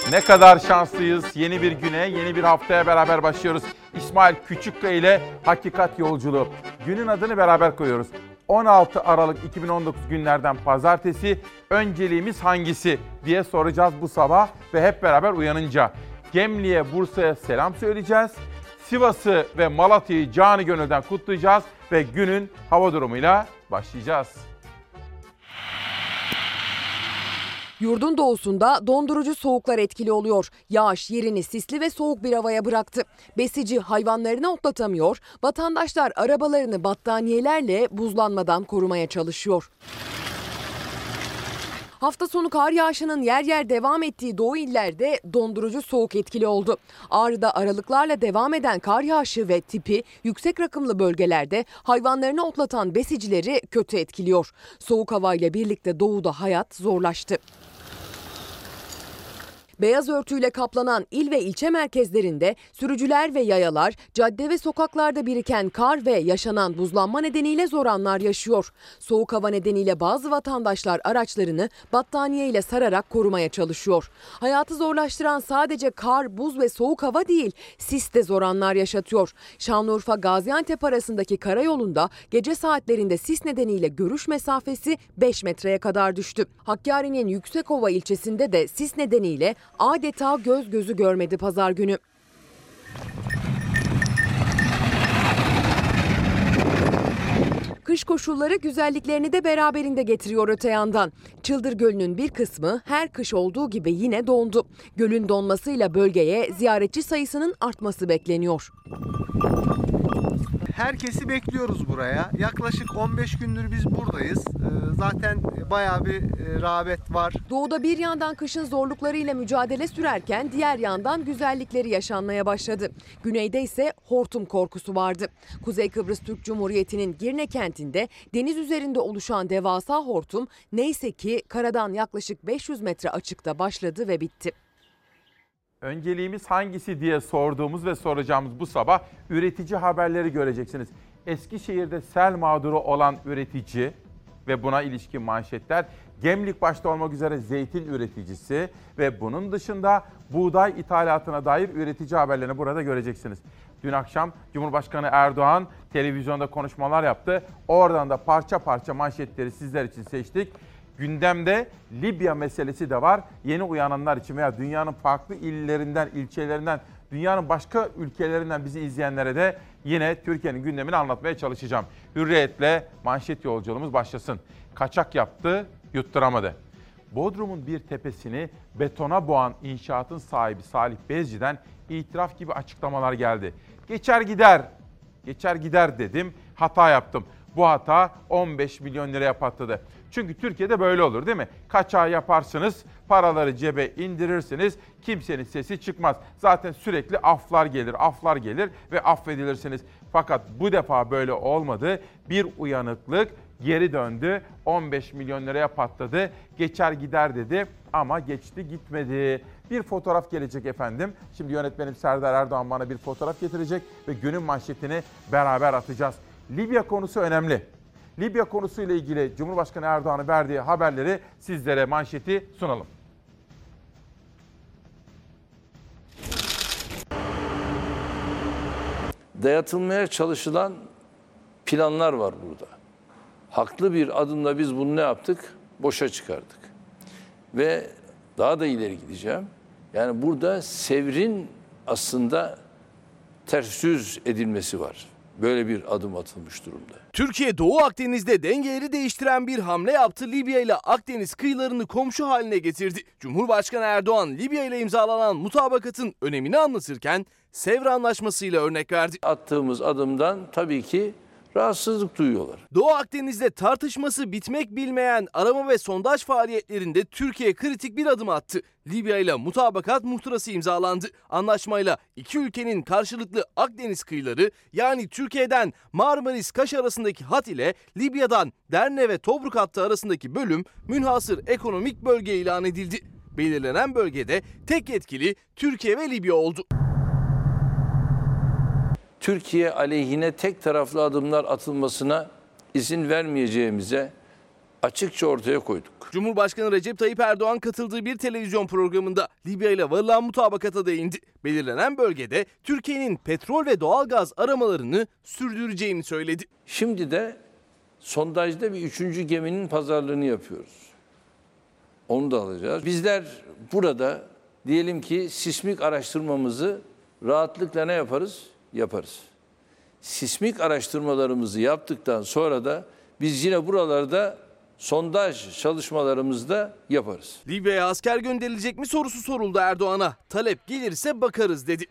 Ne kadar şanslıyız. Yeni bir güne, yeni bir haftaya beraber başlıyoruz. İsmail Küçükkaya ile Hakikat Yolculuğu. Günün adını beraber koyuyoruz. 16 Aralık 2019 günlerden pazartesi. Önceliğimiz hangisi diye soracağız bu sabah ve hep beraber uyanınca. Gemli'ye, Bursa'ya selam söyleyeceğiz. Sivas'ı ve Malatya'yı canı gönülden kutlayacağız ve günün hava durumuyla başlayacağız. Yurdun doğusunda dondurucu soğuklar etkili oluyor. Yağış yerini sisli ve soğuk bir havaya bıraktı. Besici hayvanlarını otlatamıyor, vatandaşlar arabalarını battaniyelerle buzlanmadan korumaya çalışıyor. Hafta sonu kar yağışının yer yer devam ettiği doğu illerde dondurucu soğuk etkili oldu. Ağrı'da aralıklarla devam eden kar yağışı ve tipi yüksek rakımlı bölgelerde hayvanlarını otlatan besicileri kötü etkiliyor. Soğuk havayla birlikte doğuda hayat zorlaştı. Beyaz örtüyle kaplanan il ve ilçe merkezlerinde sürücüler ve yayalar, cadde ve sokaklarda biriken kar ve yaşanan buzlanma nedeniyle zor anlar yaşıyor. Soğuk hava nedeniyle bazı vatandaşlar araçlarını battaniye ile sararak korumaya çalışıyor. Hayatı zorlaştıran sadece kar, buz ve soğuk hava değil, sis de zor anlar yaşatıyor. Şanlıurfa-Gaziantep arasındaki karayolunda gece saatlerinde sis nedeniyle görüş mesafesi 5 metreye kadar düştü. Hakkari'nin Yüksekova ilçesinde de sis nedeniyle adeta göz gözü görmedi pazar günü. Kış koşulları güzelliklerini de beraberinde getiriyor öte yandan. Çıldır Gölü'nün bir kısmı her kış olduğu gibi yine dondu. Gölün donmasıyla bölgeye ziyaretçi sayısının artması bekleniyor. Herkesi bekliyoruz buraya. Yaklaşık 15 gündür biz buradayız. Zaten bayağı bir rağbet var. Doğuda bir yandan kışın zorluklarıyla mücadele sürerken diğer yandan güzellikleri yaşanmaya başladı. Güneyde ise hortum korkusu vardı. Kuzey Kıbrıs Türk Cumhuriyeti'nin Girne kentinde deniz üzerinde oluşan devasa hortum neyse ki karadan yaklaşık 500 metre açıkta başladı ve bitti. Önceliğimiz hangisi diye sorduğumuz ve soracağımız bu sabah üretici haberleri göreceksiniz. Eskişehir'de sel mağduru olan üretici ve buna ilişkin manşetler, Gemlik başta olmak üzere zeytin üreticisi ve bunun dışında buğday ithalatına dair üretici haberlerini burada göreceksiniz. Dün akşam Cumhurbaşkanı Erdoğan televizyonda konuşmalar yaptı. Oradan da parça parça manşetleri sizler için seçtik. Gündemde Libya meselesi de var. Yeni uyananlar için veya dünyanın farklı illerinden, ilçelerinden, dünyanın başka ülkelerinden bizi izleyenlere de yine Türkiye'nin gündemini anlatmaya çalışacağım. Hürriyetle manşet yolculuğumuz başlasın. Kaçak yaptı, yutturamadı. Bodrum'un bir tepesini betona boğan inşaatın sahibi Salih Bezci'den itiraf gibi açıklamalar geldi. Geçer gider dedim, hata yaptım. Bu hata 15 milyon liraya patladı. Çünkü Türkiye'de böyle olur değil mi? Kaçağı yaparsınız, paraları cebe indirirsiniz, kimsenin sesi çıkmaz. Zaten sürekli aflar gelir ve affedilirsiniz. Fakat bu defa böyle olmadı. Bir uyanıklık geri döndü, 15 milyon liraya patladı. Geçer gider dedi ama geçti gitmedi. Bir fotoğraf gelecek efendim. Şimdi yönetmenim Serdar Erdoğan bana bir fotoğraf getirecek ve günün manşetini beraber atacağız. Libya konusu önemli. Libya konusuyla ilgili Cumhurbaşkanı Erdoğan'ın verdiği haberleri sizlere manşeti sunalım. Dayatılmaya çalışılan planlar var burada. Haklı bir adımla biz bunu ne yaptık? Boşa çıkardık. Ve daha da ileri gideceğim. Yani burada Sevr'in aslında ters yüz edilmesi var. Böyle bir adım atılmış durumda. Türkiye Doğu Akdeniz'de dengeleri değiştiren bir hamle yaptı. Libya ile Akdeniz kıyılarını komşu haline getirdi. Cumhurbaşkanı Erdoğan Libya ile imzalanan mutabakatın önemini anlatırken Sevr Anlaşması ile örnek verdi. Attığımız adımdan tabii ki rahatsızlık duyuyorlar. Doğu Akdeniz'de tartışması bitmek bilmeyen arama ve sondaj faaliyetlerinde Türkiye kritik bir adım attı. Libya ile mutabakat muhtırası imzalandı. Anlaşmayla iki ülkenin karşılıklı Akdeniz kıyıları, yani Türkiye'den Marmaris-Kaş arasındaki hat ile Libya'dan Derne ve Tobruk hattı arasındaki bölüm münhasır ekonomik bölge ilan edildi. Belirlenen bölgede tek yetkili Türkiye ve Libya oldu. Türkiye aleyhine tek taraflı adımlar atılmasına izin vermeyeceğimize açıkça ortaya koyduk. Cumhurbaşkanı Recep Tayyip Erdoğan katıldığı bir televizyon programında Libya ile varılan mutabakata değindi. Belirlenen bölgede Türkiye'nin petrol ve doğalgaz aramalarını sürdüreceğini söyledi. Şimdi de sondajda bir 3. geminin pazarlığını yapıyoruz. Onu da alacağız. Bizler burada diyelim ki sismik araştırmamızı rahatlıkla ne yaparız? Yaparız. Sismik araştırmalarımızı yaptıktan sonra da biz yine buralarda sondaj çalışmalarımızı da yaparız. Libya'ya asker gönderilecek mi sorusu soruldu Erdoğan'a. Talep gelirse bakarız dedi.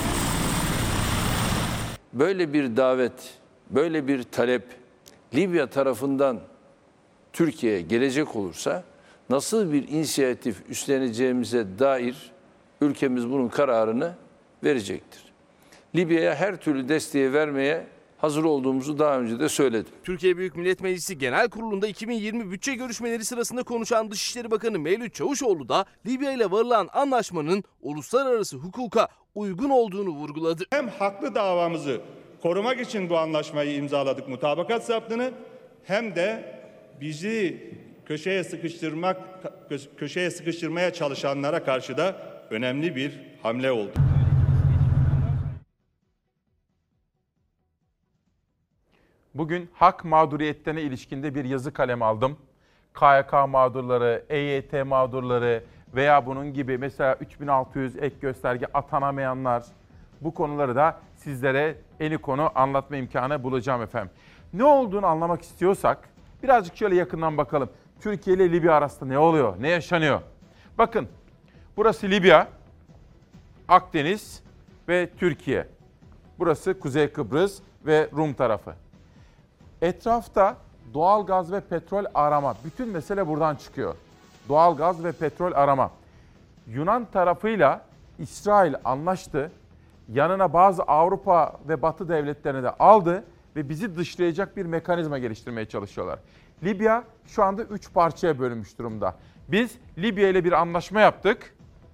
Böyle bir davet, böyle bir talep Libya tarafından Türkiye'ye gelecek olursa nasıl bir inisiyatif üstleneceğimize dair ülkemiz bunun kararını verecektir. Libya'ya her türlü desteği vermeye hazır olduğumuzu daha önce de söyledim. Türkiye Büyük Millet Meclisi Genel Kurulu'nda 2020 bütçe görüşmeleri sırasında konuşan Dışişleri Bakanı Mevlüt Çavuşoğlu da Libya ile varılan anlaşmanın uluslararası hukuka uygun olduğunu vurguladı. Hem haklı davamızı korumak için bu anlaşmayı imzaladık, mutabakat zaptını, hem de bizi köşeye sıkıştırmaya çalışanlara karşı da önemli bir hamle oldu. Bugün hak mağduriyetlerine ilişkinde bir yazı kaleme aldım. KYK mağdurları, EYT mağdurları veya bunun gibi mesela 3600 ek gösterge atanamayanlar, bu konuları da sizlere eni konu anlatma imkanı bulacağım efendim. Ne olduğunu anlamak istiyorsak birazcık şöyle yakından bakalım. Türkiye ile Libya arasında ne oluyor, ne yaşanıyor? Bakın, burası Libya, Akdeniz ve Türkiye. Burası Kuzey Kıbrıs ve Rum tarafı. Etrafta doğal gaz ve petrol arama. Bütün mesele buradan çıkıyor. Doğal gaz ve petrol arama. Yunan tarafıyla İsrail anlaştı. Yanına bazı Avrupa ve Batı devletlerini de aldı ve bizi dışlayacak bir mekanizma geliştirmeye çalışıyorlar. Libya şu anda 3 parçaya bölünmüş durumda. Biz Libya ile bir anlaşma yaptık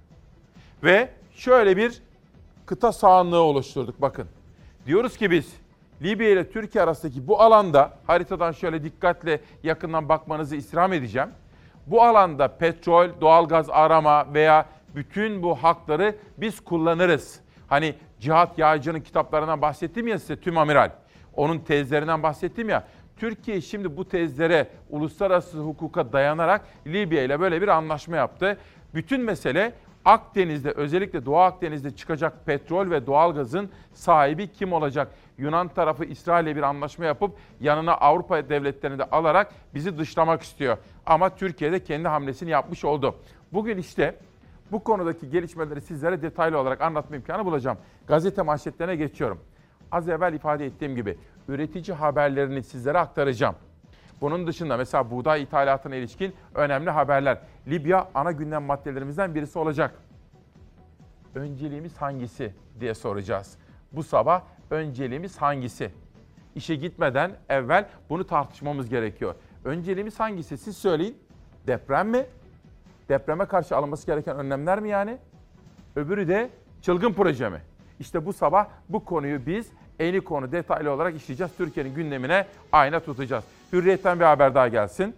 ve şöyle bir kıta sahanlığı oluşturduk. Bakın, diyoruz ki biz Libya ile Türkiye arasındaki bu alanda, haritadan şöyle dikkatle yakından bakmanızı istirham edeceğim. Bu alanda petrol, doğalgaz arama veya bütün bu hakları biz kullanırız. Hani Cihat Yağcı'nın kitaplarından bahsettim ya size, Tüm Amiral. Onun tezlerinden bahsettim ya. Türkiye şimdi bu tezlere, uluslararası hukuka dayanarak Libya ile böyle bir anlaşma yaptı. Bütün mesele Akdeniz'de, özellikle Doğu Akdeniz'de çıkacak petrol ve doğalgazın sahibi kim olacak? Yunan tarafı İsrail'le bir anlaşma yapıp yanına Avrupa devletlerini de alarak bizi dışlamak istiyor. Ama Türkiye de kendi hamlesini yapmış oldu. Bugün işte bu konudaki gelişmeleri sizlere detaylı olarak anlatma imkanı bulacağım. Gazete manşetlerine geçiyorum. Az evvel ifade ettiğim gibi üretici haberlerini sizlere aktaracağım. Bunun dışında mesela buğday ithalatına ilişkin önemli haberler. Libya ana gündem maddelerimizden birisi olacak. Önceliğimiz hangisi diye soracağız. Bu sabah önceliğimiz hangisi? İşe gitmeden evvel bunu tartışmamız gerekiyor. Önceliğimiz hangisi? Siz söyleyin. Deprem mi? Depreme karşı alınması gereken önlemler mi yani? Öbürü de çılgın proje mi? İşte bu sabah bu konuyu biz eni konu detaylı olarak işleyeceğiz. Türkiye'nin gündemine ayna tutacağız. Hürriyet'ten bir haber daha gelsin.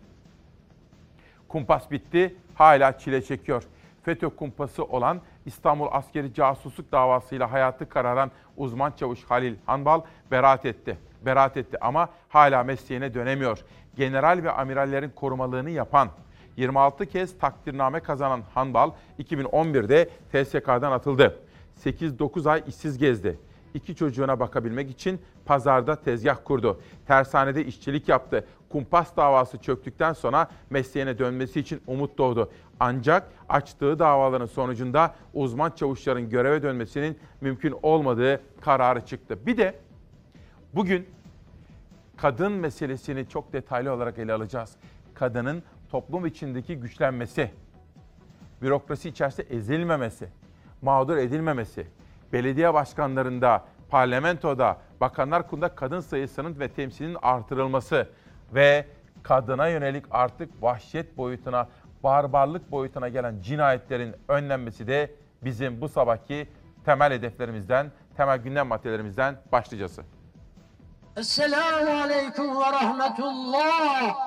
Kumpas bitti, hala çile çekiyor. FETÖ kumpası olan İstanbul Askeri Casusluk davasıyla hayatı kararan uzman çavuş Halil Hanbal beraat etti ama hala mesleğine dönemiyor. General ve amirallerin korumalığını yapan, 26 kez takdirname kazanan Hanbal 2011'de TSK'dan atıldı. 8-9 ay işsiz gezdi. 2 çocuğuna bakabilmek için pazarda tezgah kurdu. Tersanede işçilik yaptı. Kumpas davası çöktükten sonra mesleğine dönmesi için umut doğdu. Ancak açtığı davaların sonucunda uzman çavuşların göreve dönmesinin mümkün olmadığı kararı çıktı. Bir de bugün kadın meselesini çok detaylı olarak ele alacağız. Kadının toplum içindeki güçlenmesi, bürokrasi içerisinde ezilmemesi, mağdur edilmemesi, belediye başkanlarında, parlamentoda, bakanlar kurulunda kadın sayısının ve temsilinin artırılması ve kadına yönelik artık vahşet boyutuna, barbarlık boyutuna gelen cinayetlerin önlenmesi de bizim bu sabahki temel hedeflerimizden, temel gündem maddelerimizden başlıcası. Esselamu aleyküm ve rahmetullah.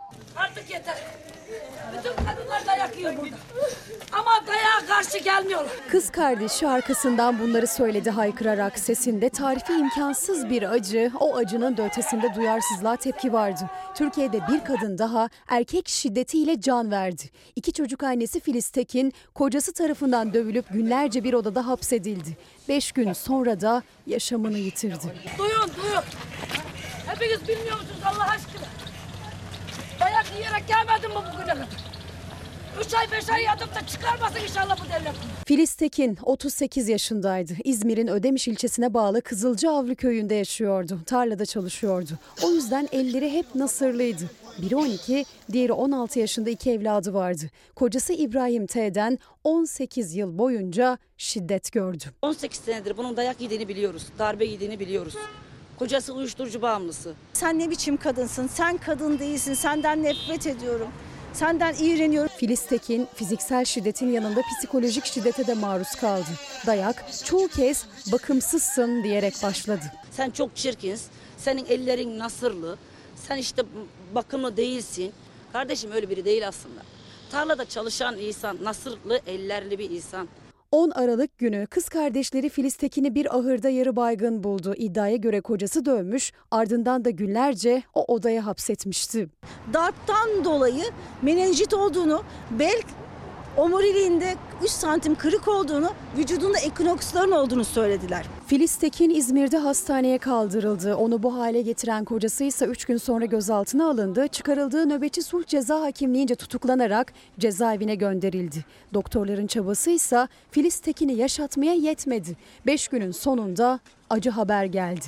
Artık yeter. Bütün kadınlar dayak yiyor burada. Ama dayağa karşı gelmiyorlar. Kız kardeşi arkasından bunları söyledi haykırarak. Sesinde tarifi imkansız bir acı, o acının da ötesinde duyarsızlığa tepki vardı. Türkiye'de bir kadın daha erkek şiddetiyle can verdi. 2 çocuk annesi Filiz Tekin, kocası tarafından dövülüp günlerce bir odada hapsedildi. 5 gün sonra da yaşamını yitirdi. Duyun. Hepiniz bilmiyor musunuz Allah aşkına? Dayak yiyerek gelmedim mi bugüne kadar? 3 ay 5 ay yatıp da çıkarmasın inşallah bu devlet. Filiz Tekin 38 yaşındaydı. İzmir'in Ödemiş ilçesine bağlı Kızılcaavlı köyünde yaşıyordu. Tarlada çalışıyordu. O yüzden elleri hep nasırlıydı. Biri 12, diğeri 16 yaşında 2 evladı vardı. Kocası İbrahim T'den 18 yıl boyunca şiddet gördü. 18 senedir bunun dayak yediğini biliyoruz, darbe yediğini biliyoruz. Kocası uyuşturucu bağımlısı. Sen ne biçim kadınsın? Sen kadın değilsin. Senden nefret ediyorum. Senden iğreniyorum. Filiz Tekin fiziksel şiddetin yanında psikolojik şiddete de maruz kaldı. Dayak çoğu kez bakımsızsın diyerek başladı. Sen çok çirkinsin, senin ellerin nasırlı, sen işte bakımlı değilsin. Kardeşim öyle biri değil aslında. Tarlada çalışan insan, nasırlı, ellerli bir insan. 10 Aralık günü kız kardeşleri Filiz Tekin'i bir ahırda yarı baygın buldu. İddiaya göre kocası dövmüş, ardından da günlerce o odaya hapsetmişti. Darptan dolayı menenjit olduğunu, bel omuriliğinde 3 santim kırık olduğunu, vücudunda ekinoksların olduğunu söylediler. Filiz Tekin İzmir'de hastaneye kaldırıldı. Onu bu hale getiren kocası ise 3 gün sonra gözaltına alındı. Çıkarıldığı nöbetçi sulh ceza hakimliğince tutuklanarak cezaevine gönderildi. Doktorların çabası ise Filiz Tekin'i yaşatmaya yetmedi. 5 günün sonunda acı haber geldi.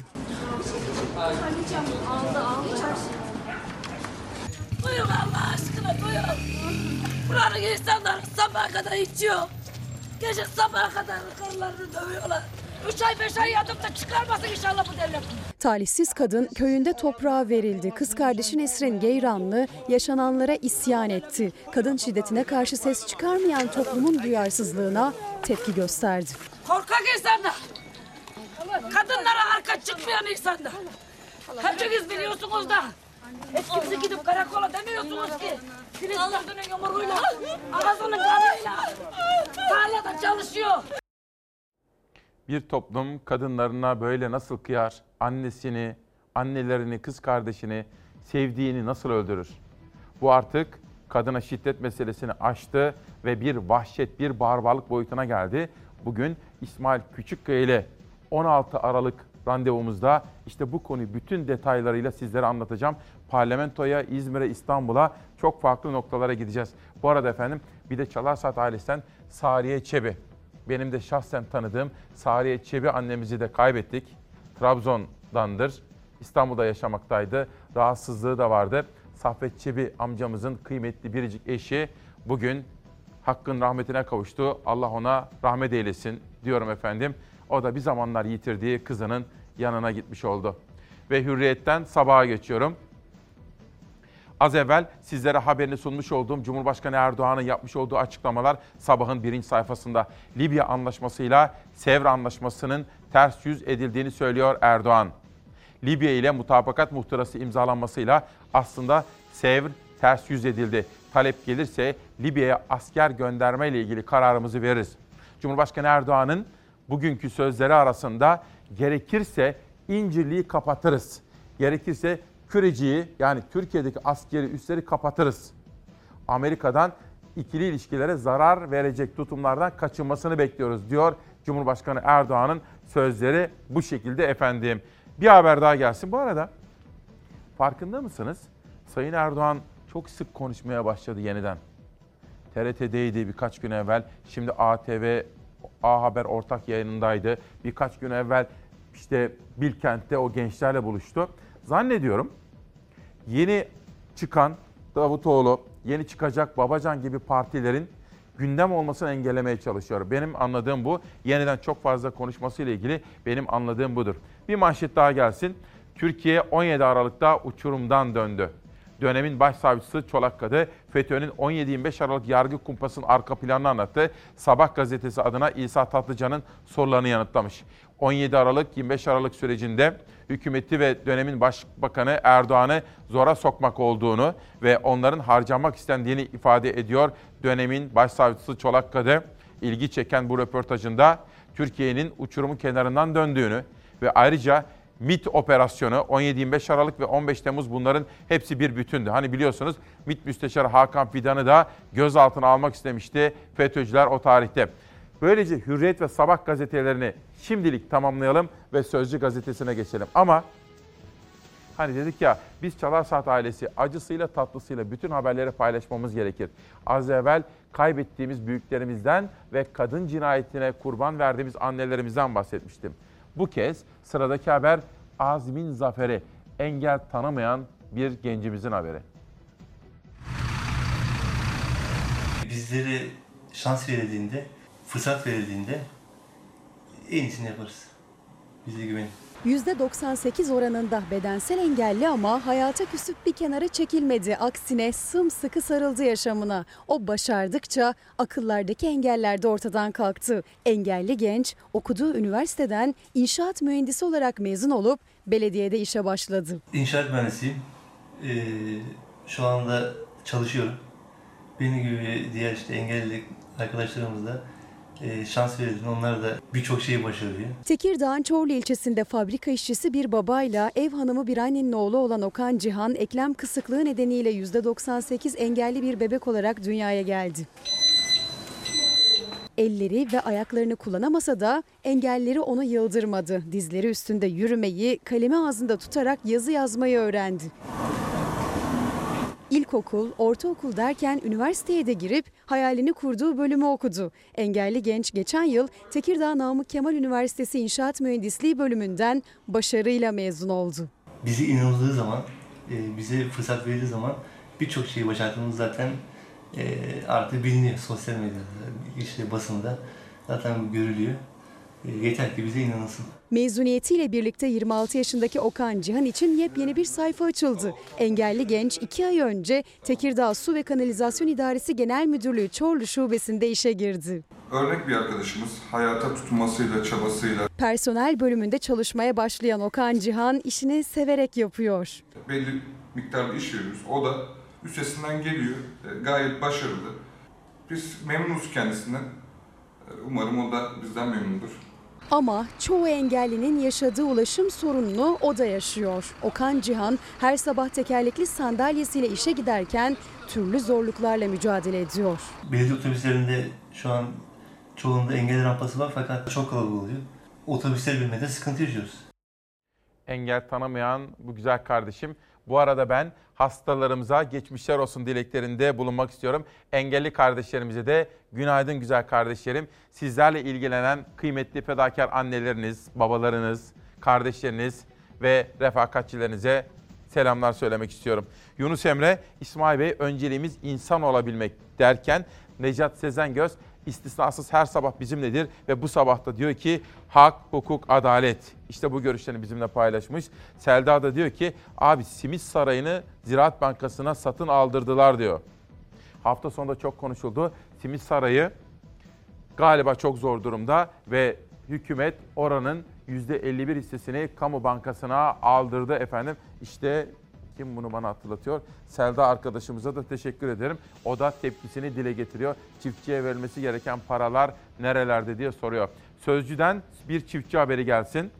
Duyun Allah aşkına duyun. Buranın insanları sabaha kadar içiyor. Gece sabaha kadar karılarını dövüyorlar. 3 ay 5 ay yatıp da çıkarmasın inşallah bu devlet. Talihsiz kadın köyünde toprağa verildi. Kız kardeşi Nesrin Geyranlı yaşananlara isyan etti. Kadın şiddetine karşı ses çıkarmayan toplumun duyarsızlığına tepki gösterdi. Korkak insanlar. Kadınlara arka çıkmayan insanlar. Hepiniz biliyorsunuz da. Hiç kimse gidip karakola demiyorsunuz ki. Filiz kadının yumruğuyla, ağzının kanıyla tarlada çalışıyor. Bir toplum kadınlarına böyle nasıl kıyar? Annesini, annelerini, kız kardeşini, sevdiğini nasıl öldürür? Bu artık kadına şiddet meselesini aştı ve bir vahşet, bir barbarlık boyutuna geldi. Bugün İsmail Küçükkaya ile 16 Aralık randevumuzda işte bu konuyu bütün detaylarıyla sizlere anlatacağım. Parlamentoya, İzmir'e, İstanbul'a çok farklı noktalara gideceğiz. Bu arada efendim bir de Çalar ailesinden Sariye Çebi. Benim de şahsen tanıdığım Sariye Çebi annemizi de kaybettik. Trabzon'dandır. İstanbul'da yaşamaktaydı. Rahatsızlığı da vardı. Saffet Çebi amcamızın kıymetli biricik eşi bugün Hakk'ın rahmetine kavuştu. Allah ona rahmet eylesin diyorum efendim. O da bir zamanlar yitirdiği kızının yanına gitmiş oldu. Ve Hürriyet'ten Sabah'a geçiyorum. Az evvel sizlere haberini sunmuş olduğum Cumhurbaşkanı Erdoğan'ın yapmış olduğu açıklamalar Sabah'ın birinci sayfasında. Libya anlaşmasıyla Sevr anlaşmasının ters yüz edildiğini söylüyor Erdoğan. Libya ile mutabakat muhtırası imzalanmasıyla aslında Sevr ters yüz edildi. Talep gelirse Libya'ya asker gönderme ile ilgili kararımızı veririz. Cumhurbaşkanı Erdoğan'ın bugünkü sözleri arasında gerekirse İncirli'yi kapatırız. Gerekirse Küreci'yi yani Türkiye'deki askeri üsleri kapatırız. Amerika'dan ikili ilişkilere zarar verecek tutumlardan kaçınmasını bekliyoruz diyor Cumhurbaşkanı Erdoğan'ın sözleri bu şekilde efendim. Bir haber daha gelsin. Bu arada farkında mısınız? Sayın Erdoğan çok sık konuşmaya başladı yeniden. TRT'deydi birkaç gün evvel. Şimdi ATV, A Haber ortak yayınındaydı. Birkaç gün evvel işte Bilkent'te o gençlerle buluştu. Zannediyorum yeni çıkan Davutoğlu, yeni çıkacak Babacan gibi partilerin gündem olmasını engellemeye çalışıyor. Benim anladığım bu. Yeniden çok fazla konuşmasıyla ilgili benim anladığım budur. Bir manşet daha gelsin. Türkiye 17 Aralık'ta uçurumdan döndü. Dönemin başsavcısı Çolakkadı, FETÖ'nün 17-25 Aralık yargı kumpasının arka planını anlattı. Sabah gazetesi adına İsa Tatlıcan'ın sorularını yanıtlamış. 17 Aralık, 25 Aralık sürecinde hükümeti ve dönemin başbakanı Erdoğan'ı zora sokmak olduğunu ve onların harcamak istendiğini ifade ediyor. Dönemin başsavcısı Çolakkadı, ilgi çeken bu röportajında Türkiye'nin uçurumun kenarından döndüğünü ve ayrıca MİT operasyonu 17-25 Aralık ve 15 Temmuz bunların hepsi bir bütündü. Hani biliyorsunuz MİT Müsteşarı Hakan Fidan'ı da gözaltına almak istemişti FETÖ'cüler o tarihte. Böylece Hürriyet ve Sabah gazetelerini şimdilik tamamlayalım ve Sözcü gazetesine geçelim. Ama hani dedik ya biz Çalar Saat ailesi acısıyla tatlısıyla bütün haberleri paylaşmamız gerekir. Az evvel kaybettiğimiz büyüklerimizden ve kadın cinayetine kurban verdiğimiz annelerimizden bahsetmiştim. Bu kez sıradaki haber Azmin zaferi, engel tanımayan bir gencimizin haberi. Bizlere şans verildiğinde, fırsat verildiğinde en iyisini yaparız. Bize güvenin. %98 oranında bedensel engelli ama hayata küsüp bir kenara çekilmedi. Aksine sımsıkı sarıldı yaşamına. O başardıkça akıllardaki engeller de ortadan kalktı. Engelli genç okuduğu üniversiteden inşaat mühendisi olarak mezun olup belediyede işe başladı. İnşaat mühendisiyim. Şu anda çalışıyorum. Benim gibi diğer engelli arkadaşlarımız da şans verildi. Onlar da birçok şeyi başarıyor. Tekirdağ'ın Çorlu ilçesinde fabrika işçisi bir babayla ev hanımı bir annenin oğlu olan Okan Cihan, eklem kısıklığı nedeniyle %98 engelli bir bebek olarak dünyaya geldi. Elleri ve ayaklarını kullanamasa da engelleri onu yıldırmadı. Dizleri üstünde yürümeyi, kalemi ağzında tutarak yazı yazmayı öğrendi. İlkokul, ortaokul derken üniversiteye de girip hayalini kurduğu bölümü okudu. Engelli genç geçen yıl Tekirdağ Namık Kemal Üniversitesi İnşaat Mühendisliği bölümünden başarıyla mezun oldu. Bize inanıldığı zaman, bize fırsat verildiği zaman birçok şeyi başardığımız zaten artık biliniyor sosyal medyada, basında zaten görülüyor. Yeter ki bize inanılsın. Mezuniyetiyle birlikte 26 yaşındaki Okan Cihan için yepyeni bir sayfa açıldı. Engelli genç 2 ay önce Tekirdağ Su ve Kanalizasyon İdaresi Genel Müdürlüğü Çorlu Şubesi'nde işe girdi. Örnek bir arkadaşımız hayata tutunmasıyla, çabasıyla. Personel bölümünde çalışmaya başlayan Okan Cihan işini severek yapıyor. Belli miktarda iş veriyoruz. O da üstesinden geliyor. Gayet başarılı. Biz memnunuz kendisinden. Umarım o da bizden memnundur. Ama çoğu engellinin yaşadığı ulaşım sorununu o da yaşıyor. Okan Cihan her sabah tekerlekli sandalyesiyle işe giderken türlü zorluklarla mücadele ediyor. Belediye otobüslerinde şu an çoğunda engelli rampası var fakat çok kalabalık oluyor. Otobüsler binmede sıkıntı yaşıyoruz. Engel tanımayan bu güzel kardeşim. Bu arada ben hastalarımıza geçmişler olsun dileklerinde bulunmak istiyorum. Engelli kardeşlerimize de günaydın güzel kardeşlerim. Sizlerle ilgilenen kıymetli fedakar anneleriniz, babalarınız, kardeşleriniz ve refakatçilerinize selamlar söylemek istiyorum. Yunus Emre, İsmail Bey önceliğimiz insan olabilmek derken Necat Sezengöz istisnasız her sabah bizimledir ve bu sabahta diyor ki hak, hukuk, adalet. İşte bu görüşlerini bizimle paylaşmış. Selda da diyor ki abi Simit Sarayı'nı Ziraat Bankası'na satın aldırdılar diyor. Hafta sonunda çok konuşuldu. Simit Sarayı galiba çok zor durumda ve hükümet oranın %51 hissesini kamu bankasına aldırdı efendim. İşte kim bunu bana hatırlatıyor? Selda arkadaşımıza da teşekkür ederim. O da tepkisini dile getiriyor. Çiftçiye verilmesi gereken paralar nerelerde diye soruyor. Sözcü'den bir çiftçi haberi gelsin.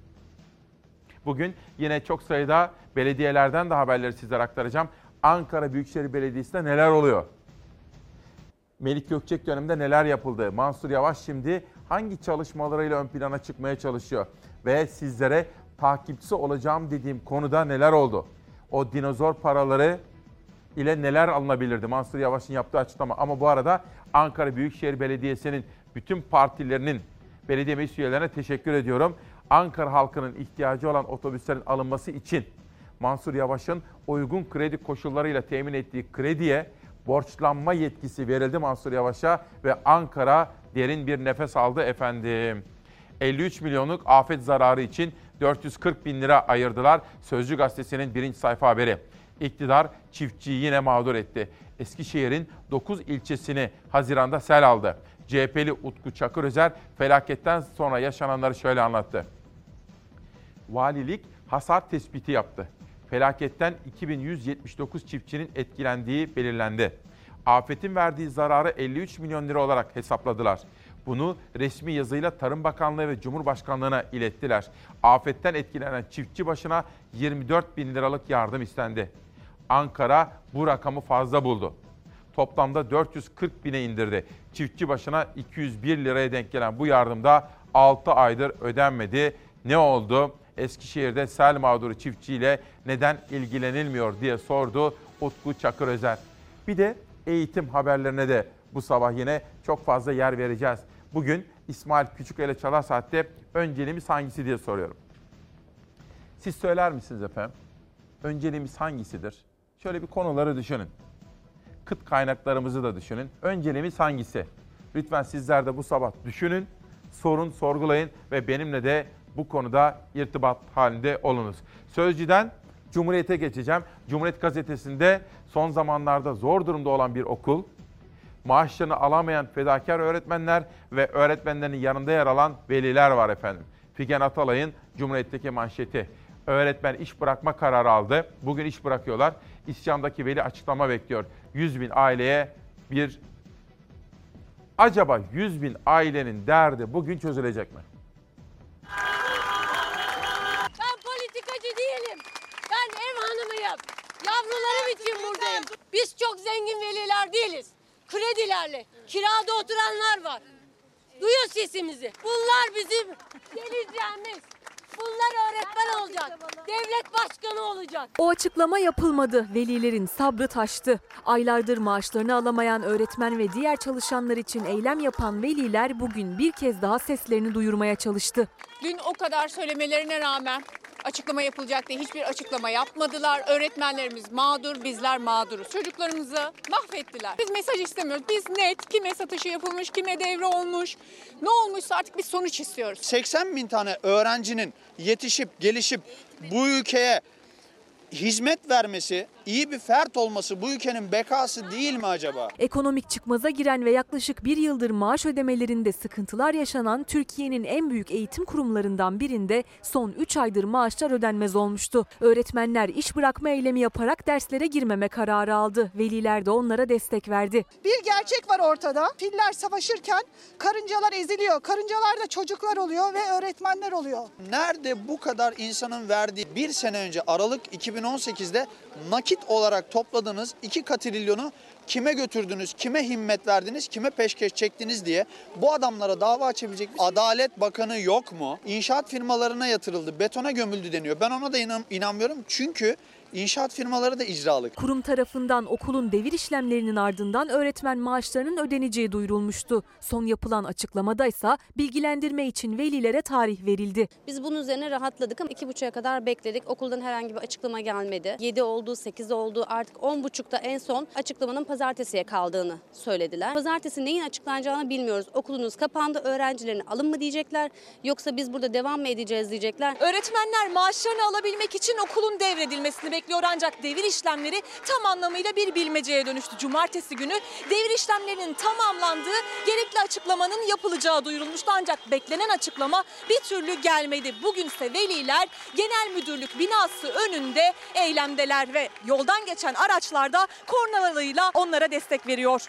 Bugün yine çok sayıda belediyelerden de haberleri sizlere aktaracağım. Ankara Büyükşehir Belediyesi'nde neler oluyor? Melik Gökçek döneminde neler yapıldı? Mansur Yavaş şimdi hangi çalışmalarıyla ön plana çıkmaya çalışıyor? Ve sizlere takipçisi olacağım dediğim konuda neler oldu? O dinozor paraları ile neler alınabilirdi? Mansur Yavaş'ın yaptığı açıklama. Ama bu arada Ankara Büyükşehir Belediyesi'nin bütün partilerinin belediye meclis üyelerine teşekkür ediyorum. Ankara halkının ihtiyacı olan otobüslerin alınması için Mansur Yavaş'ın uygun kredi koşullarıyla temin ettiği krediye borçlanma yetkisi verildi Mansur Yavaş'a ve Ankara derin bir nefes aldı efendim. 53 milyonluk afet zararı için 440 bin lira ayırdılar. Sözcü gazetesinin birinci sayfa haberi. İktidar çiftçiyi yine mağdur etti. Eskişehir'in 9 ilçesini Haziran'da sel aldı. CHP'li Utku Çakırözer felaketten sonra yaşananları şöyle anlattı. Valilik hasar tespiti yaptı. Felaketten 2179 çiftçinin etkilendiği belirlendi. Afetin verdiği zararı 53 milyon lira olarak hesapladılar. Bunu resmi yazıyla Tarım Bakanlığı ve Cumhurbaşkanlığı'na ilettiler. Afetten etkilenen çiftçi başına 24 bin liralık yardım istendi. Ankara bu rakamı fazla buldu. Toplamda 440 bine indirdi. Çiftçi başına 201 liraya denk gelen bu yardımda 6 aydır ödenmedi. Ne oldu? Eskişehir'de sel mağduru çiftçiyle neden ilgilenilmiyor diye sordu Utku Çakırözer. Bir de eğitim haberlerine de bu sabah yine çok fazla yer vereceğiz. Bugün İsmail Küçüköy ile Çalar Saat'te önceliğimiz hangisi diye soruyorum. Siz söyler misiniz efendim? Önceliğimiz hangisidir? Şöyle bir konuları düşünün. Kıt kaynaklarımızı da düşünün. Önceliğimiz hangisi? Lütfen sizler de bu sabah düşünün, sorun, sorgulayın ve benimle de bu konuda irtibat halinde olunuz. Sözcü'den Cumhuriyet'e geçeceğim. Cumhuriyet Gazetesi'nde son zamanlarda zor durumda olan bir okul, maaşlarını alamayan fedakar öğretmenler ve öğretmenlerin yanında yer alan veliler var efendim. Figen Atalay'ın Cumhuriyet'teki manşeti. Öğretmen iş bırakma kararı aldı. Bugün iş bırakıyorlar. İsyandaki veli açıklama bekliyor. 100 bin aileye acaba 100 bin ailenin derdi bugün çözülecek mi? Ben politikacı değilim. Ben ev hanımıyım. Yavrularım için buradayım. Biz çok zengin veliler değiliz. Kredilerle, kirada oturanlar var. Duyuyor sesimizi. Bunlar bizim geleceğimiz. Bunlar öğretmen olacak. Devlet başkanı olacak. O açıklama yapılmadı. Velilerin sabrı taştı. Aylardır maaşlarını alamayan öğretmen ve diğer çalışanlar için eylem yapan veliler bugün bir kez daha seslerini duyurmaya çalıştı. Dün o kadar söylemelerine rağmen açıklama yapılacak diye hiçbir açıklama yapmadılar. Öğretmenlerimiz mağdur, bizler mağduruz. Çocuklarımızı mahvettiler. Biz mesaj istemiyoruz. Biz net kime satışı yapılmış, kime devre olmuş, ne olmuşsa artık bir sonuç istiyoruz. 80 bin tane öğrencinin yetişip gelişip bu ülkeye hizmet vermesi, iyi bir fert olması bu ülkenin bekası değil mi acaba? Ekonomik çıkmaza giren ve yaklaşık bir yıldır maaş ödemelerinde sıkıntılar yaşanan Türkiye'nin en büyük eğitim kurumlarından birinde son 3 aydır maaşlar ödenmez olmuştu. Öğretmenler iş bırakma eylemi yaparak derslere girmeme kararı aldı. Veliler de onlara destek verdi. Bir gerçek var ortada. Filler savaşırken karıncalar eziliyor. Karıncalar da çocuklar oluyor ve öğretmenler oluyor. Nerede bu kadar insanın verdiği bir sene önce Aralık 2018'de nakit olarak topladığınız 2 katrilyonu kime götürdünüz, kime himmet verdiniz, kime peşkeş çektiniz diye bu adamlara dava açabilecek bir Adalet Bakanı yok mu? İnşaat firmalarına yatırıldı, betona gömüldü deniyor. Ben ona da inanmıyorum çünkü İnşaat firmaları da icralık. Kurum tarafından okulun devir işlemlerinin ardından öğretmen maaşlarının ödeneceği duyurulmuştu. Son yapılan açıklamada ise bilgilendirme için velilere tarih verildi. Biz bunun üzerine rahatladık ama 2.30'a kadar bekledik. Okuldan herhangi bir açıklama gelmedi. 7 oldu, 8 oldu, artık 10.30'da en son açıklamanın pazartesiye kaldığını söylediler. Pazartesi neyin açıklanacağını bilmiyoruz. Okulunuz kapandı, öğrencilerin alın mı diyecekler yoksa biz burada devam mı edeceğiz diyecekler. Öğretmenler maaşlarını alabilmek için okulun devredilmesini bekliyor ancak devir işlemleri tam anlamıyla bir bilmeceye dönüştü. Cumartesi günü devir işlemlerinin tamamlandığı, gerekli açıklamanın yapılacağı duyurulmuştu ancak beklenen açıklama bir türlü gelmedi. Bugünse veliler Genel Müdürlük binası önünde eylemdeler ve yoldan geçen araçlarda kornalarıyla onlara destek veriyor.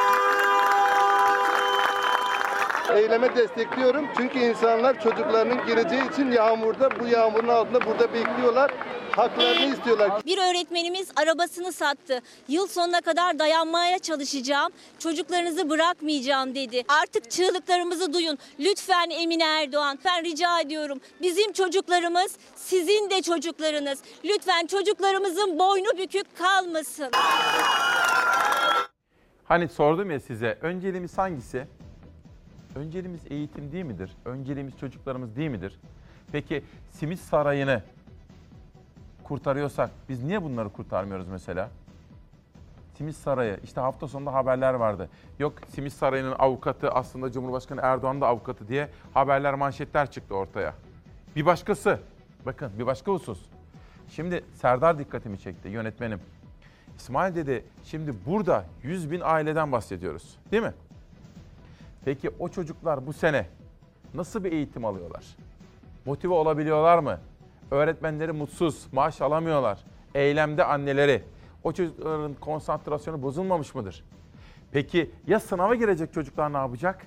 Eyleme destekliyorum çünkü insanlar çocuklarının geleceği için yağmurda, bu yağmurun altında burada bekliyorlar. Haklarını istiyorlar. Bir öğretmenimiz arabasını sattı. Yıl sonuna kadar dayanmaya çalışacağım. Çocuklarınızı bırakmayacağım dedi. Artık çığlıklarımızı duyun. Lütfen Emine Erdoğan. Ben rica ediyorum. Bizim çocuklarımız sizin de çocuklarınız. Lütfen çocuklarımızın boynu bükük kalmasın. Hani sordum ya size, önceliğimiz hangisi? Önceliğimiz eğitim değil midir? Önceliğimiz çocuklarımız değil midir? Peki simit sarayını kurtarıyorsak biz niye bunları kurtarmıyoruz mesela? Simit Sarayı, işte hafta sonunda haberler vardı. Yok Simit Sarayı'nın avukatı aslında Cumhurbaşkanı Erdoğan'ın da avukatı diye haberler, manşetler çıktı ortaya. Bir başkası, bakın bir başka husus. Şimdi Serdar dikkatimi çekti, yönetmenim. İsmail dedi, şimdi burada 100.000 aileden bahsediyoruz, değil mi? Peki o çocuklar bu sene nasıl bir eğitim alıyorlar? Motive olabiliyorlar mı? Öğretmenleri mutsuz, maaş alamıyorlar. Eylemde anneleri. O çocukların konsantrasyonu bozulmamış mıdır? Peki ya sınava girecek çocuklar ne yapacak?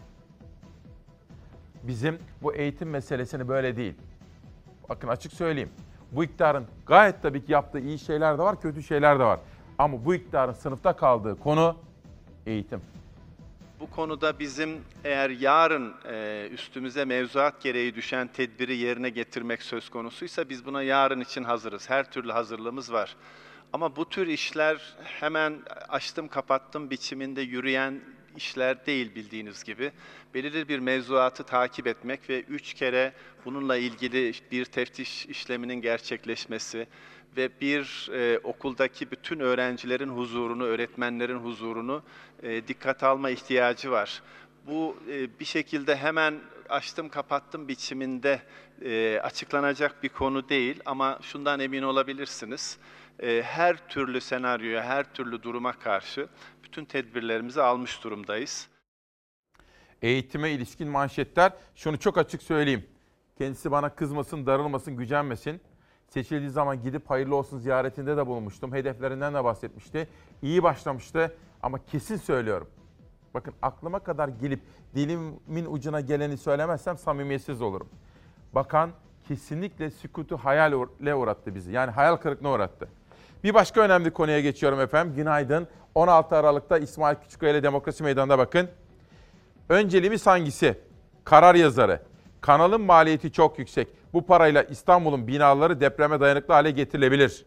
Bizim bu eğitim meselesini böyle değil. Bakın açık söyleyeyim. Bu iktidarın gayet tabii ki yaptığı iyi şeyler de var, kötü şeyler de var. Ama bu iktidarın sınıfta kaldığı konu eğitim. Bu konuda bizim eğer yarın üstümüze mevzuat gereği düşen tedbiri yerine getirmek söz konusuysa biz buna yarın için hazırız. Her türlü hazırlığımız var. Ama bu tür işler hemen açtım kapattım biçiminde yürüyen işler değil bildiğiniz gibi. Belirli bir mevzuatı takip etmek ve 3 kere bununla ilgili bir teftiş işleminin gerçekleşmesi ve bir okuldaki bütün öğrencilerin huzurunu, öğretmenlerin huzurunu dikkate alma ihtiyacı var. Bu bir şekilde hemen açtım kapattım biçiminde açıklanacak bir konu değil ama şundan emin olabilirsiniz. Her türlü senaryoya, her türlü duruma karşı bütün tedbirlerimizi almış durumdayız. Eğitime ilişkin manşetler, şunu çok açık söyleyeyim. Kendisi bana kızmasın, darılmasın, gücenmesin. Seçildiği zaman gidip hayırlı olsun ziyaretinde de bulunmuştum. Hedeflerinden de bahsetmişti. İyi başlamıştı ama kesin söylüyorum. Bakın aklıma kadar gelip dilimin ucuna geleni söylemezsem samimiyetsiz olurum. Bakan kesinlikle sükutu hayale uğrattı bizi. Yani hayal kırıklığına uğrattı. Bir başka önemli konuya geçiyorum efendim. Günaydın. 16 Aralık'ta İsmail Küçükkaya ile Demokrasi Meydanı'nda bakın. Önceliğimiz hangisi? Karar yazarı. Kanalın maliyeti çok yüksek. Bu parayla İstanbul'un binaları depreme dayanıklı hale getirilebilir.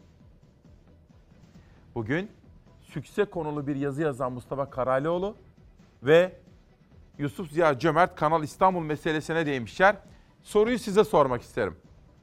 Bugün sükse konulu bir yazı yazan Mustafa Karalioğlu ve Yusuf Ziya Cömert Kanal İstanbul meselesine değinmişler. Soruyu size sormak isterim.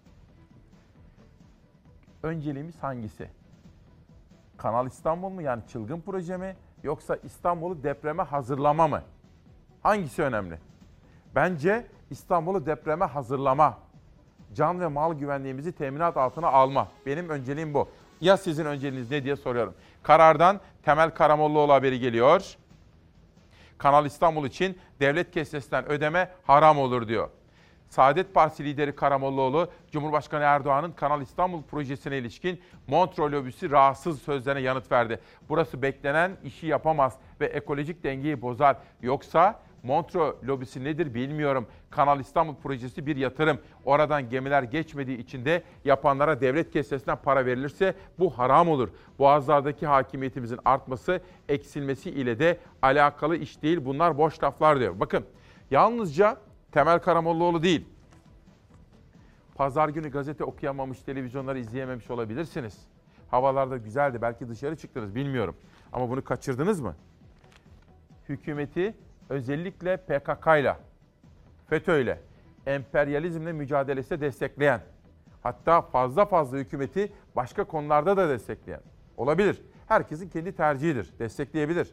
Önceliğimiz hangisi? Kanal İstanbul mu, yani çılgın proje mi, yoksa İstanbul'u depreme hazırlama mı? Hangisi önemli? Bence İstanbul'u depreme hazırlama, can ve mal güvenliğimizi teminat altına alma. Benim önceliğim bu. Ya sizin önceliğiniz ne diye soruyorum. Karardan Temel Karamollaoğlu haberi geliyor. Kanal İstanbul için devlet kesesinden ödeme haram olur diyor. Saadet Partisi lideri Karamollaoğlu, Cumhurbaşkanı Erdoğan'ın Kanal İstanbul projesine ilişkin Montreux lobisi rahatsız sözlerine yanıt verdi. Burası beklenen işi yapamaz ve ekolojik dengeyi bozar. Yoksa Montreux lobisi nedir bilmiyorum. Kanal İstanbul projesi bir yatırım. Oradan gemiler geçmediği için de yapanlara devlet kesesinden para verilirse bu haram olur. Boğazlardaki hakimiyetimizin artması, eksilmesi ile de alakalı iş değil. Bunlar boş laflar diyor. Bakın yalnızca Temel Karamollaoğlu değil. Pazar günü gazete okuyamamış, televizyonları izleyememiş olabilirsiniz. Havalarda güzeldi, belki dışarı çıktınız bilmiyorum. Ama bunu kaçırdınız mı? Hükümeti özellikle PKK'yla, FETÖ'yle, emperyalizmle mücadelesine destekleyen, hatta fazla hükümeti başka konularda da destekleyen olabilir. Herkesin kendi tercihidir, destekleyebilir.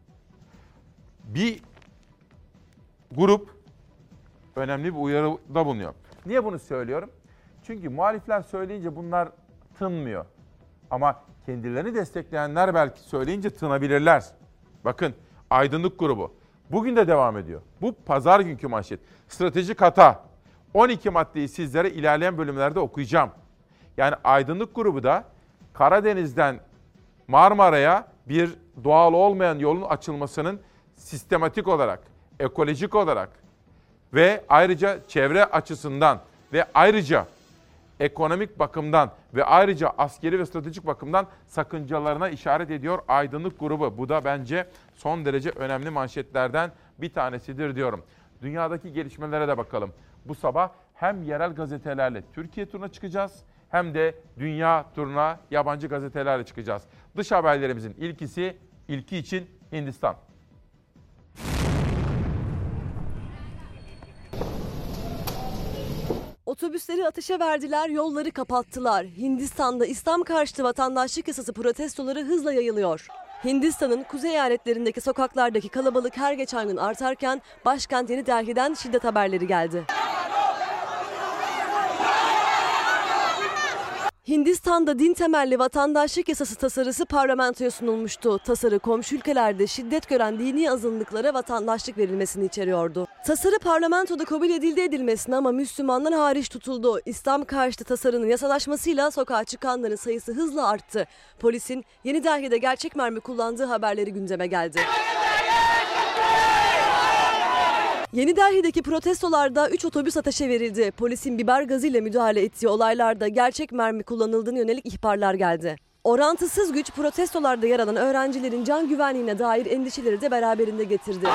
Bir grup önemli bir uyarıda bulunuyor. Niye bunu söylüyorum? Çünkü muhalifler söyleyince bunlar tınmıyor. Ama kendilerini destekleyenler belki söyleyince tınabilirler. Bakın Aydınlık grubu bugün de devam ediyor. Bu pazar günkü manşet. Stratejik hata. 12 maddeyi sizlere ilerleyen bölümlerde okuyacağım. Yani Aydınlık grubu da Karadeniz'den Marmara'ya bir doğal olmayan yolun açılmasının sistematik olarak, ekolojik olarak ve ayrıca çevre açısından ve ayrıca ekonomik bakımdan ve ayrıca askeri ve stratejik bakımdan sakıncalarına işaret ediyor Aydınlık grubu. Bu da bence son derece önemli manşetlerden bir tanesidir diyorum. Dünyadaki gelişmelere de bakalım. Bu sabah hem yerel gazetelerle Türkiye turuna çıkacağız hem de dünya turuna yabancı gazetelerle çıkacağız. Dış haberlerimizin ilki için Hindistan. Otobüsleri ateşe verdiler, yolları kapattılar. Hindistan'da İslam karşıtı vatandaşlık yasası protestoları hızla yayılıyor. Hindistan'ın kuzey eyaletlerindeki sokaklardaki kalabalık her geçen gün artarken başkent Yeni Delhi'den şiddet haberleri geldi. Hindistan'da din temelli vatandaşlık yasası tasarısı parlamentoya sunulmuştu. Tasarı komşu ülkelerde şiddet gören dini azınlıklara vatandaşlık verilmesini içeriyordu. Tasarı parlamentoda kabul edilmesine ama Müslümanlar hariç tutuldu. İslam karşıtı tasarının yasalaşmasıyla sokağa çıkanların sayısı hızla arttı. Polisin Yeni Delhi'de gerçek mermi kullandığı haberleri gündeme geldi. Yeni Delhi'deki protestolarda 3 otobüs ateşe verildi. Polisin biber gazıyla müdahale ettiği olaylarda gerçek mermi kullanıldığına yönelik ihbarlar geldi. Orantısız güç protestolarda yer alan öğrencilerin can güvenliğine dair endişeleri de beraberinde getirdi.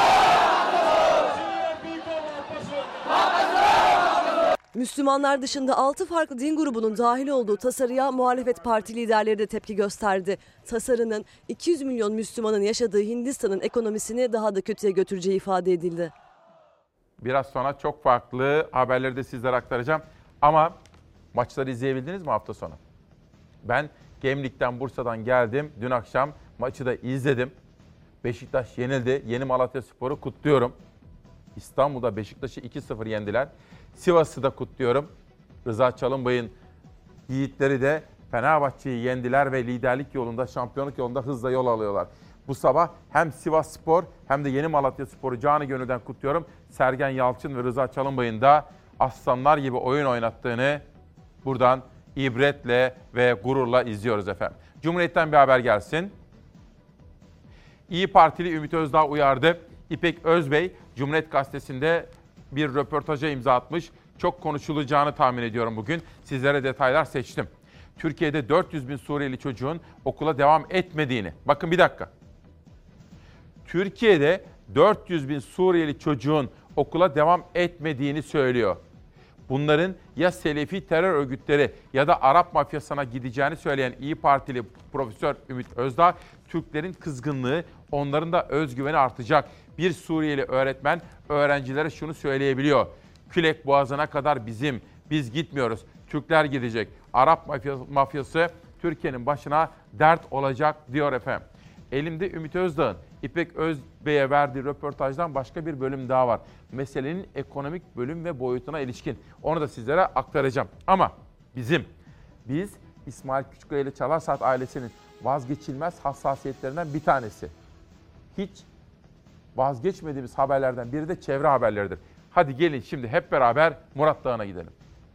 Müslümanlar dışında 6 farklı din grubunun dahil olduğu tasarıya muhalefet parti liderleri de tepki gösterdi. Tasarının 200 milyon Müslümanın yaşadığı Hindistan'ın ekonomisini daha da kötüye götüreceği ifade edildi. Biraz sonra çok farklı haberleri de sizlere aktaracağım. Ama maçları izleyebildiniz mi hafta sonu? Ben Gemlik'ten, Bursa'dan geldim. Dün akşam maçı da izledim. Beşiktaş yenildi. Yeni Malatyaspor'u kutluyorum. İstanbul'da Beşiktaş'ı 2-0 yendiler. Sivas'ı da kutluyorum. Rıza Çalınbay'ın yiğitleri de Fenerbahçe'yi yendiler ve liderlik yolunda, şampiyonluk yolunda hızla yol alıyorlar. Bu sabah hem Sivasspor hem de Yeni Malatyaspor'u canı gönülden kutluyorum. Sergen Yalçın ve Rıza Çalınbay'ın da aslanlar gibi oyun oynattığını buradan ibretle ve gururla izliyoruz efendim. Cumhuriyet'ten bir haber gelsin. İYİ Partili Ümit Özdağ uyardı. İpek Özbey Cumhuriyet Gazetesi'nde bir röportaja imza atmış. Çok konuşulacağını tahmin ediyorum bugün. Sizlere detaylar seçtim. Türkiye'de 400 bin Suriyeli çocuğun okula devam etmediğini. Bakın bir dakika. Türkiye'de 400 bin Suriyeli çocuğun okula devam etmediğini söylüyor. Bunların ya Selefi terör örgütleri ya da Arap mafyasına gideceğini söyleyen İYİ Partili Profesör Ümit Özdağ, Türklerin kızgınlığı, onların da özgüveni artacak. Bir Suriyeli öğretmen öğrencilere şunu söyleyebiliyor. Külek Boğazı'na kadar bizim, biz gitmiyoruz. Türkler gidecek. Arap mafyası Türkiye'nin başına dert olacak diyor efendim. Elimde Ümit Özdağ'ın İpek Özbey'e verdiği röportajdan başka bir bölüm daha var. Meselenin ekonomik bölüm ve boyutuna ilişkin. Onu da sizlere aktaracağım. Ama biz İsmail Küçükkaya ile Çalar Saat ailesinin vazgeçilmez hassasiyetlerinden bir tanesi. Hiç vazgeçmediğimiz haberlerden biri de çevre haberleridir. Hadi gelin şimdi hep beraber Murat Dağı'na gidelim.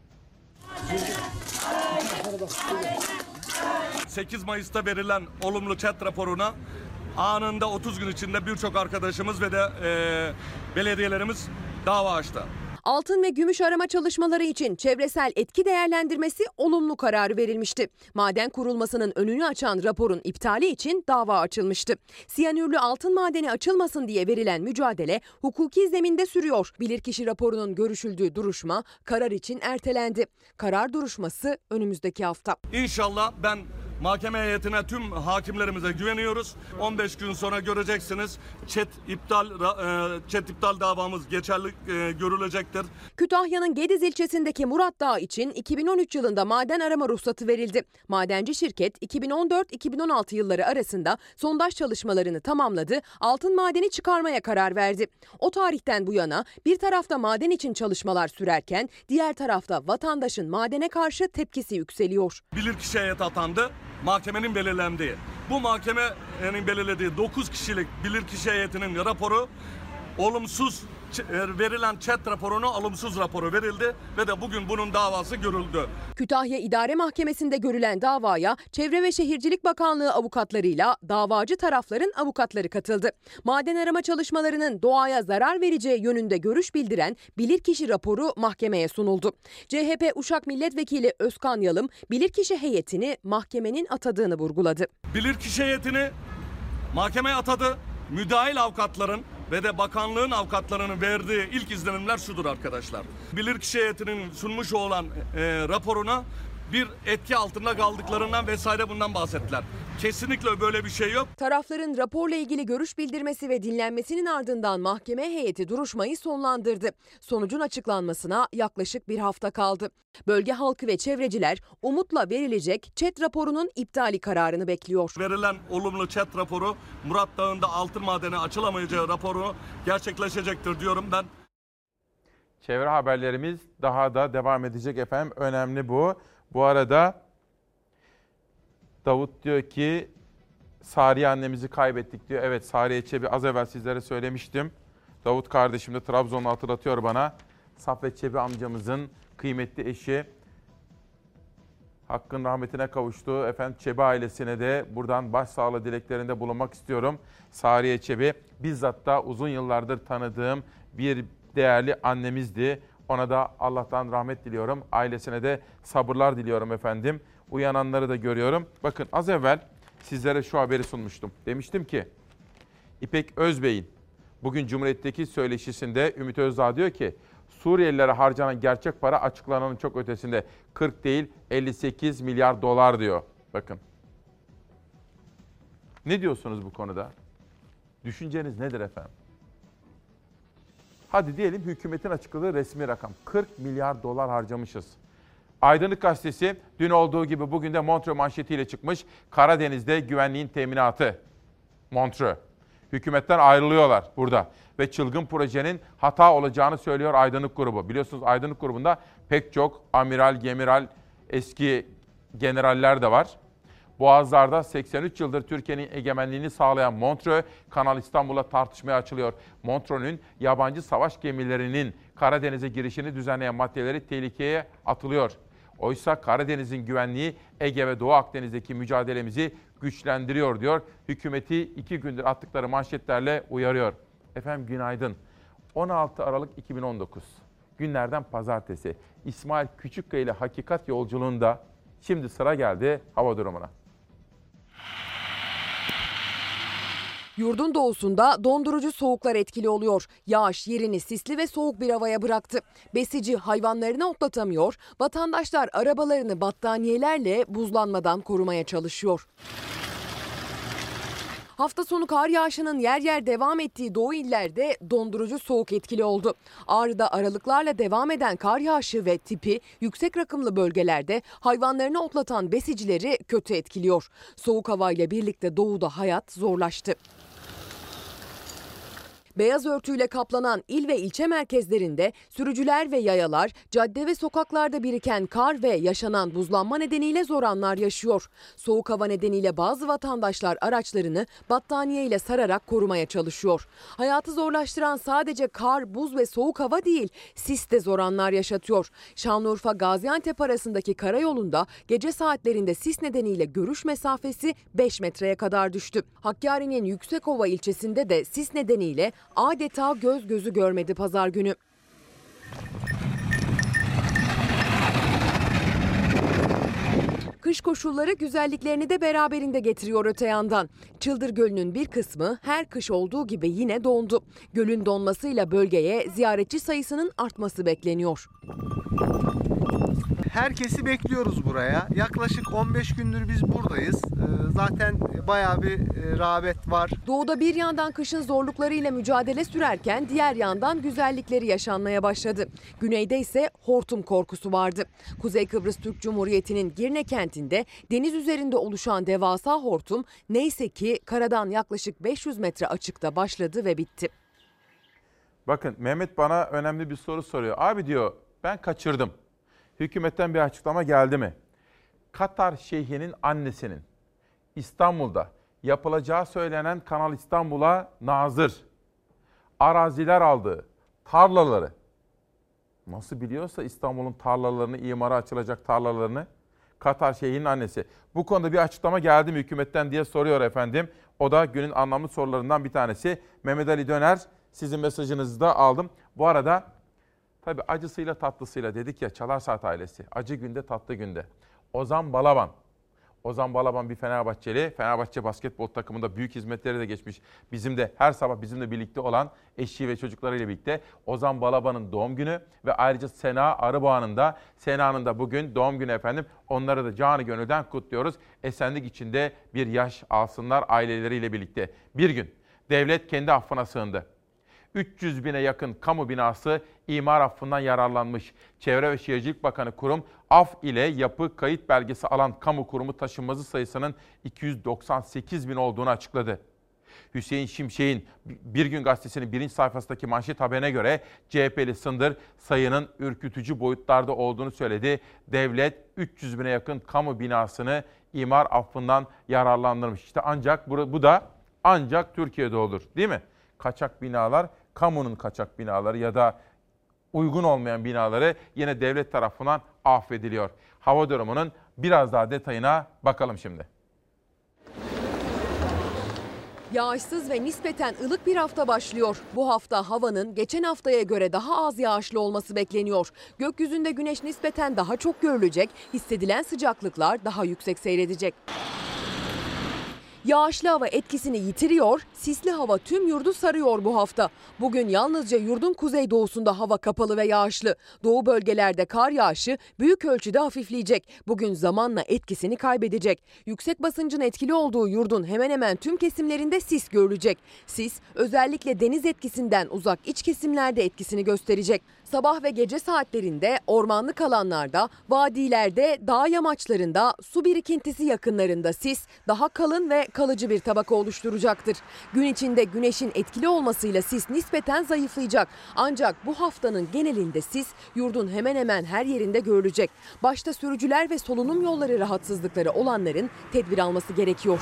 8 Mayıs'ta verilen olumlu chat raporuna anında 30 gün içinde birçok arkadaşımız ve de belediyelerimiz dava açtı. Altın ve gümüş arama çalışmaları için çevresel etki değerlendirmesi olumlu kararı verilmişti. Maden kurulmasının önünü açan raporun iptali için dava açılmıştı. Siyanürlü altın madeni açılmasın diye verilen mücadele hukuki zeminde sürüyor. Bilirkişi raporunun görüşüldüğü duruşma karar için ertelendi. Karar duruşması önümüzdeki hafta. İnşallah ben mahkeme heyetine, tüm hakimlerimize güveniyoruz. 15 gün sonra göreceksiniz. Chat iptal davamız geçerli görülecektir. Kütahya'nın Gediz ilçesindeki Murat Dağı için 2013 yılında maden arama ruhsatı verildi. Madenci şirket 2014-2016 yılları arasında sondaj çalışmalarını tamamladı, altın madeni çıkarmaya karar verdi. O tarihten bu yana bir tarafta maden için çalışmalar sürerken diğer tarafta vatandaşın madene karşı tepkisi yükseliyor. Bilirkişi heyeti atandı. Mahkemenin belirlendiği. Bu mahkemenin belirlediği 9 kişilik bilirkişi heyetinin raporu olumsuz, verilen chat raporuna olumsuz raporu verildi ve de bugün bunun davası görüldü. Kütahya İdare Mahkemesi'nde görülen davaya Çevre ve Şehircilik Bakanlığı avukatlarıyla davacı tarafların avukatları katıldı. Maden arama çalışmalarının doğaya zarar vereceği yönünde görüş bildiren bilirkişi raporu mahkemeye sunuldu. CHP Uşak Milletvekili Özkan Yalım bilirkişi heyetini mahkemenin atadığını vurguladı. Bilirkişi heyetini mahkemeye atadı. Müdahil avukatların ve de bakanlığın avukatlarının verdiği ilk izlenimler şudur arkadaşlar. Bilirkişi heyetinin sunmuş olan raporuna bir etki altında kaldıklarından vesaire bundan bahsettiler. Kesinlikle böyle bir şey yok. Tarafların raporla ilgili görüş bildirmesi ve dinlenmesinin ardından mahkeme heyeti duruşmayı sonlandırdı. Sonucun açıklanmasına yaklaşık bir hafta kaldı. Bölge halkı ve çevreciler umutla verilecek chat raporunun iptali kararını bekliyor. Verilen olumlu chat raporu Murat Dağı'nda altın madeni açılamayacağı raporu gerçekleşecektir diyorum ben. Çevre haberlerimiz daha da devam edecek efendim. Önemli bu. Bu arada Davut diyor ki Sariye annemizi kaybettik diyor. Evet, Sariye Çebi az evvel sizlere söylemiştim. Davut kardeşim de Trabzon'u hatırlatıyor bana. Saffet Çebi amcamızın kıymetli eşi. Hakkın rahmetine kavuştu. Efendim Çebi ailesine de buradan başsağlığı dileklerinde bulunmak istiyorum. Sariye Çebi bizzat da uzun yıllardır tanıdığım bir değerli annemizdi. Ona da Allah'tan rahmet diliyorum. Ailesine de sabırlar diliyorum efendim. Uyananları da görüyorum. Bakın az evvel sizlere şu haberi sunmuştum. Demiştim ki İpek Özbey'in bugün Cumhuriyet'teki söyleşisinde Ümit Özdağ diyor ki Suriyelilere harcanan gerçek para açıklananın çok ötesinde 40 değil 58 milyar dolar diyor. Bakın. Ne diyorsunuz bu konuda? Düşünceniz nedir efendim? Hadi diyelim hükümetin açıkladığı resmi rakam 40 milyar dolar harcamışız. Aydınlık Gazetesi dün olduğu gibi bugün de Montreux manşetiyle çıkmış. Karadeniz'de güvenliğin teminatı. Montreux. Hükümetten ayrılıyorlar burada. Ve çılgın projenin hata olacağını söylüyor Aydınlık Grubu. Biliyorsunuz Aydınlık Grubu'nda pek çok amiral, gemiral, eski generaller de var. Boğazlar'da 83 yıldır Türkiye'nin egemenliğini sağlayan Montreux, Kanal İstanbul'a tartışmaya açılıyor. Montreux'un yabancı savaş gemilerinin Karadeniz'e girişini düzenleyen maddeleri tehlikeye atılıyor. Oysa Karadeniz'in güvenliği Ege ve Doğu Akdeniz'deki mücadelemizi güçlendiriyor diyor. Hükümeti 2 gündür attıkları manşetlerle uyarıyor. Efendim günaydın. 16 Aralık 2019. Günlerden pazartesi. İsmail Küçükkaya ile Hakikat Yolculuğunda şimdi sıra geldi hava durumuna. Yurdun doğusunda dondurucu soğuklar etkili oluyor. Yağış yerini sisli ve soğuk bir havaya bıraktı. Besici hayvanlarını otlatamıyor, vatandaşlar arabalarını battaniyelerle buzlanmadan korumaya çalışıyor. Hafta sonu kar yağışının yer yer devam ettiği doğu illerde dondurucu soğuk etkili oldu. Ağrı'da aralıklarla devam eden kar yağışı ve tipi yüksek rakımlı bölgelerde hayvanlarını otlatan besicileri kötü etkiliyor. Soğuk havayla birlikte doğuda hayat zorlaştı. Beyaz örtüyle kaplanan il ve ilçe merkezlerinde sürücüler ve yayalar cadde ve sokaklarda biriken kar ve yaşanan buzlanma nedeniyle zor anlar yaşıyor. Soğuk hava nedeniyle bazı vatandaşlar araçlarını battaniye ile sararak korumaya çalışıyor. Hayatı zorlaştıran sadece kar, buz ve soğuk hava değil, sis de zor anlar yaşatıyor. Şanlıurfa-Gaziantep arasındaki karayolunda gece saatlerinde sis nedeniyle görüş mesafesi 5 metreye kadar düştü. Hakkari'nin Yüksekova ilçesinde de sis nedeniyle adeta göz gözü görmedi pazar günü. Kış koşulları güzelliklerini de beraberinde getiriyor öte yandan. Çıldır Gölü'nün bir kısmı her kış olduğu gibi yine dondu. Gölün donmasıyla bölgeye ziyaretçi sayısının artması bekleniyor. Herkesi bekliyoruz buraya. Yaklaşık 15 gündür biz buradayız. Zaten bayağı bir rağbet var. Doğuda bir yandan kışın zorluklarıyla mücadele sürerken diğer yandan güzellikleri yaşanmaya başladı. Güneyde ise hortum korkusu vardı. Kuzey Kıbrıs Türk Cumhuriyeti'nin Girne kentinde deniz üzerinde oluşan devasa hortum neyse ki karadan yaklaşık 500 metre açıkta başladı ve bitti. Bakın Mehmet bana önemli bir soru soruyor. Abi diyor ben kaçırdım. Hükümetten bir açıklama geldi mi? Katar Şeyhi'nin annesinin İstanbul'da yapılacağı söylenen Kanal İstanbul'a nazır araziler aldığı tarlaları nasıl biliyorsa İstanbul'un tarlalarını, imara açılacak tarlalarını Katar Şeyhi'nin annesi. Bu konuda bir açıklama geldi mi hükümetten diye soruyor efendim. O da günün anlamlı sorularından bir tanesi. Mehmet Ali Döner, sizin mesajınızı da aldım. Bu arada tabii acısıyla tatlısıyla dedik ya Çalar Saat ailesi. Acı günde tatlı günde. Ozan Balaban. Ozan Balaban bir Fenerbahçeli. Fenerbahçe basketbol takımında büyük hizmetleri de geçmiş. Bizim de her sabah bizimle birlikte olan eşi ve çocuklarıyla birlikte Ozan Balaban'ın doğum günü ve ayrıca Sena Arıboğan'ın da Sena'nın da bugün doğum günü efendim. Onları da canı gönülden kutluyoruz. Esenlik içinde bir yaş alsınlar aileleriyle birlikte. Bir gün devlet kendi affına sığındı. 300 bine yakın kamu binası imar affından yararlanmış. Çevre ve Şehircilik Bakanı kurum af ile yapı kayıt belgesi alan kamu kurumu taşınmazı sayısının 298 bin olduğunu açıkladı. Hüseyin Şimşek'in Bir Gün Gazetesi'nin birinci sayfasındaki manşet haberine göre CHP'li Sındır sayının ürkütücü boyutlarda olduğunu söyledi. Devlet 300 bine yakın kamu binasını imar affından yararlandırmış. İşte ancak bu da ancak Türkiye'de olur, değil mi? Kaçak binalar, kamunun kaçak binaları ya da uygun olmayan binaları yine devlet tarafından affediliyor. Hava durumunun biraz daha detayına bakalım şimdi. Yağışsız ve nispeten ılık bir hafta başlıyor. Bu hafta havanın geçen haftaya göre daha az yağışlı olması bekleniyor. Gökyüzünde güneş nispeten daha çok görülecek, hissedilen sıcaklıklar daha yüksek seyredecek. Yağışlı hava etkisini yitiriyor, sisli hava tüm yurdu sarıyor bu hafta. Bugün yalnızca yurdun kuzeydoğusunda hava kapalı ve yağışlı. Doğu bölgelerde kar yağışı büyük ölçüde hafifleyecek. Bugün zamanla etkisini kaybedecek. Yüksek basıncın etkili olduğu yurdun hemen hemen tüm kesimlerinde sis görülecek. Sis özellikle deniz etkisinden uzak iç kesimlerde etkisini gösterecek. Sabah ve gece saatlerinde ormanlık alanlarda, vadilerde, dağ yamaçlarında, su birikintisi yakınlarında sis daha kalın ve kalıcı bir tabaka oluşturacaktır. Gün içinde güneşin etkili olmasıyla sis nispeten zayıflayacak. Ancak bu haftanın genelinde sis yurdun hemen hemen her yerinde görülecek. Başta sürücüler ve solunum yolları rahatsızlıkları olanların tedbir alması gerekiyor.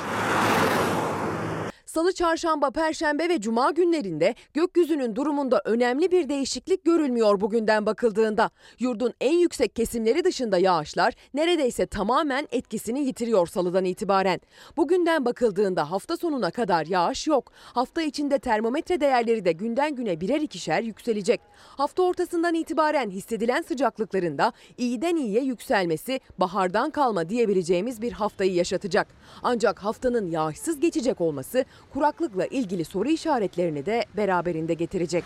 Salı, çarşamba, perşembe ve cuma günlerinde gökyüzünün durumunda önemli bir değişiklik görülmüyor bugünden bakıldığında. Yurdun en yüksek kesimleri dışında yağışlar neredeyse tamamen etkisini yitiriyor salıdan itibaren. Bugünden bakıldığında hafta sonuna kadar yağış yok. Hafta içinde termometre değerleri de günden güne birer ikişer yükselecek. Hafta ortasından itibaren hissedilen sıcaklıkların da iyiden iyiye yükselmesi bahardan kalma diyebileceğimiz bir haftayı yaşatacak. Ancak haftanın yağışsız geçecek olması kuraklıkla ilgili soru işaretlerini de beraberinde getirecek.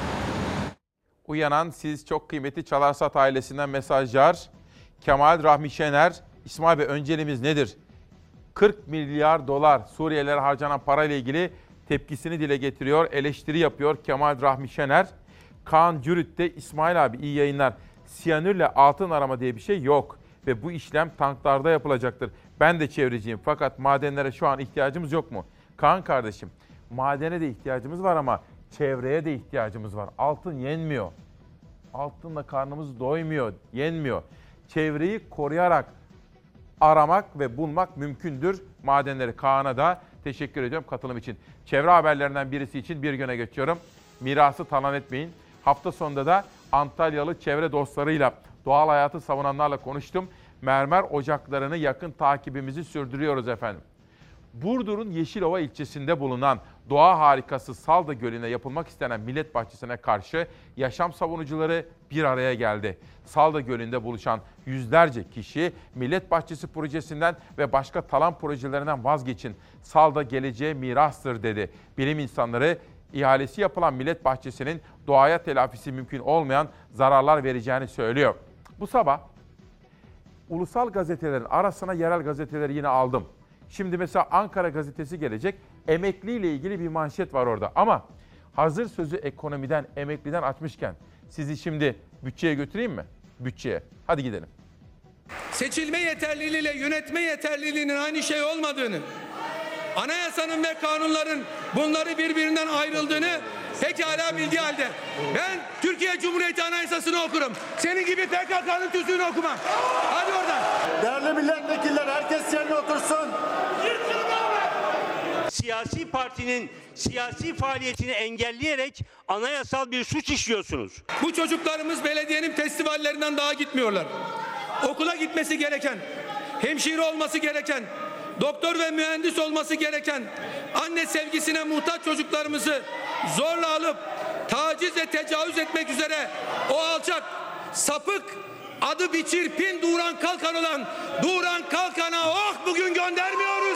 Uyanan siz çok kıymetli Çalarsat ailesinden mesajlar. Kemal Rahmi Şener, İsmail Bey önceliğimiz nedir? 40 milyar dolar Suriyelilere harcanan parayla ilgili tepkisini dile getiriyor, eleştiri yapıyor Kemal Rahmi Şener. Kaan Cürüt'te İsmail abi iyi yayınlar. Siyanürle altın arama diye bir şey yok ve bu işlem tanklarda yapılacaktır. Ben de çevreciyim fakat madenlere şu an ihtiyacımız yok mu? Kaan kardeşim, madene de ihtiyacımız var ama çevreye de ihtiyacımız var. Altın yenmiyor. Altınla karnımız doymuyor, yenmiyor. Çevreyi koruyarak aramak ve bulmak mümkündür. Madenleri Kaan'a da teşekkür ediyorum katılım için. Çevre haberlerinden birisi için bir güne geçiyorum. Mirası talan etmeyin. Hafta sonunda da Antalyalı çevre dostlarıyla, doğal hayatı savunanlarla konuştum. Mermer ocaklarını yakın takibimizi sürdürüyoruz efendim. Burdur'un Yeşilova ilçesinde bulunan doğa harikası Salda Gölü'ne yapılmak istenen millet bahçesine karşı yaşam savunucuları bir araya geldi. Salda Gölü'nde buluşan yüzlerce kişi millet bahçesi projesinden ve başka talan projelerinden vazgeçin. Salda geleceğe mirastır dedi. Bilim insanları ihalesi yapılan millet bahçesinin doğaya telafisi mümkün olmayan zararlar vereceğini söylüyor. Bu sabah ulusal gazetelerin arasına yerel gazeteleri yine aldım. Şimdi mesela Ankara gazetesi gelecek. Emekliyle ilgili bir manşet var orada. Ama hazır sözü ekonomiden, emekliden açmışken sizi şimdi bütçeye götüreyim mi? Bütçeye. Hadi gidelim. Seçilme yeterliliğiyle yönetme yeterliliğinin aynı şey olmadığını, anayasanın ve kanunların bunları birbirinden ayrıldığını pekala bildiği halde ben Türkiye Cumhuriyeti Anayasası'nı okurum. Senin gibi PKK'nın tüzüğünü okumam. Hadi oradan. Değerli milletvekiller, herkes yerine otursun. Siyasi partinin siyasi faaliyetini engelleyerek anayasal bir suç işliyorsunuz. Bu çocuklarımız belediyenin festivallerinden daha gitmiyorlar. Okula gitmesi gereken, hemşire olması gereken, doktor ve mühendis olması gereken, anne sevgisine muhtaç çocuklarımızı zorla alıp taciz ve tecavüz etmek üzere o alçak, sapık, adı biçir pin Duran Kalkan olan Duran Kalkan'a bugün göndermiyoruz.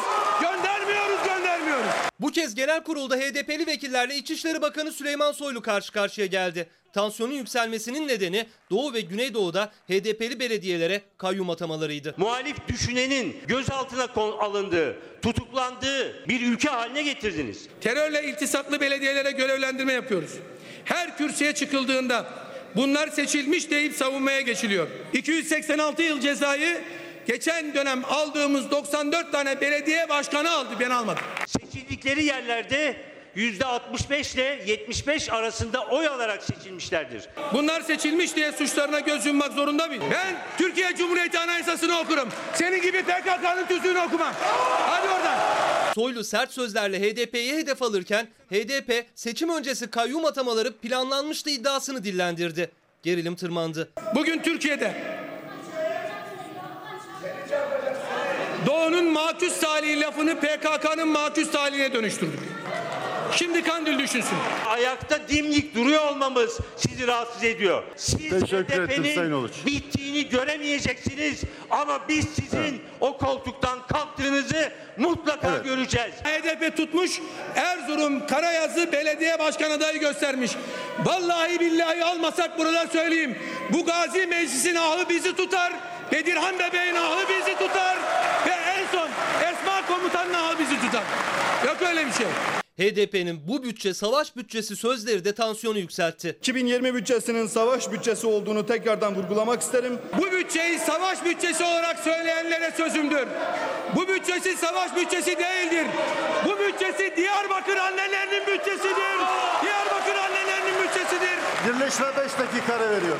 Bu kez genel kurulda HDP'li vekillerle İçişleri Bakanı Süleyman Soylu karşı karşıya geldi. Tansiyonun yükselmesinin nedeni Doğu ve Güneydoğu'da HDP'li belediyelere kayyum atamalarıydı. Muhalif düşünenin gözaltına alındığı, tutuklandığı bir ülke haline getirdiniz. Terörle iltisaklı belediyelere görevlendirme yapıyoruz. Her kürsüye çıkıldığında bunlar seçilmiş deyip savunmaya geçiliyor. 286 yıl cezayı geçen dönem aldığımız 94 tane belediye başkanı aldı, ben almadım. Seçildikleri gittikleri yerlerde %65 ile 75 arasında oy alarak seçilmişlerdir. Bunlar seçilmiş diye suçlarına göz yummak zorunda mıyım? Ben Türkiye Cumhuriyeti Anayasası'nı okurum. Senin gibi PKK'nın tüzüğünü okumam. Hadi oradan. Soylu sert sözlerle HDP'yi hedef alırken HDP seçim öncesi kayyum atamaları planlanmıştı iddiasını dillendirdi. Gerilim tırmandı. Bugün Türkiye'de Doğu'nun makus talihi lafını PKK'nın makus talihine dönüştürdük. Şimdi Kandil düşünsün. Ayakta dimdik duruyor olmamız sizi rahatsız ediyor. Siz HDP'nin bittiğini göremeyeceksiniz ama biz sizin o koltuktan kalktığınızı mutlaka göreceğiz. HDP tutmuş Erzurum Karayazı belediye başkan adayı göstermiş. Vallahi billahi almasak burada söyleyeyim. Bu Gazi Meclisi'nin ahı bizi tutar. Bedirhan Bebeğin ahı bizi tutar. Ve en son Esma Komutan'ın ahı bizi tutar. Yok öyle bir şey. HDP'nin bu bütçe savaş bütçesi sözleri de tansiyonu yükseltti. 2020 bütçesinin savaş bütçesi olduğunu tekrardan vurgulamak isterim. Bu bütçeyi savaş bütçesi olarak söyleyenlere sözümdür. Bu bütçesi savaş bütçesi değildir. Bu bütçesi Diyarbakır annelerinin bütçesidir. Diyarbakır annelerinin bütçesidir. Birleşme 5 dakika ara veriyorum.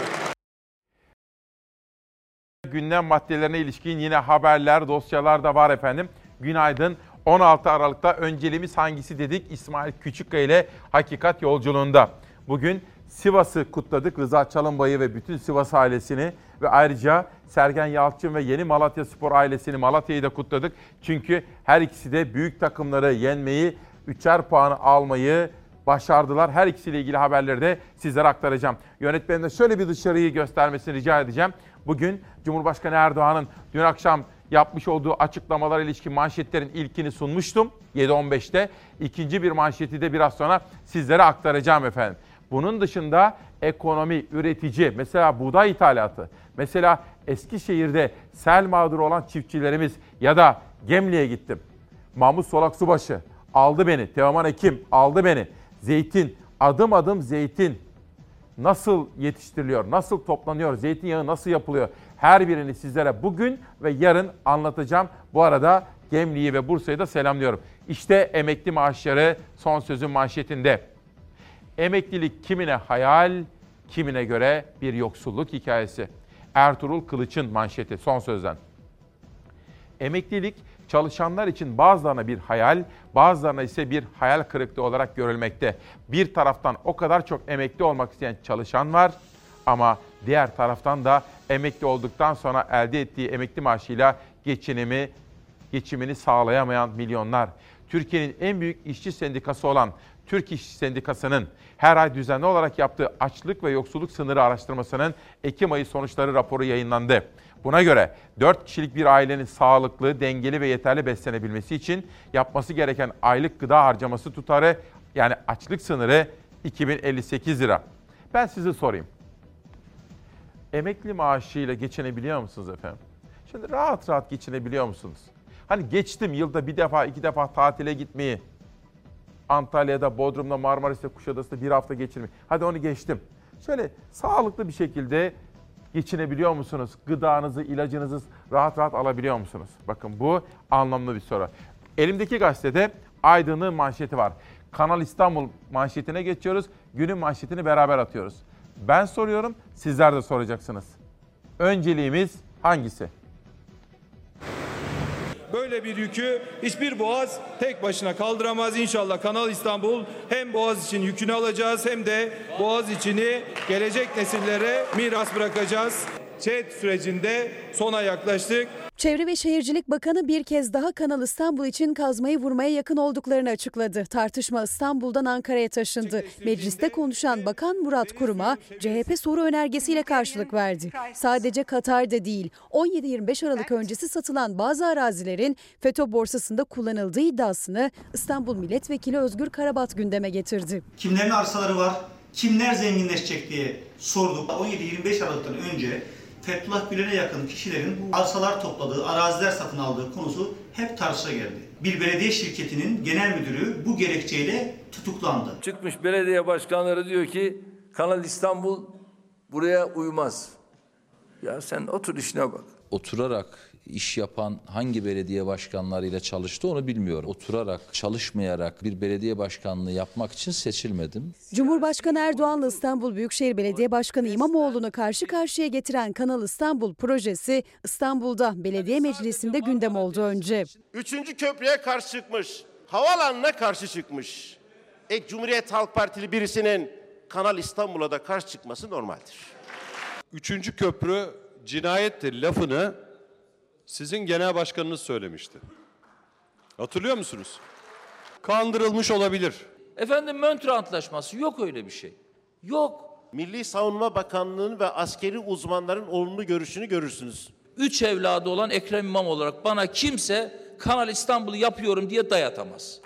Gündem maddelerine ilişkin yine haberler, dosyalar da var efendim. Günaydın. 16 Aralık'ta önceliğimiz hangisi dedik? İsmail Küçükkaya ile Hakikat Yolculuğunda. Bugün Sivas'ı kutladık. Rıza Çalınbay'ı ve bütün Sivas ailesini ve ayrıca Sergen Yalçın ve Yeni Malatyaspor ailesini, Malatya'yı da kutladık. Çünkü her ikisi de büyük takımları yenmeyi, 3'er puanı almayı başardılar. Her ikisiyle ilgili haberleri de sizlere aktaracağım. Yönetmenim de şöyle bir dışarıyı göstermesini rica edeceğim. Bugün Cumhurbaşkanı Erdoğan'ın dün akşam yapmış olduğu açıklamalara ilişkin manşetlerin ilkini sunmuştum 7.15'te. İkinci bir manşeti de biraz sonra sizlere aktaracağım efendim. Bunun dışında ekonomi, üretici, mesela buğday ithalatı, mesela Eskişehir'de sel mağduru olan çiftçilerimiz ya da Gemli'ye gittim. Mahmut Solak Subaşı aldı beni, Teoman Ekim aldı beni. Zeytin, adım adım zeytin nasıl yetiştiriliyor, nasıl toplanıyor, zeytinyağı nasıl yapılıyor? Her birini sizlere bugün ve yarın anlatacağım. Bu arada Gemli'yi ve Bursa'yı da selamlıyorum. İşte emekli maaşları son sözün manşetinde. Emeklilik kimine hayal, kimine göre bir yoksulluk hikayesi. Ertuğrul Kılıç'ın manşeti son sözden. Emeklilik çalışanlar için bazılarına bir hayal, bazılarına ise bir hayal kırıklığı olarak görülmekte. Bir taraftan o kadar çok emekli olmak isteyen çalışan var ama diğer taraftan da emekli olduktan sonra elde ettiği emekli maaşıyla geçimini sağlayamayan milyonlar. Türkiye'nin en büyük işçi sendikası olan Türk İş Sendikası'nın her ay düzenli olarak yaptığı açlık ve yoksulluk sınırı araştırmasının Ekim ayı sonuçları raporu yayınlandı. Buna göre 4 kişilik bir ailenin sağlıklı, dengeli ve yeterli beslenebilmesi için yapması gereken aylık gıda harcaması tutarı, yani açlık sınırı 2058 lira. Ben size sorayım. Emekli maaşıyla geçinebiliyor musunuz efendim? Şimdi rahat rahat geçinebiliyor musunuz? Hani geçtim yılda bir defa, 2 defa tatile gitmeyi, Antalya'da, Bodrum'da, Marmaris'te, Kuşadası'da bir hafta geçirmeyi. Hadi onu geçtim. Şöyle sağlıklı bir şekilde geçinebiliyor musunuz? Gıdanızı, ilacınızı rahat rahat alabiliyor musunuz? Bakın bu anlamlı bir soru. Elimdeki gazetede Aydın'ın manşeti var. Kanal İstanbul manşetine geçiyoruz. Günün manşetini beraber atıyoruz. Ben soruyorum, sizler de soracaksınız. Önceliğimiz hangisi? Böyle bir yükü hiçbir boğaz tek başına kaldıramaz. İnşallah Kanal İstanbul hem boğaz için yükünü alacağız hem de boğaz içini gelecek nesillere miras bırakacağız. ÇED sürecinde sona yaklaştık. Çevre ve Şehircilik Bakanı bir kez daha Kanal İstanbul için kazmayı vurmaya yakın olduklarını açıkladı. Tartışma İstanbul'dan Ankara'ya taşındı. Mecliste konuşan Bakan Murat Kurum'a CHP soru önergesiyle karşılık verdi. Sadece Katar'da değil, 17-25 Aralık öncesi satılan bazı arazilerin FETÖ borsasında kullanıldığı iddiasını İstanbul Milletvekili Özgür Karabat gündeme getirdi. Kimlerin arsaları var, kimler zenginleşecek diye sorduk. 17-25 Aralık'tan önce Fethullah Gülen'e yakın kişilerin bu arsalar topladığı, araziler satın aldığı konusu hep tartışa geldi. Bir belediye şirketinin genel müdürü bu gerekçeyle tutuklandı. Çıkmış belediye başkanları diyor ki Kanal İstanbul buraya uymaz. Ya sen otur işine bak. Oturarak iş yapan hangi belediye başkanlarıyla çalıştı onu bilmiyorum. Oturarak, çalışmayarak bir belediye başkanlığı yapmak için seçilmedim. Cumhurbaşkanı Erdoğan'la İstanbul Büyükşehir Belediye Başkanı İmamoğlu'nu karşı karşıya getiren Kanal İstanbul projesi İstanbul'da Belediye Meclisi'nde gündem oldu önce. 3. köprüye karşı çıkmış, havaalanına karşı çıkmış. Cumhuriyet Halk Partili birisinin Kanal İstanbul'a da karşı çıkması normaldir. 3. köprü cinayettir lafını sizin genel başkanınız söylemişti. Hatırlıyor musunuz? Kandırılmış olabilir. Efendim Montreux Antlaşması yok öyle bir şey. Yok. Milli Savunma Bakanlığı'nın ve askeri uzmanların olumlu görüşünü görürsünüz. 3 evladı olan Ekrem İmamoğlu olarak bana kimse Kanal İstanbul'u yapıyorum diye dayatamaz.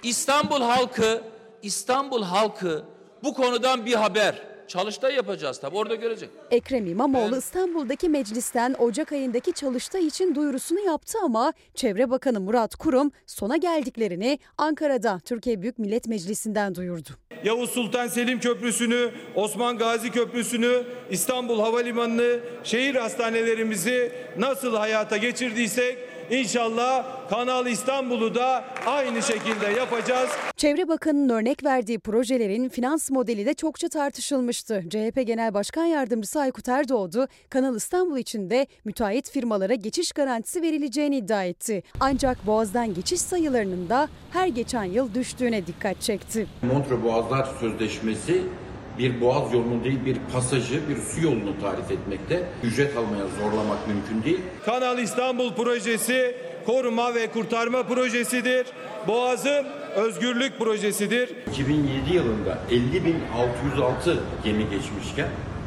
İstanbul halkı bu konudan bir haber. Çalıştay yapacağız tabii, orada görecek. Ekrem İmamoğlu İstanbul'daki meclisten Ocak ayındaki çalıştay için duyurusunu yaptı ama Çevre Bakanı Murat Kurum sona geldiklerini Ankara'da Türkiye Büyük Millet Meclisi'nden duyurdu. Yavuz Sultan Selim Köprüsü'nü, Osman Gazi Köprüsü'nü, İstanbul Havalimanı'nı, şehir hastanelerimizi nasıl hayata geçirdiysek İnşallah Kanal İstanbul'u da aynı şekilde yapacağız. Çevre Bakanı'nın örnek verdiği projelerin finans modeli de çokça tartışılmıştı. CHP Genel Başkan Yardımcısı Aykut Erdoğdu, Kanal İstanbul için de müteahhit firmalara geçiş garantisi verileceğini iddia etti. Ancak Boğaz'dan geçiş sayılarının da her geçen yıl düştüğüne dikkat çekti. Montreux Boğazlar Sözleşmesi bir boğaz yolunu değil bir pasajı, bir su yolunu tarif etmekte. Ücret almaya zorlamak mümkün değil. Kanal İstanbul projesi koruma ve kurtarma projesidir. Boğaz'ın özgürlük projesidir. 2007 yılında 50.606 gemi geçmişken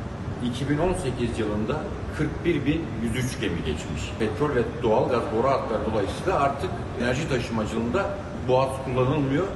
2018 yılında 41.103 gemi geçmiş. Petrol ve doğalgaz boru hatları dolayısıyla artık enerji taşımacılığında boğaz kullanılmıyor.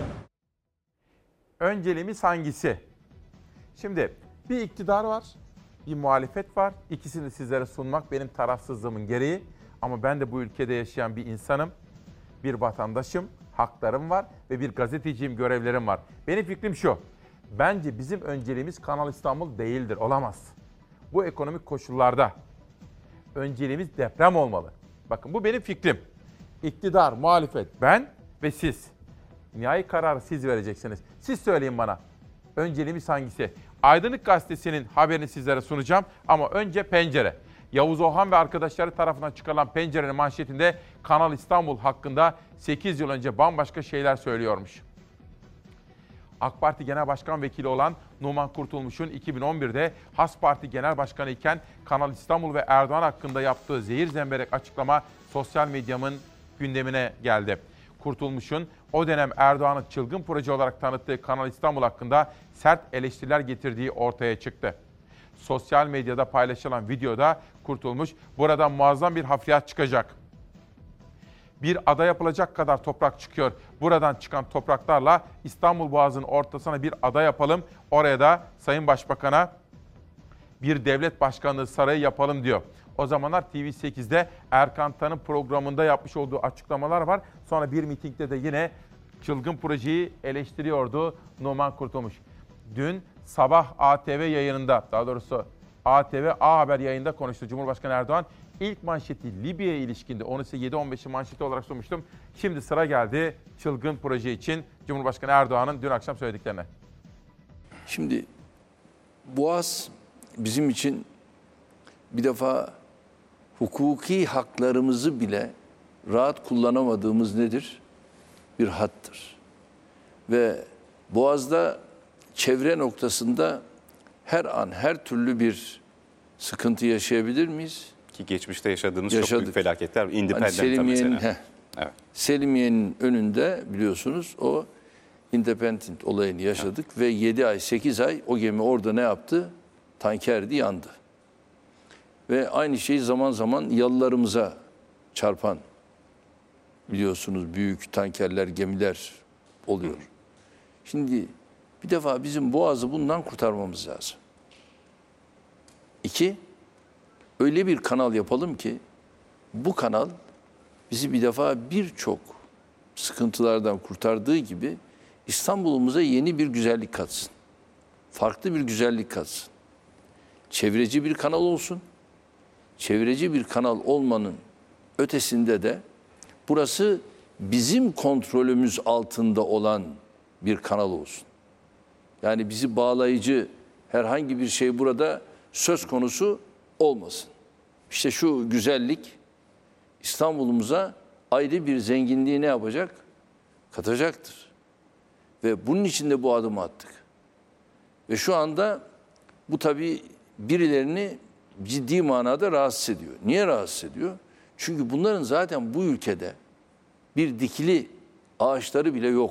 Önceliğimiz hangisi? Şimdi bir iktidar var, bir muhalefet var. İkisini sizlere sunmak benim tarafsızlığımın gereği. Ama ben de bu ülkede yaşayan bir insanım, bir vatandaşım, haklarım var ve bir gazeteciyim, görevlerim var. Benim fikrim şu, bence bizim önceliğimiz Kanal İstanbul değildir, olamaz. Bu ekonomik koşullarda önceliğimiz deprem olmalı. Bakın bu benim fikrim. İktidar, muhalefet, ben ve siz. Nihai kararı siz vereceksiniz. Siz söyleyin bana. Önceliğimiz hangisi? Aydınlık Gazetesi'nin haberini sizlere sunacağım ama önce Pencere. Yavuz Ohan ve arkadaşları tarafından çıkarılan Pencere'nin manşetinde Kanal İstanbul hakkında 8 yıl önce bambaşka şeyler söylüyormuş. AK Parti Genel Başkan Vekili olan Numan Kurtulmuş'un 2011'de Has Parti Genel Başkanı iken Kanal İstanbul ve Erdoğan hakkında yaptığı zehir zemberek açıklama sosyal medyamın gündemine geldi. Kurtulmuş'un o dönem Erdoğan'ın çılgın proje olarak tanıttığı Kanal İstanbul hakkında sert eleştiriler getirdiği ortaya çıktı. Sosyal medyada paylaşılan videoda Kurtulmuş, buradan muazzam bir hafriyat çıkacak. Bir ada yapılacak kadar toprak çıkıyor. Buradan çıkan topraklarla İstanbul Boğazı'nın ortasına bir ada yapalım. Oraya da Sayın Başbakan'a bir devlet başkanlığı sarayı yapalım diyor. O zamanlar TV8'de Erkan Tan'ın programında yapmış olduğu açıklamalar var. Sonra bir mitingde de yine çılgın projeyi eleştiriyordu Numan Kurtulmuş. Dün sabah ATV yayınında, daha doğrusu ATV A Haber yayında konuştu Cumhurbaşkanı Erdoğan. İlk manşeti Libya'ya ilişkinde, onu size 7-15'i manşeti olarak sunmuştum. Şimdi sıra geldi çılgın proje için Cumhurbaşkanı Erdoğan'ın dün akşam söylediklerine. Şimdi Boğaz bizim için bir defa hukuki haklarımızı bile rahat kullanamadığımız nedir? Bir hattır. Ve Boğaz'da çevre noktasında her an her türlü bir sıkıntı yaşayabilir miyiz? Ki geçmişte yaşadığımız çok büyük felaketler. Independent'ta mesela. Evet. Selimiye'nin önünde biliyorsunuz o Independent olayını yaşadık ve 7 ay 8 ay o gemi orada ne yaptı? Tankerdi, yandı. Ve aynı şey zaman zaman yalılarımıza çarpan biliyorsunuz büyük tankerler, gemiler oluyor. Şimdi bir defa bizim Boğaz'ı bundan kurtarmamız lazım. 2, öyle bir kanal yapalım ki bu kanal bizi bir defa birçok sıkıntılardan kurtardığı gibi İstanbul'umuza yeni bir güzellik katsın. Farklı bir güzellik katsın. Çevreci bir kanal olsun. Çevreci bir kanal olmanın ötesinde de burası bizim kontrolümüz altında olan bir kanal olsun. Yani bizi bağlayıcı herhangi bir şey burada söz konusu olmasın. İşte şu güzellik İstanbul'umuza ayrı bir zenginliği ne yapacak? Katacaktır. Ve bunun için de bu adımı attık. Ve şu anda bu tabii birilerini ciddi manada rahatsız ediyor. Niye rahatsız ediyor? Çünkü bunların zaten bu ülkede bir dikili ağaçları bile yok.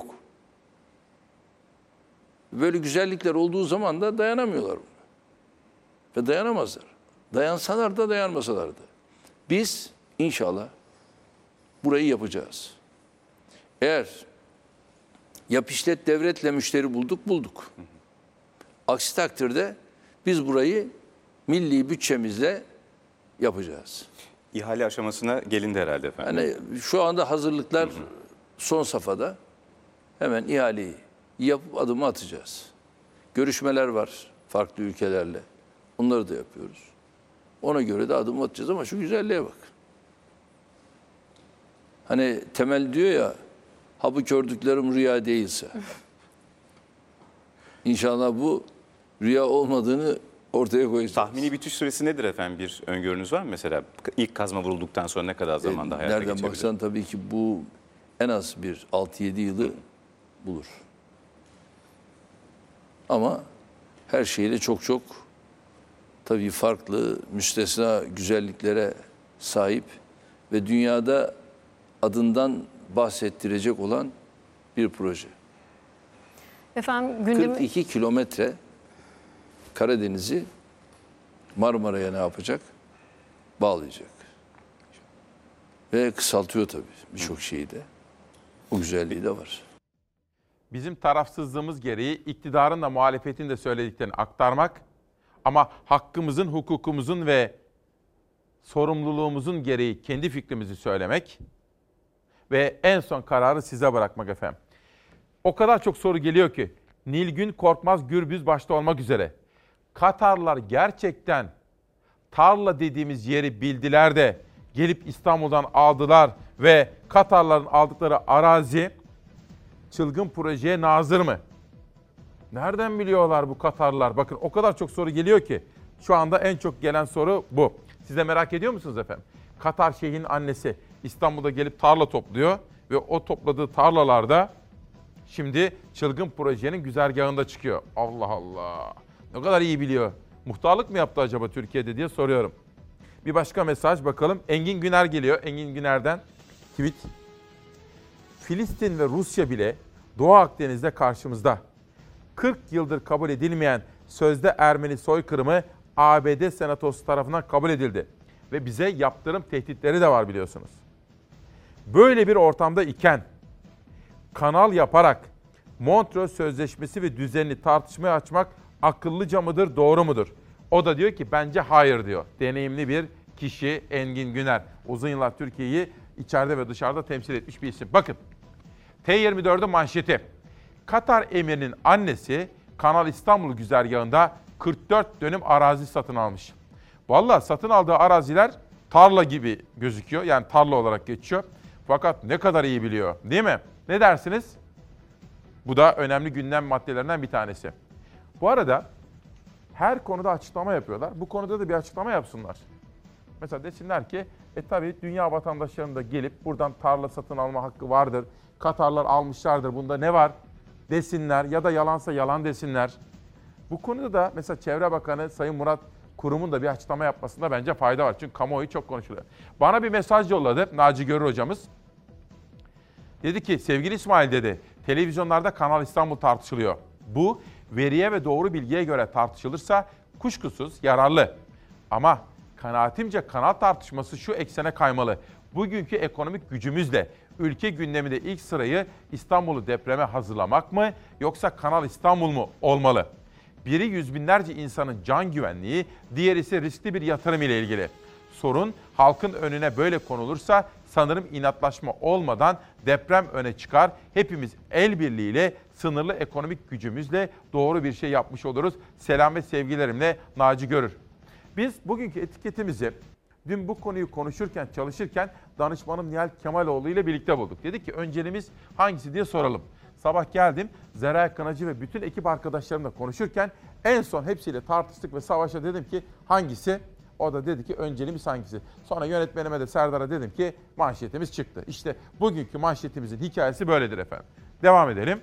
Böyle güzellikler olduğu zaman da dayanamıyorlar buna. Ve dayanamazlar. Dayansalar da dayanmasalar da. Biz inşallah burayı yapacağız. Eğer yap işlet devletle müşteri bulduk. Aksi takdirde biz burayı milli bütçemizle yapacağız. İhale aşamasına gelindi herhalde efendim. Yani şu anda hazırlıklar son safhada. Hemen ihaleyi yapıp adımı atacağız. Görüşmeler var farklı ülkelerle. Onları da yapıyoruz. Ona göre de adım atacağız ama şu güzelliğe bak. Hani Temel diyor ya, ha bu gördüklerim rüya değilse. İnşallah bu rüya olmadığını ortaya koyacağız. Tahmini bitiş süresi nedir efendim? Bir öngörünüz var mı mesela? İlk kazma vurulduktan sonra ne kadar zamanda hayata geçebilir? Nereden baksan tabii ki bu en az bir 6-7 yılı bulur. Ama her şeyle çok tabii farklı, müstesna güzelliklere sahip ve dünyada adından bahsettirecek olan bir proje. Efendim gündemi... 42 kilometre Karadeniz'i Marmara'ya ne yapacak? Bağlayacak. Ve kısaltıyor tabii birçok şeyi de. O güzelliği de var. Bizim tarafsızlığımız gereği iktidarın da muhalefetin de söylediklerini aktarmak ama hakkımızın, hukukumuzun ve sorumluluğumuzun gereği kendi fikrimizi söylemek ve en son kararı size bırakmak efendim. O kadar çok soru geliyor ki Nilgün Korkmaz Gürbüz başta olmak üzere Katarlılar gerçekten tarla dediğimiz yeri bildiler de gelip İstanbul'dan aldılar ve Katarlıların aldıkları arazi çılgın projeye nazır mı? Nereden biliyorlar bu Katarlılar? Bakın o kadar çok soru geliyor ki şu anda en çok gelen soru bu. Siz de merak ediyor musunuz efendim? Katar Şeyh'in annesi İstanbul'da gelip tarla topluyor ve o topladığı tarlalarda şimdi çılgın projenin güzergahında çıkıyor. Allah Allah. Ne kadar iyi biliyor. Muhtarlık mı yaptı acaba Türkiye'de diye soruyorum. Bir başka mesaj bakalım. Engin Güner geliyor. Engin Güner'den tweet. Filistin ve Rusya bile Doğu Akdeniz'de karşımızda. 40 yıldır kabul edilmeyen sözde Ermeni soykırımı ABD Senatosu tarafından kabul edildi. Ve bize yaptırım tehditleri de var biliyorsunuz. Böyle bir ortamda iken kanal yaparak Montreux Sözleşmesi ve düzenini tartışmaya açmak akıllıca mıdır, doğru mudur? O da diyor ki bence hayır diyor. Deneyimli bir kişi Engin Güner. Uzun yıllar Türkiye'yi içeride ve dışarıda temsil etmiş bir isim. Bakın T24'ün manşeti. Katar emirinin annesi Kanal İstanbul güzergahında 44 dönüm arazi satın almış. Vallahi satın aldığı araziler tarla gibi gözüküyor. Yani tarla olarak geçiyor. Fakat ne kadar iyi biliyor değil mi? Ne dersiniz? Bu da önemli gündem maddelerinden bir tanesi. Bu arada her konuda açıklama yapıyorlar. Bu konuda da bir açıklama yapsınlar. Mesela desinler ki tabii dünya vatandaşlarının da gelip buradan tarla satın alma hakkı vardır. Katarlar almışlardır, bunda ne var desinler ya da yalansa yalan desinler. Bu konuda da mesela Çevre Bakanı Sayın Murat Kurum'un da bir açıklama yapmasında bence fayda var. Çünkü kamuoyu çok konuşuluyor. Bana bir mesaj yolladı Naci Görür hocamız. Dedi ki sevgili İsmail dedi, televizyonlarda Kanal İstanbul tartışılıyor. Bu veriye ve doğru bilgiye göre tartışılırsa kuşkusuz yararlı. Ama kanaatimce kanal tartışması şu eksene kaymalı. Bugünkü ekonomik gücümüzle ülke gündeminde ilk sırayı İstanbul'u depreme hazırlamak mı yoksa Kanal İstanbul mu olmalı? Biri yüz binlerce insanın can güvenliği, diğeri ise riskli bir yatırım ile ilgili. Sorun halkın önüne böyle konulursa sanırım inatlaşma olmadan deprem öne çıkar. Hepimiz el birliğiyle sınırlı ekonomik gücümüzle doğru bir şey yapmış oluruz. Selam ve sevgilerimle Naci Görür. Biz bugünkü etiketimizi Dün bu konuyu konuşurken, çalışırken danışmanım Nihal Kemaloğlu ile birlikte bulduk. Dedik ki önceliğimiz hangisi diye soralım. Sabah geldim, Zeray Kınacı ve bütün ekip arkadaşlarımla konuşurken en son hepsiyle tartıştık ve Savaş'a dedim ki hangisi? O da dedi ki önceliğimiz hangisi? Sonra yönetmenime de Serdar'a dedim ki manşetimiz çıktı. İşte bugünkü manşetimizin hikayesi böyledir efendim. Devam edelim.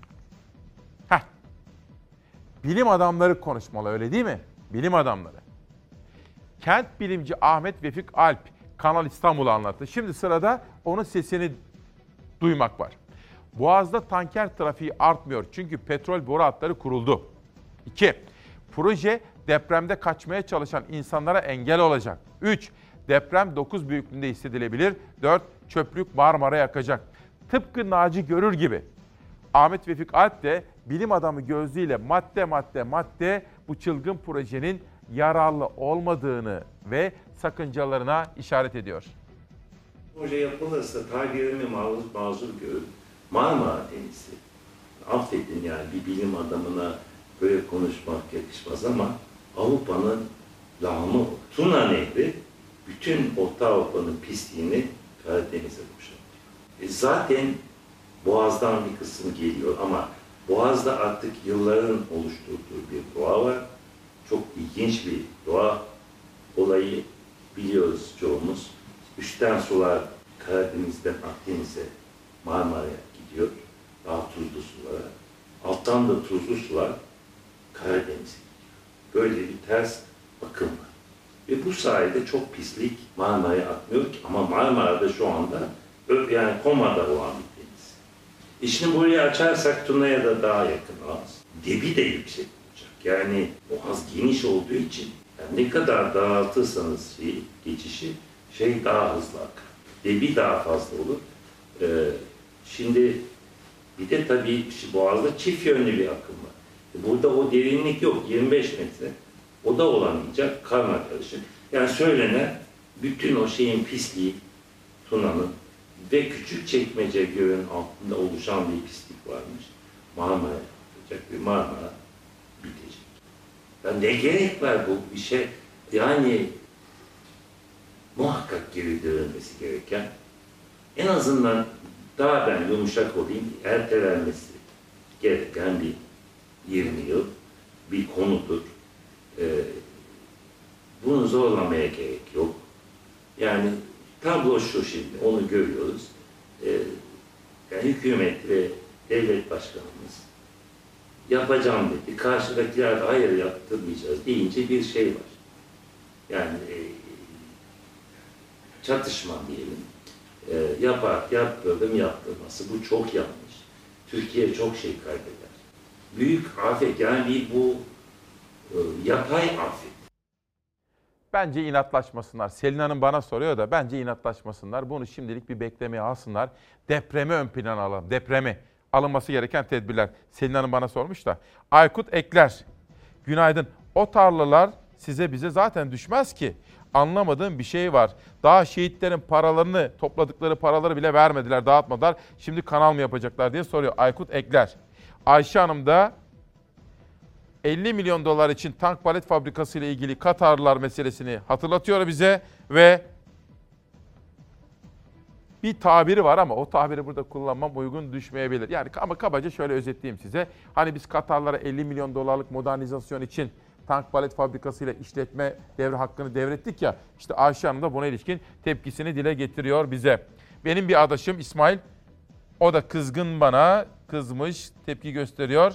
Bilim adamları konuşmalı, öyle değil mi? Bilim adamları. Kent bilimci Ahmet Vefik Alp Kanal İstanbul'u anlattı. Şimdi sırada onun sesini duymak var. Boğaz'da tanker trafiği artmıyor çünkü petrol boru hatları kuruldu. 2. Proje depremde kaçmaya çalışan insanlara engel olacak. 3. Deprem 9 büyüklüğünde hissedilebilir. 4. Çöplük Marmara'ya akacak. Tıpkı Naci Görür gibi. Ahmet Vefik Alp de bilim adamı gözlüğüyle madde bu çılgın projenin yararlı olmadığını ve sakıncalarına işaret ediyor. Proje yapılırsa tabirimi mazur görüp Marmara Denizi, affedin yani bir bilim adamına böyle konuşmak yakışmaz ama Avrupa'nın lağımı olur. Tuna Nehri bütün Orta Avrupa'nın pisliğini Karadeniz'e boşaltıyor. Zaten Boğaz'dan bir kısım geliyor ama Boğaz'da artık yılların oluşturduğu bir doğa var. Çok ilginç bir doğa olayı biliyoruz çoğumuz. Üstten sular Karadeniz'den Akdeniz'e, Marmara'ya gidiyor. Daha tuzlu sulara. Alttan da tuzlu sular Karadeniz'e gidiyor. Böyle bir ters akım var. Ve bu sayede çok pislik Marmara'ya akmıyor ki ama Marmara'da şu anda yani komada olan bir deniz. Şimdi burayı açarsak Tuna'ya da daha yakın az. Debi de yüksek olacak. Yani Boğaz geniş olduğu için yani ne kadar daraltırsanız geçişi daha hızlı akar. Debi daha fazla olur. Şimdi bir de tabii Boğaz'da çift yönlü bir akım var. Burada o derinlik yok. 25 metre. O da olamayacak. Karma karışık. Yani söylenen bütün o pisliği Tuna'nın ve Küçükçekmece Gölü'nün altında oluşan bir pislik varmış. Marmara yapacak ve Marmara bitecek. Yani ne gerek var bu işe? Yani muhakkak geri dönülmesi gereken, en azından daha ben yumuşak olayım, ertelenmesi gereken bir 20 yıl bir konudur. Bunu zorlamaya gerek yok. Yani tablo şu şimdi, onu görüyoruz. Yani hükümet ve devlet başkanımız yapacağım dedi. Karşıdakiler de hayır yaptırmayacağız deyince bir şey var. Yani çatışma diyelim. Yaptırması. Bu çok yanlış. Türkiye çok şey kaybeder. Büyük afet yani bu yapay afet. Bence inatlaşmasınlar. Selin Hanım bana soruyor da bence inatlaşmasınlar. Bunu şimdilik bir beklemeye alsınlar. Depremi ön plana alalım. Depremi. Alınması gereken tedbirler. Selin Hanım bana sormuş da. Aykut Ekler. Günaydın. O tarlalar size bize zaten düşmez ki. Anlamadığım bir şey var. Daha şehitlerin paralarını, topladıkları paraları bile vermediler, dağıtmadılar. Şimdi kanal mı yapacaklar diye soruyor Aykut Ekler. Ayşe Hanım da 50 milyon dolar için tank palet fabrikası ile ilgili Katarlılar meselesini hatırlatıyor bize ve bir tabiri var ama o tabiri burada kullanmam uygun düşmeyebilir. Yani ama kabaca şöyle özetleyeyim size. Hani biz Katarlara 50 milyon dolarlık modernizasyon için tank palet fabrikasıyla işletme devre hakkını devrettik ya. İşte Ayşe Hanım da buna ilişkin tepkisini dile getiriyor bize. Benim bir adaşım İsmail, o da kızgın bana, kızmış, tepki gösteriyor.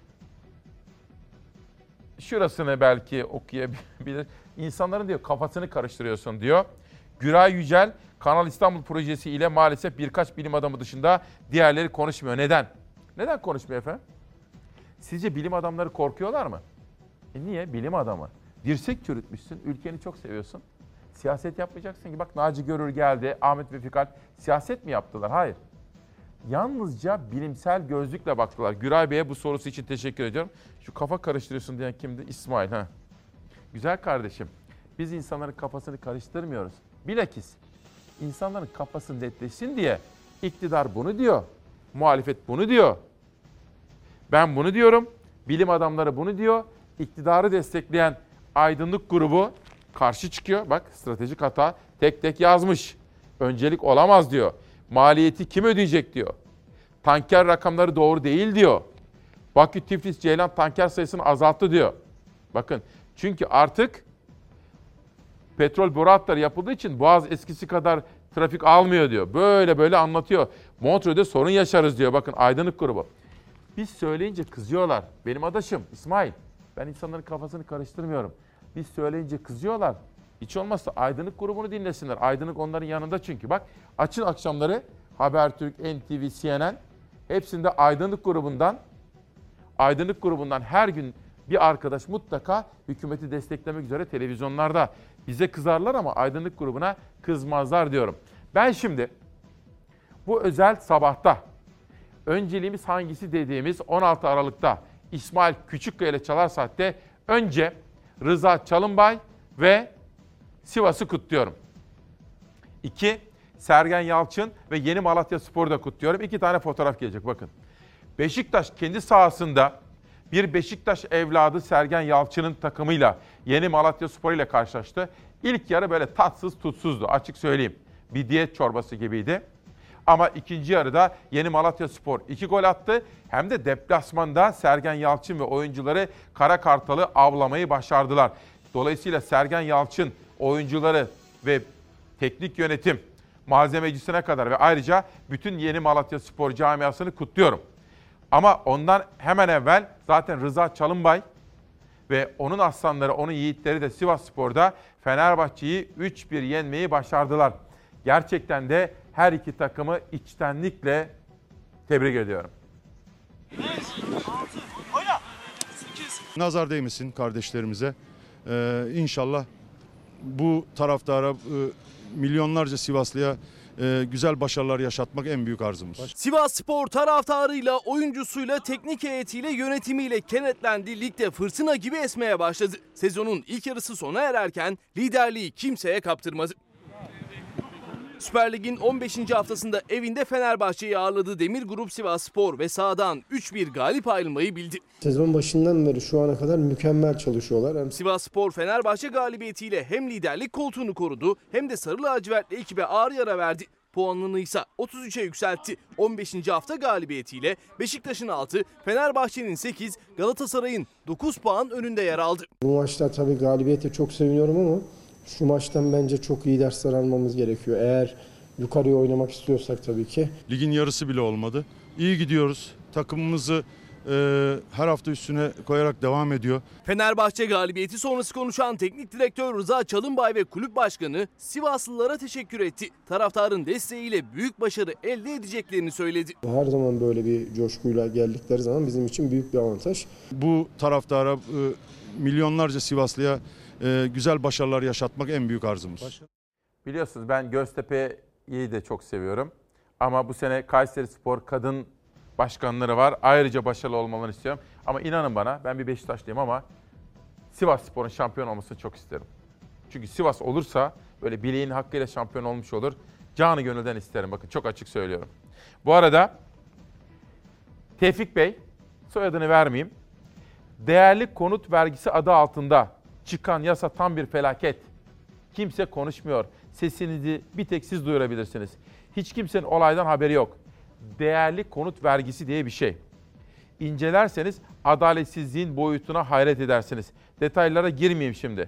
Şurasını belki okuyabilir. İnsanların diyor kafasını karıştırıyorsun diyor. Güray Yücel, Kanal İstanbul projesi ile maalesef birkaç bilim adamı dışında diğerleri konuşmuyor. Neden? Neden konuşmuyor efendim? Sizce bilim adamları korkuyorlar mı? Niye? Bilim adamı. Dirsek çürütmüşsün, ülkeni çok seviyorsun. Siyaset yapmayacaksın ki. Bak Naci Görür geldi, Ahmet Vefik Alp. Siyaset mi yaptılar? Hayır. Yalnızca bilimsel gözlükle baktılar. Güray Bey'e bu sorusu için teşekkür ediyorum. Şu kafa karıştırıyorsun diyen kimdi? İsmail. Ha. Güzel kardeşim. Biz insanların kafasını karıştırmıyoruz. Bilakis insanların kafası netleşsin diye iktidar bunu diyor. Muhalefet bunu diyor. Ben bunu diyorum. Bilim adamları bunu diyor. İktidarı destekleyen aydınlık grubu karşı çıkıyor. Bak stratejik hata tek tek yazmış. Öncelik olamaz diyor. Maliyeti kim ödeyecek diyor. Tanker rakamları doğru değil diyor. Bakü, Tiflis, Ceylan tanker sayısını azalttı diyor. Bakın çünkü artık petrol boru hatları yapıldığı için Boğaz eskisi kadar trafik almıyor diyor. Böyle anlatıyor. Montreux'de sorun yaşarız diyor. Bakın Aydınlık grubu. Biz söyleyince kızıyorlar. Benim adaşım İsmail. Ben insanların kafasını karıştırmıyorum. Biz söyleyince kızıyorlar. Hiç olmazsa Aydınlık grubunu dinlesinler. Aydınlık onların yanında çünkü. Bak açın akşamları Habertürk, NTV, CNN hepsinde Aydınlık grubundan her gün bir arkadaş mutlaka hükümeti desteklemek üzere televizyonlarda. Bize kızarlar ama Aydınlık grubuna kızmazlar diyorum. Ben şimdi bu özel sabahta önceliğimiz hangisi dediğimiz 16 Aralık'ta İsmail Küçükkaya ile Çalar Saat'te önce Rıza Çalınbay ve Sivas'ı kutluyorum. 2. Sergen Yalçın ve Yeni Malatyaspor'u da kutluyorum. 2 tane fotoğraf gelecek bakın. Beşiktaş kendi sahasında bir Beşiktaş evladı Sergen Yalçın'ın takımıyla Yeni Malatyaspor ile karşılaştı. İlk yarı böyle tatsız tutsuzdu açık söyleyeyim. Bir diyet çorbası gibiydi. Ama ikinci yarıda Yeni Malatyaspor 2 gol attı. Hem de deplasmanda Sergen Yalçın ve oyuncuları Kara Kartal'ı avlamayı başardılar. Dolayısıyla Sergen Yalçın, oyuncuları ve teknik yönetim, malzemecisine kadar ve ayrıca bütün Yeni Malatyaspor camiasını kutluyorum. Ama ondan hemen evvel zaten Rıza Çalınbay ve onun aslanları, onun yiğitleri de Sivasspor'da Fenerbahçe'yi 3-1 yenmeyi başardılar. Gerçekten de her iki takımı içtenlikle tebrik ediyorum. Nazar değmesin kardeşlerimize. İnşallah bu taraftara milyonlarca Sivaslıya güzel başarılar yaşatmak en büyük arzumuz. Sivasspor taraftarıyla, oyuncusuyla, teknik heyetiyle, yönetimiyle kenetlendi. Ligde fırtına gibi esmeye başladı. Sezonun ilk yarısı sona ererken liderliği kimseye kaptırmadı. Süper Lig'in 15. haftasında evinde Fenerbahçe'yi ağırladı Demir Grup Sivasspor ve sahadan 3-1 galip ayrılmayı bildi. Sezon başından beri şu ana kadar mükemmel çalışıyorlar. Sivasspor Fenerbahçe galibiyetiyle hem liderlik koltuğunu korudu hem de sarı lacivertli ekibe ağır yara verdi. Puanını ise 33'e yükseltti. 15. hafta galibiyetiyle Beşiktaş'ın 6, Fenerbahçe'nin 8, Galatasaray'ın 9 puan önünde yer aldı. Bu maçta tabii galibiyete çok seviniyorum ama şu maçtan bence çok iyi dersler almamız gerekiyor. Eğer yukarıya oynamak istiyorsak tabii ki. Ligin yarısı bile olmadı. İyi gidiyoruz. Takımımızı her hafta üstüne koyarak devam ediyor. Fenerbahçe galibiyeti sonrası konuşan teknik direktör Rıza Çalınbay ve kulüp başkanı Sivaslılara teşekkür etti. Taraftarın desteğiyle büyük başarı elde edeceklerini söyledi. Her zaman böyle bir coşkuyla geldikleri zaman bizim için büyük bir avantaj. Bu taraftara milyonlarca Sivaslıya güzel başarılar yaşatmak en büyük arzumuz. Biliyorsunuz ben Göztepe'yi de çok seviyorum. Ama bu sene Kayserispor kadın başkanları var. Ayrıca başarılı olmalarını istiyorum. Ama inanın bana ben bir Beşiktaşlıyım ama Sivasspor'un şampiyon olmasını çok isterim. Çünkü Sivas olursa böyle bileğin hakkıyla şampiyon olmuş olur. Canı gönülden isterim. Bakın çok açık söylüyorum. Bu arada Tevfik Bey, soyadını vermeyeyim. Değerli konut vergisi adı altında çıkan yasa tam bir felaket. Kimse konuşmuyor. Sesinizi bir tek siz duyurabilirsiniz. Hiç kimsenin olaydan haberi yok. Değerli konut vergisi diye bir şey. İncelerseniz adaletsizliğin boyutuna hayret edersiniz. Detaylara girmeyeyim şimdi.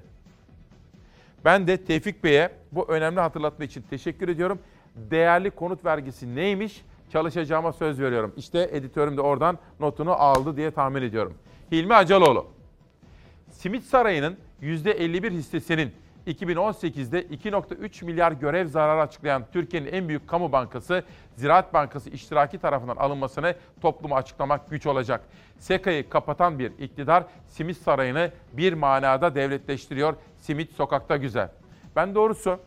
Ben de Tevfik Bey'e bu önemli hatırlatma için teşekkür ediyorum. Değerli konut vergisi neymiş? Çalışacağıma söz veriyorum. İşte editörüm de oradan notunu aldı diye tahmin ediyorum. Hilmi Acaloğlu. Simit Sarayı'nın %51 hissesinin 2018'de 2.3 milyar görev zararı açıklayan Türkiye'nin en büyük kamu bankası Ziraat Bankası iştiraki tarafından alınmasını topluma açıklamak güç olacak. SEKA'yı kapatan bir iktidar Simit Sarayı'nı bir manada devletleştiriyor. Simit sokakta güzel. Ben doğrusu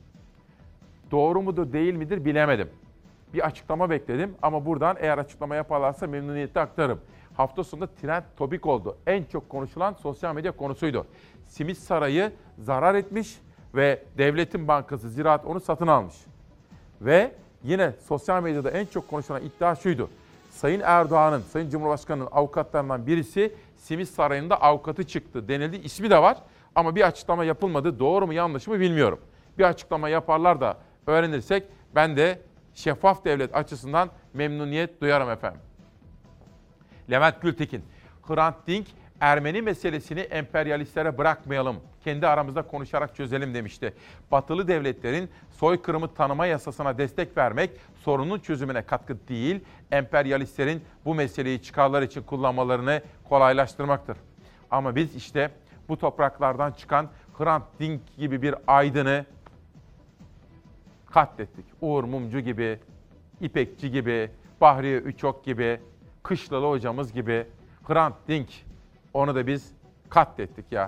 doğru mudur değil midir bilemedim. Bir açıklama bekledim ama buradan eğer açıklama yaparlarsa memnuniyetle aktarırım. Hafta sonunda trend topik oldu. En çok konuşulan sosyal medya konusuydu. Simit Sarayı zarar etmiş ve devletin bankası Ziraat onu satın almış. Ve yine sosyal medyada en çok konuşulan iddia şuydu. Sayın Erdoğan'ın, Sayın Cumhurbaşkanı'nın avukatlarından birisi Simit Sarayı'nda avukatı çıktı denildi. İsmi de var Ama bir açıklama yapılmadı. Doğru mu yanlış mı bilmiyorum. Bir açıklama yaparlar da öğrenirsek ben de şeffaf devlet açısından memnuniyet duyarım efendim. Levent Gültekin, Hrant Dink Ermeni meselesini emperyalistlere bırakmayalım, kendi aramızda konuşarak çözelim demişti. Batılı devletlerin soykırımı tanıma yasasına destek vermek sorunun çözümüne katkı değil, emperyalistlerin bu meseleyi çıkarlar için kullanmalarını kolaylaştırmaktır. Ama biz işte bu topraklardan çıkan Hrant Dink gibi bir aydını katlettik. Uğur Mumcu gibi, İpekçi gibi, Bahriye Üçok gibi, Kışlalı hocamız gibi Hrant Dink, onu da biz katlettik ya.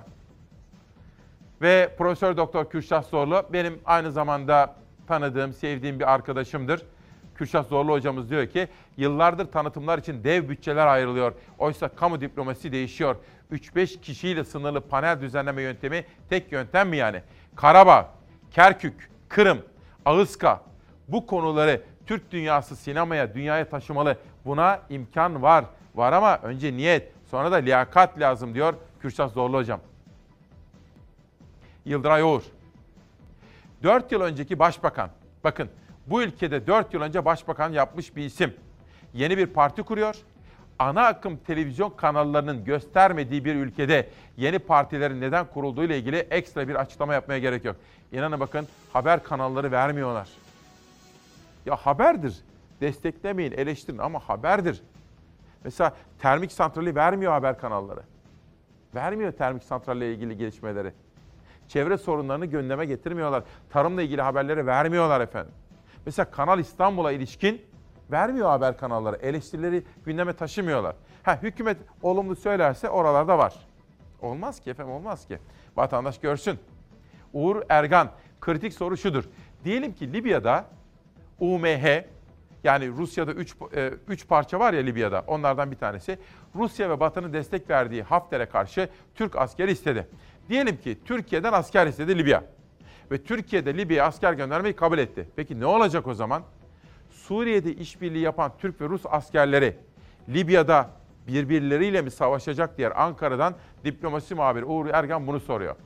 Ve Profesör Doktor Kürşat Zorlu benim aynı zamanda tanıdığım, sevdiğim bir arkadaşımdır. Kürşat Zorlu hocamız diyor ki yıllardır tanıtımlar için dev bütçeler ayrılıyor. Oysa kamu diplomasisi değişiyor. 3-5 kişiyle sınırlı panel düzenleme yöntemi tek yöntem mi yani? Karabağ, Kerkük, Kırım, Ağızka, bu konuları Türk dünyası sinemaya, dünyaya taşımalı. Buna imkan var. Var ama önce niyet, sonra da liyakat lazım diyor Kürşat Zorlu hocam. Yıldıray Oğur. 4 yıl önceki başbakan, bakın bu ülkede 4 yıl önce başbakan yapmış bir isim. Yeni bir parti kuruyor. Ana akım televizyon kanallarının göstermediği bir ülkede yeni partilerin neden kurulduğu ile ilgili ekstra bir açıklama yapmaya gerek yok. İnanın bakın haber kanalları vermiyorlar. Ya haberdir. Desteklemeyin, eleştirin ama haberdir. Mesela termik santrali vermiyor haber kanalları. Vermiyor termik santralle ilgili gelişmeleri. Çevre sorunlarını gündeme getirmiyorlar. Tarımla ilgili haberleri vermiyorlar efendim. Mesela Kanal İstanbul'a ilişkin vermiyor haber kanalları. Eleştirileri gündeme taşımıyorlar. Hükümet olumlu söylerse oralarda var. Olmaz ki efendim, olmaz ki. Vatandaş görsün. Uğur Ergan, kritik soru şudur. Diyelim ki Libya'da UMH, yani Rusya'da 3 parça var ya Libya'da, onlardan bir tanesi. Rusya ve Batı'nın destek verdiği Hafter'e karşı Türk askeri istedi. Diyelim ki Türkiye'den asker istedi Libya. Ve Türkiye de Libya'ya asker göndermeyi kabul etti. Peki ne olacak o zaman? Suriye'de işbirliği yapan Türk ve Rus askerleri Libya'da birbirleriyle mi savaşacak diye Ankara'dan diplomasi muhabiri Uğur Ergan bunu soruyor.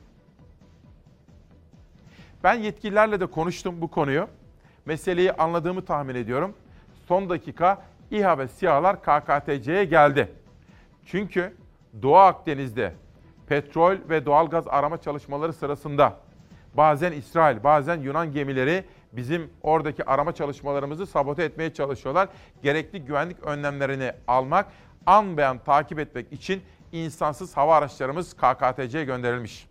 Ben yetkililerle de konuştum bu konuyu. Meseleyi anladığımı tahmin ediyorum. Son dakika İHA ve SİHA'lar KKTC'ye geldi. Çünkü Doğu Akdeniz'de petrol ve doğalgaz arama çalışmaları sırasında bazen İsrail, bazen Yunan gemileri bizim oradaki arama çalışmalarımızı sabote etmeye çalışıyorlar. Gerekli güvenlik önlemlerini almak, an be an takip etmek için insansız hava araçlarımız KKTC'ye gönderilmiş.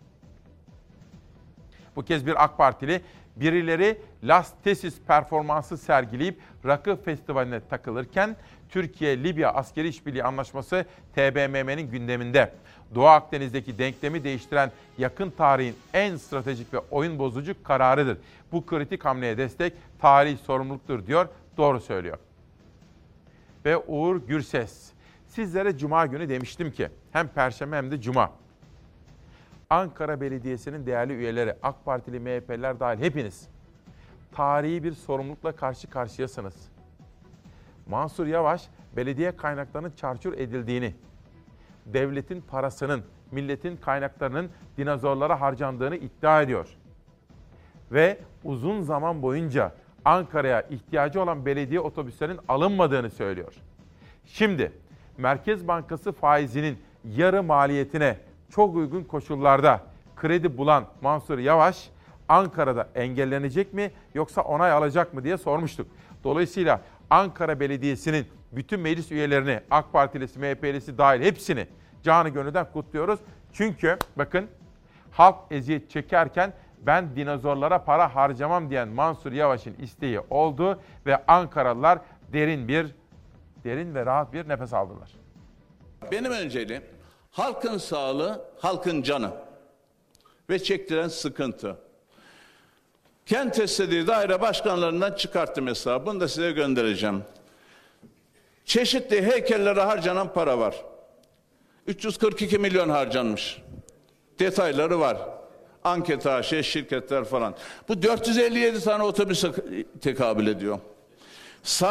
Bu kez bir AK Partili birileri Las Tesis performansı sergileyip rakı festivaline takılırken Türkiye-Libya Askeri İşbirliği Anlaşması TBMM'nin gündeminde. Doğu Akdeniz'deki denklemi değiştiren yakın tarihin en stratejik ve oyun bozucu kararıdır. Bu kritik hamleye destek tarihi sorumluluktur diyor, doğru söylüyor. Ve Uğur Gürses, sizlere Cuma günü demiştim ki hem Perşembe hem de Cuma. Ankara Belediyesi'nin değerli üyeleri, AK Partili, MHP'liler dahil hepiniz tarihi bir sorumlulukla karşı karşıyasınız. Mansur Yavaş, belediye kaynaklarının çarçur edildiğini, devletin parasının, milletin kaynaklarının dinozorlara harcandığını iddia ediyor. Ve uzun zaman boyunca Ankara'ya ihtiyacı olan belediye otobüslerinin alınmadığını söylüyor. Şimdi Merkez Bankası faizinin yarı maliyetine çok uygun koşullarda kredi bulan Mansur Yavaş, Ankara'da engellenecek mi yoksa onay alacak mı diye sormuştuk. Dolayısıyla Ankara Belediyesi'nin bütün meclis üyelerini, AK Partilisi, MHP'lisi dahil hepsini canı gönülden kutluyoruz. Çünkü bakın halk eziyet çekerken ben dinozorlara para harcamam diyen Mansur Yavaş'ın isteği oldu ve Ankaralılar derin ve rahat bir nefes aldılar. Benim önceliğim halkın sağlığı, halkın canı ve çektiren sıkıntı. Kent istediği daire başkanlarından çıkarttım hesabı. Bunu da size göndereceğim. Çeşitli heykellere harcanan para var. 342 milyon harcanmış. Detayları var. Anket AŞ, şirketler falan. Bu 457 tane otobüse tekabül ediyor.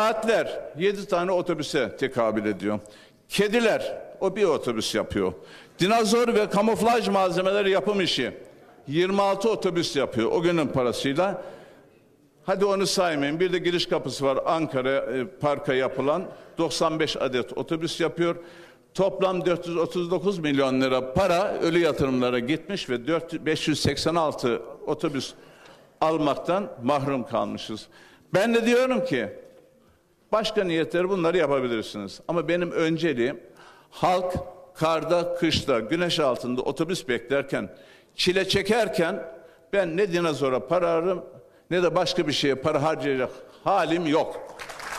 Saatler 7 tane otobüse tekabül ediyor. Kediler o bir otobüs yapıyor. Dinozor ve kamuflaj malzemeleri yapım işi 26 otobüs yapıyor o günün parasıyla. Hadi onu saymayın. Bir de giriş kapısı var Ankara Park'a yapılan 95 adet otobüs yapıyor. Toplam 439 milyon lira para ölü yatırımlara gitmiş ve 586 otobüs almaktan mahrum kalmışız. Ben de diyorum ki başka niyetleri bunları yapabilirsiniz. Ama benim önceliğim halk karda, kışta, güneş altında otobüs beklerken, çile çekerken ben ne dinozora para harcarım ne de başka bir şeye para harcayacak halim yok.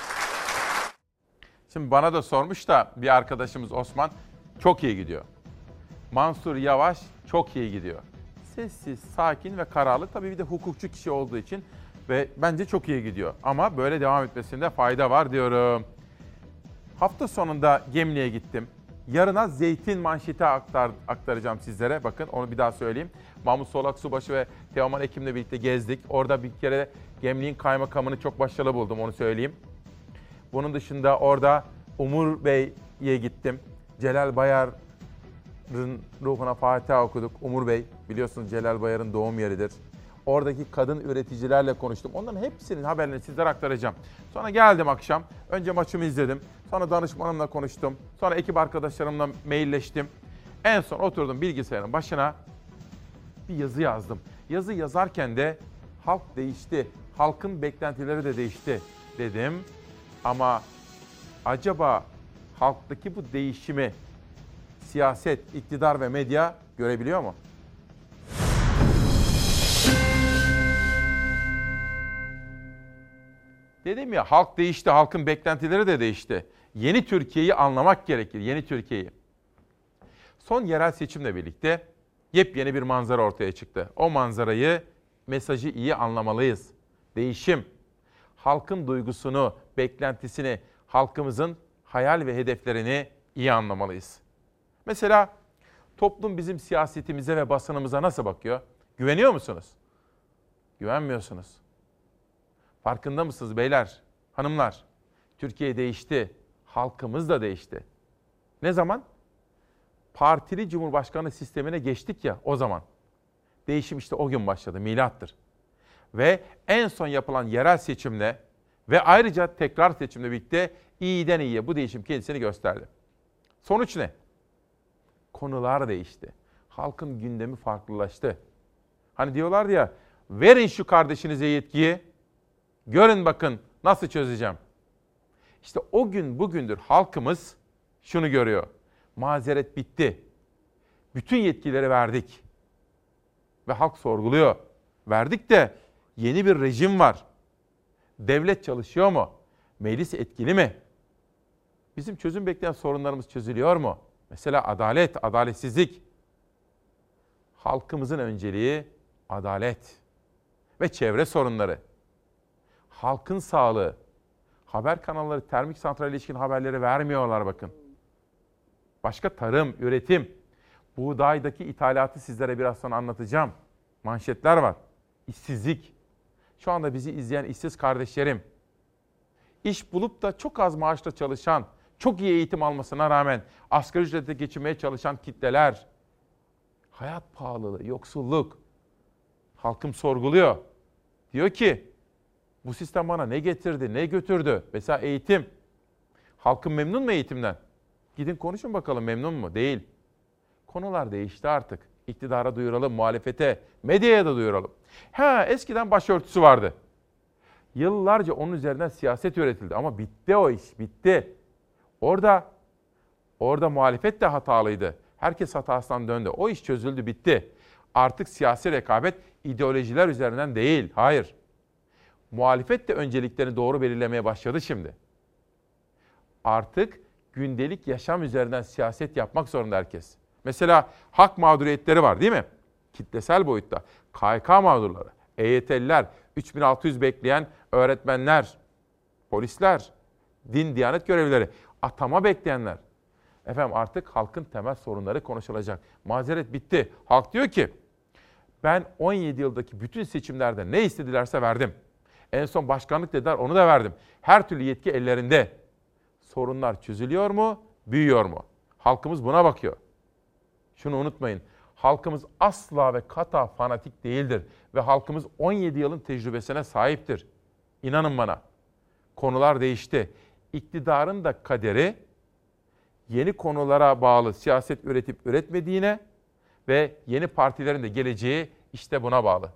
Şimdi bana da sormuş da bir arkadaşımız Osman, çok iyi gidiyor. Mansur Yavaş çok iyi gidiyor. Sessiz, sakin ve kararlı, tabii bir de hukukçu kişi olduğu için ve bence çok iyi gidiyor. Ama böyle devam etmesinde fayda var diyorum. Hafta sonunda Gemli'ye gittim. Yarına zeytin manşeti aktaracağım sizlere. Bakın onu bir daha söyleyeyim. Mahmut Solak Subaşı ve Teoman Ekim'le birlikte gezdik. Orada bir kere Gemli'nin kaymakamını çok başarılı buldum, onu söyleyeyim. Bunun dışında orada Umur Bey'e gittim. Celal Bayar'ın ruhuna Fatiha okuduk. Umur Bey, biliyorsunuz Celal Bayar'ın doğum yeridir. Oradaki kadın üreticilerle konuştum. Onların hepsinin haberlerini sizlere aktaracağım. Sonra geldim akşam. Önce maçımı izledim. Sonra danışmanımla konuştum. Sonra ekip arkadaşlarımla mailleştim. En son oturdum bilgisayarın başına. Bir yazı yazdım. Yazı yazarken de halk değişti. Halkın beklentileri de değişti dedim. Ama acaba halktaki bu değişimi siyaset, iktidar ve medya görebiliyor mu? Dedim ya, halk değişti, halkın beklentileri de değişti. Yeni Türkiye'yi anlamak gerekir, yeni Türkiye'yi. Son yerel seçimle birlikte yepyeni bir manzara ortaya çıktı. O manzarayı, mesajı iyi anlamalıyız. Değişim, halkın duygusunu, beklentisini, halkımızın hayal ve hedeflerini iyi anlamalıyız. Mesela toplum bizim siyasetimize ve basınımıza nasıl bakıyor? Güveniyor musunuz? Güvenmiyorsunuz. Farkında mısınız beyler, hanımlar? Türkiye değişti, halkımız da değişti. Ne zaman? Partili Cumhurbaşkanlığı sistemine geçtik ya, o zaman. Değişim işte o gün başladı, milattır. Ve en son yapılan yerel seçimle ve ayrıca tekrar seçimle birlikte iyiden iyiye bu değişim kendisini gösterdi. Sonuç ne? Konular değişti. Halkın gündemi farklılaştı. Hani diyorlar ya, verin şu kardeşinize yetkiyi, görün bakın nasıl çözeceğim. İşte o gün bugündür halkımız şunu görüyor. Mazeret bitti. Bütün yetkileri verdik. Ve halk sorguluyor. Verdik de yeni bir rejim var. Devlet çalışıyor mu? Meclis etkili mi? Bizim çözüm bekleyen sorunlarımız çözülüyor mu? Mesela adalet, adaletsizlik. Halkımızın önceliği adalet ve çevre sorunları. Halkın sağlığı. Haber kanalları termik santrale ilişkin haberleri vermiyorlar bakın. Başka tarım, üretim. Buğdaydaki ithalatı sizlere biraz sonra anlatacağım. Manşetler var. İşsizlik. Şu anda bizi izleyen işsiz kardeşlerim. İş bulup da çok az maaşla çalışan, çok iyi eğitim almasına rağmen asgari ücretle geçinmeye çalışan kitleler. Hayat pahalılığı, yoksulluk. Halkım sorguluyor. Diyor ki, bu sistem bana ne getirdi, ne götürdü? Mesela eğitim. Halkım memnun mu eğitimden? Gidin konuşun bakalım, memnun mu? Değil. Konular değişti artık. İktidara duyuralım, muhalefete, medyaya da duyuralım. Eskiden başörtüsü vardı. Yıllarca onun üzerinden siyaset üretildi ama bitti o iş, bitti. Orada muhalefet de hatalıydı. Herkes hatasından döndü. O iş çözüldü, bitti. Artık siyasi rekabet ideolojiler üzerinden değil, hayır. Muhalefet de önceliklerini doğru belirlemeye başladı şimdi. Artık gündelik yaşam üzerinden siyaset yapmak zorunda herkes. Mesela hak mağduriyetleri var değil mi? Kitlesel boyutta. KYK mağdurları, EYT'liler, 3600 bekleyen öğretmenler, polisler, din, diyanet görevlileri, atama bekleyenler. Efendim artık halkın temel sorunları konuşulacak. Mazeret bitti. Halk diyor ki, ben 17 yıldaki bütün seçimlerde ne istedilerse verdim. En son başkanlık dediler, onu da verdim. Her türlü yetki ellerinde. Sorunlar çözülüyor mu, büyüyor mu? Halkımız buna bakıyor. Şunu unutmayın. Halkımız asla ve kata fanatik değildir. Ve halkımız 17 yılın tecrübesine sahiptir. İnanın bana. Konular değişti. İktidarın da kaderi yeni konulara bağlı siyaset üretip üretmediğine ve yeni partilerin de geleceği işte buna bağlı.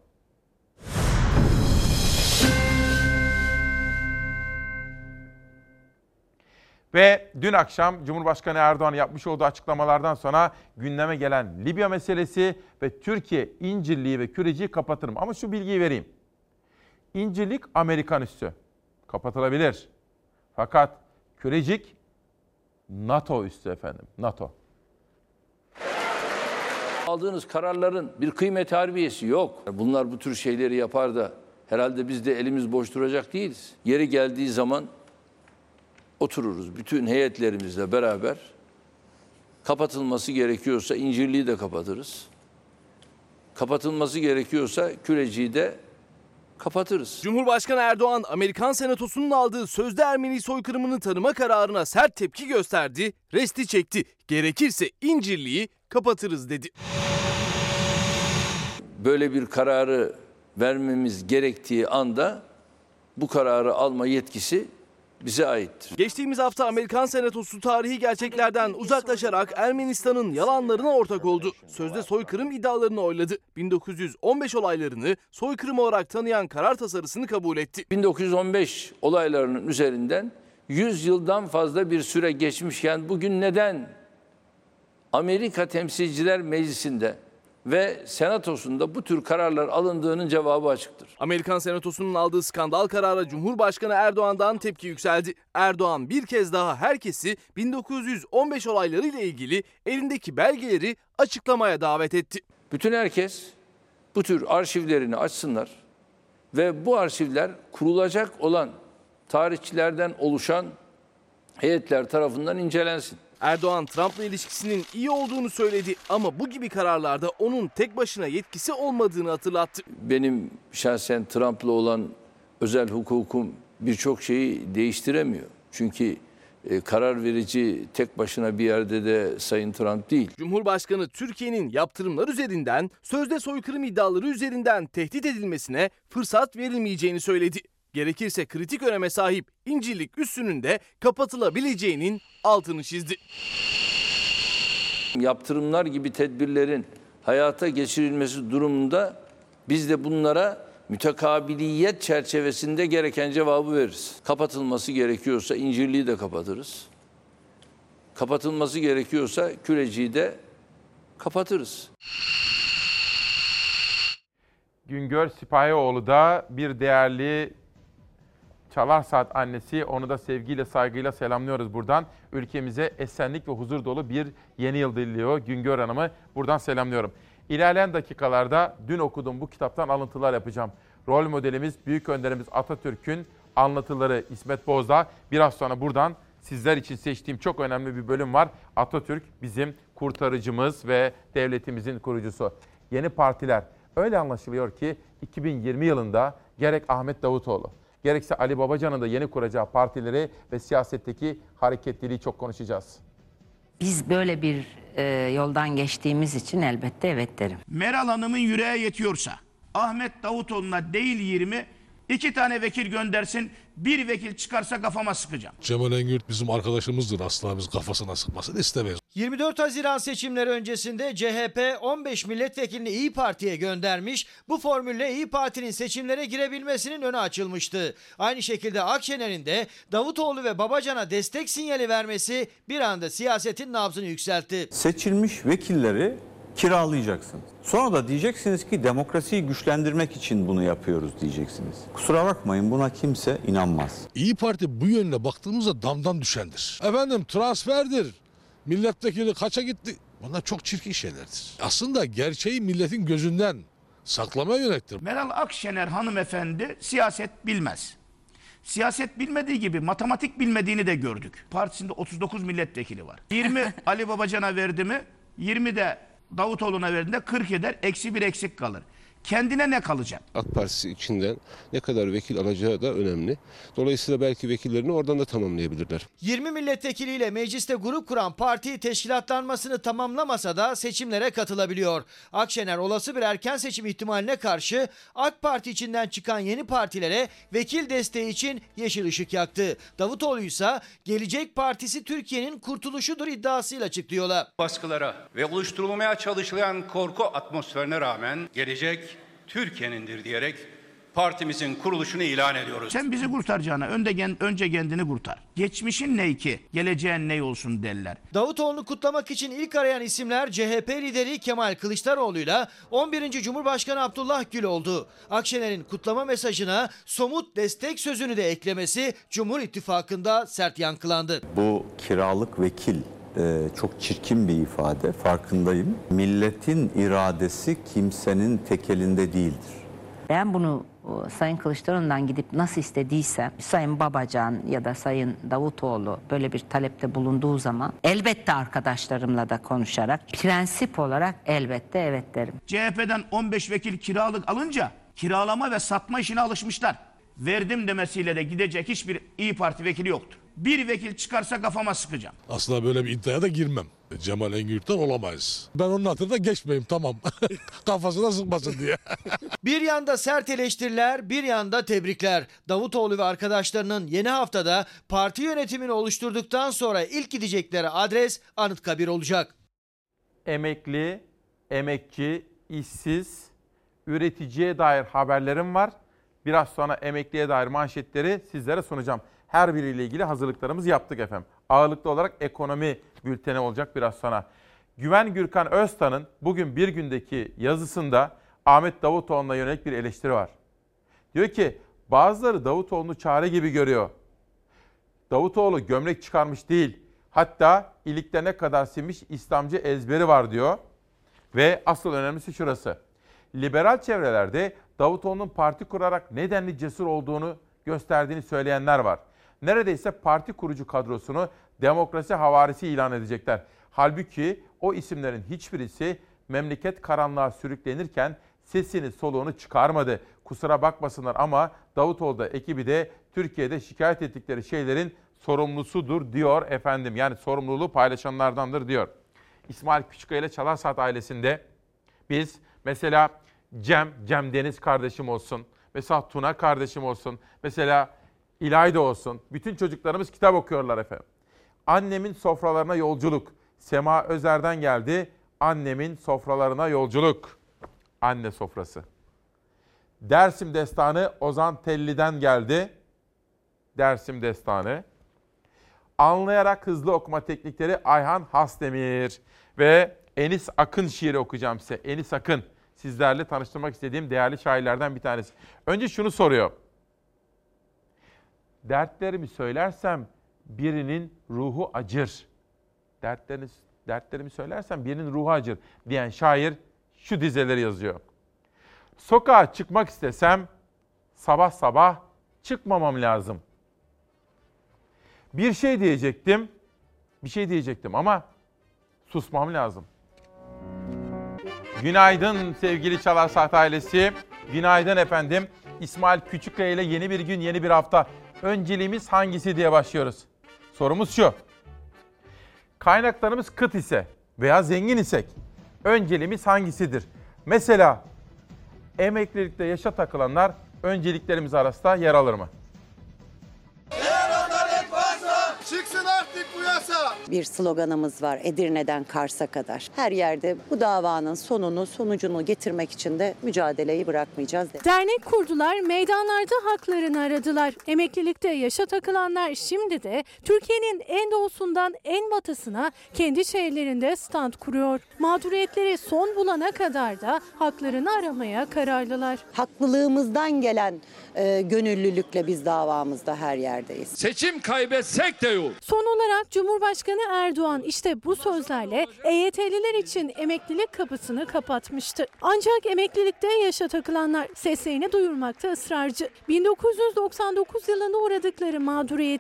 Ve dün akşam Cumhurbaşkanı Erdoğan yapmış olduğu açıklamalardan sonra gündeme gelen Libya meselesi ve Türkiye İncirliği ve Küreci'yi kapatırım. Ama şu bilgiyi vereyim. İncirlik Amerikan üssü. Kapatılabilir. Fakat Kürecik NATO üssü efendim. NATO. Aldığınız kararların bir kıymet harbiyesi yok. Bunlar bu tür şeyleri yapar da herhalde biz de elimiz boş duracak değiliz. Yeri geldiği zaman otururuz bütün heyetlerimizle beraber. Kapatılması gerekiyorsa İncirliği de kapatırız. Kapatılması gerekiyorsa Küreci'yi de kapatırız. Cumhurbaşkanı Erdoğan, Amerikan Senatosu'nun aldığı sözde Ermeni soykırımını tanıma kararına sert tepki gösterdi, resti çekti. Gerekirse İncirliği kapatırız dedi. Böyle bir kararı vermemiz gerektiği anda bu kararı alma yetkisi bize aittir. Geçtiğimiz hafta Amerikan Senatosu tarihi gerçeklerden uzaklaşarak Ermenistan'ın yalanlarına ortak oldu. Sözde soykırım iddialarını oyladı. 1915 olaylarını soykırım olarak tanıyan karar tasarısını kabul etti. 1915 olaylarının üzerinden 100 yıldan fazla bir süre geçmişken bugün neden Amerika Temsilciler Meclisi'nde ve Senatosu'nda bu tür kararlar alındığının cevabı açıktır. Amerikan Senatosu'nun aldığı skandal karara Cumhurbaşkanı Erdoğan'dan tepki yükseldi. Erdoğan bir kez daha herkesi 1915 olayları ile ilgili elindeki belgeleri açıklamaya davet etti. Bütün herkes bu tür arşivlerini açsınlar ve bu arşivler kurulacak olan tarihçilerden oluşan heyetler tarafından incelensin. Erdoğan Trump'la ilişkisinin iyi olduğunu söyledi ama bu gibi kararlarda onun tek başına yetkisi olmadığını hatırlattı. Benim şahsen Trump'la olan özel hukukum birçok şeyi değiştiremiyor. Çünkü karar verici tek başına bir yerde de Sayın Trump değil. Cumhurbaşkanı Türkiye'nin yaptırımlar üzerinden, sözde soykırım iddiaları üzerinden tehdit edilmesine fırsat verilmeyeceğini söyledi. Gerekirse kritik öneme sahip İncirlik üssünün de kapatılabileceğinin altını çizdi. Yaptırımlar gibi tedbirlerin hayata geçirilmesi durumunda biz de bunlara mütekabiliyet çerçevesinde gereken cevabı veririz. Kapatılması gerekiyorsa İncirliği de kapatırız. Kapatılması gerekiyorsa Küreci'yi de kapatırız. Güngör Sipahioğlu da bir değerli Çalar Saat annesi, onu da sevgiyle, saygıyla selamlıyoruz buradan. Ülkemize esenlik ve huzur dolu bir yeni yıl diliyor Güngör Hanım'ı. Buradan selamlıyorum. İlerleyen dakikalarda dün okuduğum bu kitaptan alıntılar yapacağım. Rol modelimiz, büyük önderimiz Atatürk'ün anlatıları İsmet Bozdağ. Biraz sonra buradan sizler için seçtiğim çok önemli bir bölüm var. Atatürk bizim kurtarıcımız ve devletimizin kurucusu. Yeni partiler. Öyle anlaşılıyor ki 2020 yılında gerek Ahmet Davutoğlu, gerekse Ali Babacan'ın da yeni kuracağı partileri ve siyasetteki hareketliliği çok konuşacağız. Biz böyle bir yoldan geçtiğimiz için elbette evet derim. Meral Hanım'ın yüreğe yetiyorsa Ahmet Davutoğlu'na değil 20, 2 tane vekil göndersin, bir vekil çıkarsa kafama sıkacağım. Cemal Engürt bizim arkadaşımızdır, asla biz kafasına sıkmasını istemeyiz. 24 Haziran seçimleri öncesinde CHP 15 milletvekilini İYİ Parti'ye göndermiş. Bu formülle İYİ Parti'nin seçimlere girebilmesinin önü açılmıştı. Aynı şekilde Akşener'in de Davutoğlu ve Babacan'a destek sinyali vermesi bir anda siyasetin nabzını yükseltti. Seçilmiş vekilleri kiralayacaksınız. Sonra da diyeceksiniz ki demokrasiyi güçlendirmek için bunu yapıyoruz diyeceksiniz. Kusura bakmayın, buna kimse inanmaz. İYİ Parti bu yönüne baktığımızda damdan düşendir. Efendim transferdir. Milletvekili kaça gitti? Bunlar çok çirkin şeylerdir. Aslında gerçeği milletin gözünden saklamaya yöneliktir. Meral Akşener hanımefendi siyaset bilmez. Siyaset bilmediği gibi matematik bilmediğini de gördük. Partisinde 39 milletvekili var. 20 Ali Babacan'a verdi mi, 20 de Davutoğlu'na verdiğinde 40 eder, eksi bir eksik kalır. kendine ne kalacak? AK Partisi içinden ne kadar vekil alacağı da önemli. Dolayısıyla belki vekillerini oradan da tamamlayabilirler. 20 milletvekiliyle mecliste grup kuran parti teşkilatlanmasını tamamlamasa da seçimlere katılabiliyor. Akşener olası bir erken seçim ihtimaline karşı AK Parti içinden çıkan yeni partilere vekil desteği için yeşil ışık yaktı. Davutoğlu ise Gelecek Partisi Türkiye'nin kurtuluşudur iddiasıyla çıktı yola. Baskılara ve oluşturulmaya çalışılan korku atmosferine rağmen Gelecek Türkiye'nindir diyerek partimizin kuruluşunu ilan ediyoruz. Sen bizi kurtaracağına önce kendini kurtar. Geçmişin ney ki, geleceğin ney olsun derler. Davutoğlu'nu kutlamak için ilk arayan isimler CHP lideri Kemal Kılıçdaroğlu'yla 11. Cumhurbaşkanı Abdullah Gül oldu. Akşener'in kutlama mesajına somut destek sözünü de eklemesi Cumhur İttifakı'nda sert yankılandı. Bu kiralık vekil çok çirkin bir ifade, farkındayım. Milletin iradesi kimsenin tek elinde değildir. Ben bunu Sayın Kılıçdaroğlu'ndan gidip nasıl istediysem Sayın Babacan ya da Sayın Davutoğlu böyle bir talepte bulunduğu zaman elbette arkadaşlarımla da konuşarak prensip olarak elbette evet derim. CHP'den 15 vekil kiralık alınca kiralama ve satma işine alışmışlar. Verdim demesiyle de gidecek hiçbir İYİ Parti vekili yoktur. Bir vekil çıkarsa kafama sıkacağım. Aslında böyle bir iddiaya da girmem. Cemal Engürt'ten olamayız. Ben onun hatırına geçmeyeyim, tamam. Kafasına sıkmasın diye. Bir yanda sert eleştiriler, bir yanda tebrikler. Davutoğlu ve arkadaşlarının yeni haftada parti yönetimini oluşturduktan sonra ilk gidecekleri adres Anıtkabir olacak. Emekli, emekçi, işsiz, üreticiye dair haberlerim var. Biraz sonra emekliye dair manşetleri sizlere sunacağım. Her biriyle ilgili hazırlıklarımızı yaptık efendim. Ağırlıklı olarak ekonomi bülteni olacak biraz sonra. Güven Gürkan Öztan'ın bugün Bir Gün'deki yazısında Ahmet Davutoğlu'na yönelik bir eleştiri var. Diyor ki bazıları Davutoğlu'nu çare gibi görüyor. Davutoğlu gömlek çıkarmış değil. Hatta iliklerine kadar sinmiş İslamcı ezberi var diyor. Ve asıl önemlisi şurası. Liberal çevrelerde Davutoğlu'nun parti kurarak nedenli cesur olduğunu gösterdiğini söyleyenler var. Neredeyse parti kurucu kadrosunu demokrasi havarisi ilan edecekler. Halbuki o isimlerin hiçbirisi memleket karanlığa sürüklenirken sesini soluğunu çıkarmadı. Kusura bakmasınlar ama Davutoğlu da ekibi de Türkiye'de şikayet ettikleri şeylerin sorumlusudur diyor efendim. Yani sorumluluğu paylaşanlardandır diyor. İsmail Küçükkaya ile Çalar Saat ailesinde biz mesela Cem Deniz kardeşim olsun, mesela Tuna kardeşim olsun, mesela İlayda olsun. Bütün çocuklarımız kitap okuyorlar efendim. Annemin sofralarına yolculuk. Sema Özer'den geldi. Annemin sofralarına yolculuk. Anne sofrası. Dersim Destanı Ozan Telli'den geldi. Dersim Destanı. Anlayarak hızlı okuma teknikleri Ayhan Hasdemir. Ve Enis Akın şiiri okuyacağım size. Enis Akın. Sizlerle tanıştırmak istediğim değerli şairlerden bir tanesi. Önce şunu soruyor. Dertlerimi söylersem birinin ruhu acır. Dertlerimi söylersem birinin ruhu acır diyen şair şu dizeleri yazıyor. Sokağa çıkmak istesem sabah sabah çıkmamam lazım. Bir şey diyecektim ama susmam lazım. Günaydın sevgili Çalar Saat ailesi. Günaydın efendim. İsmail Küçükkaya ile yeni bir gün, yeni bir hafta. Önceliğimiz hangisi diye başlıyoruz. Sorumuz şu. Kaynaklarımız kıt ise veya zengin isek önceliğimiz hangisidir? Mesela emeklilikte yaşa takılanlar önceliklerimiz arasında yer alır mı? Eğer adalet varsa çıksın artık bu yasa. Bir sloganımız var Edirne'den Kars'a kadar. Her yerde bu davanın sonucunu getirmek için de mücadeleyi bırakmayacağız. Dernek kurdular, meydanlarda haklarını aradılar. Emeklilikte yaşa takılanlar şimdi de Türkiye'nin en doğusundan en batısına kendi şehirlerinde stand kuruyor. Mağduriyetleri son bulana kadar da haklarını aramaya kararlılar. Haklılığımızdan gelen gönüllülükle biz davamızda her yerdeyiz. Seçim kaybetsek de yok. Son olarak Cumhurbaşkanı Erdoğan işte bu sözlerle EYT'liler için emeklilik kapısını kapatmıştı. Ancak emeklilikte yaşa takılanlar seslerini duyurmakta ısrarcı. 1999 yılında uğradıkları mağduriyeti,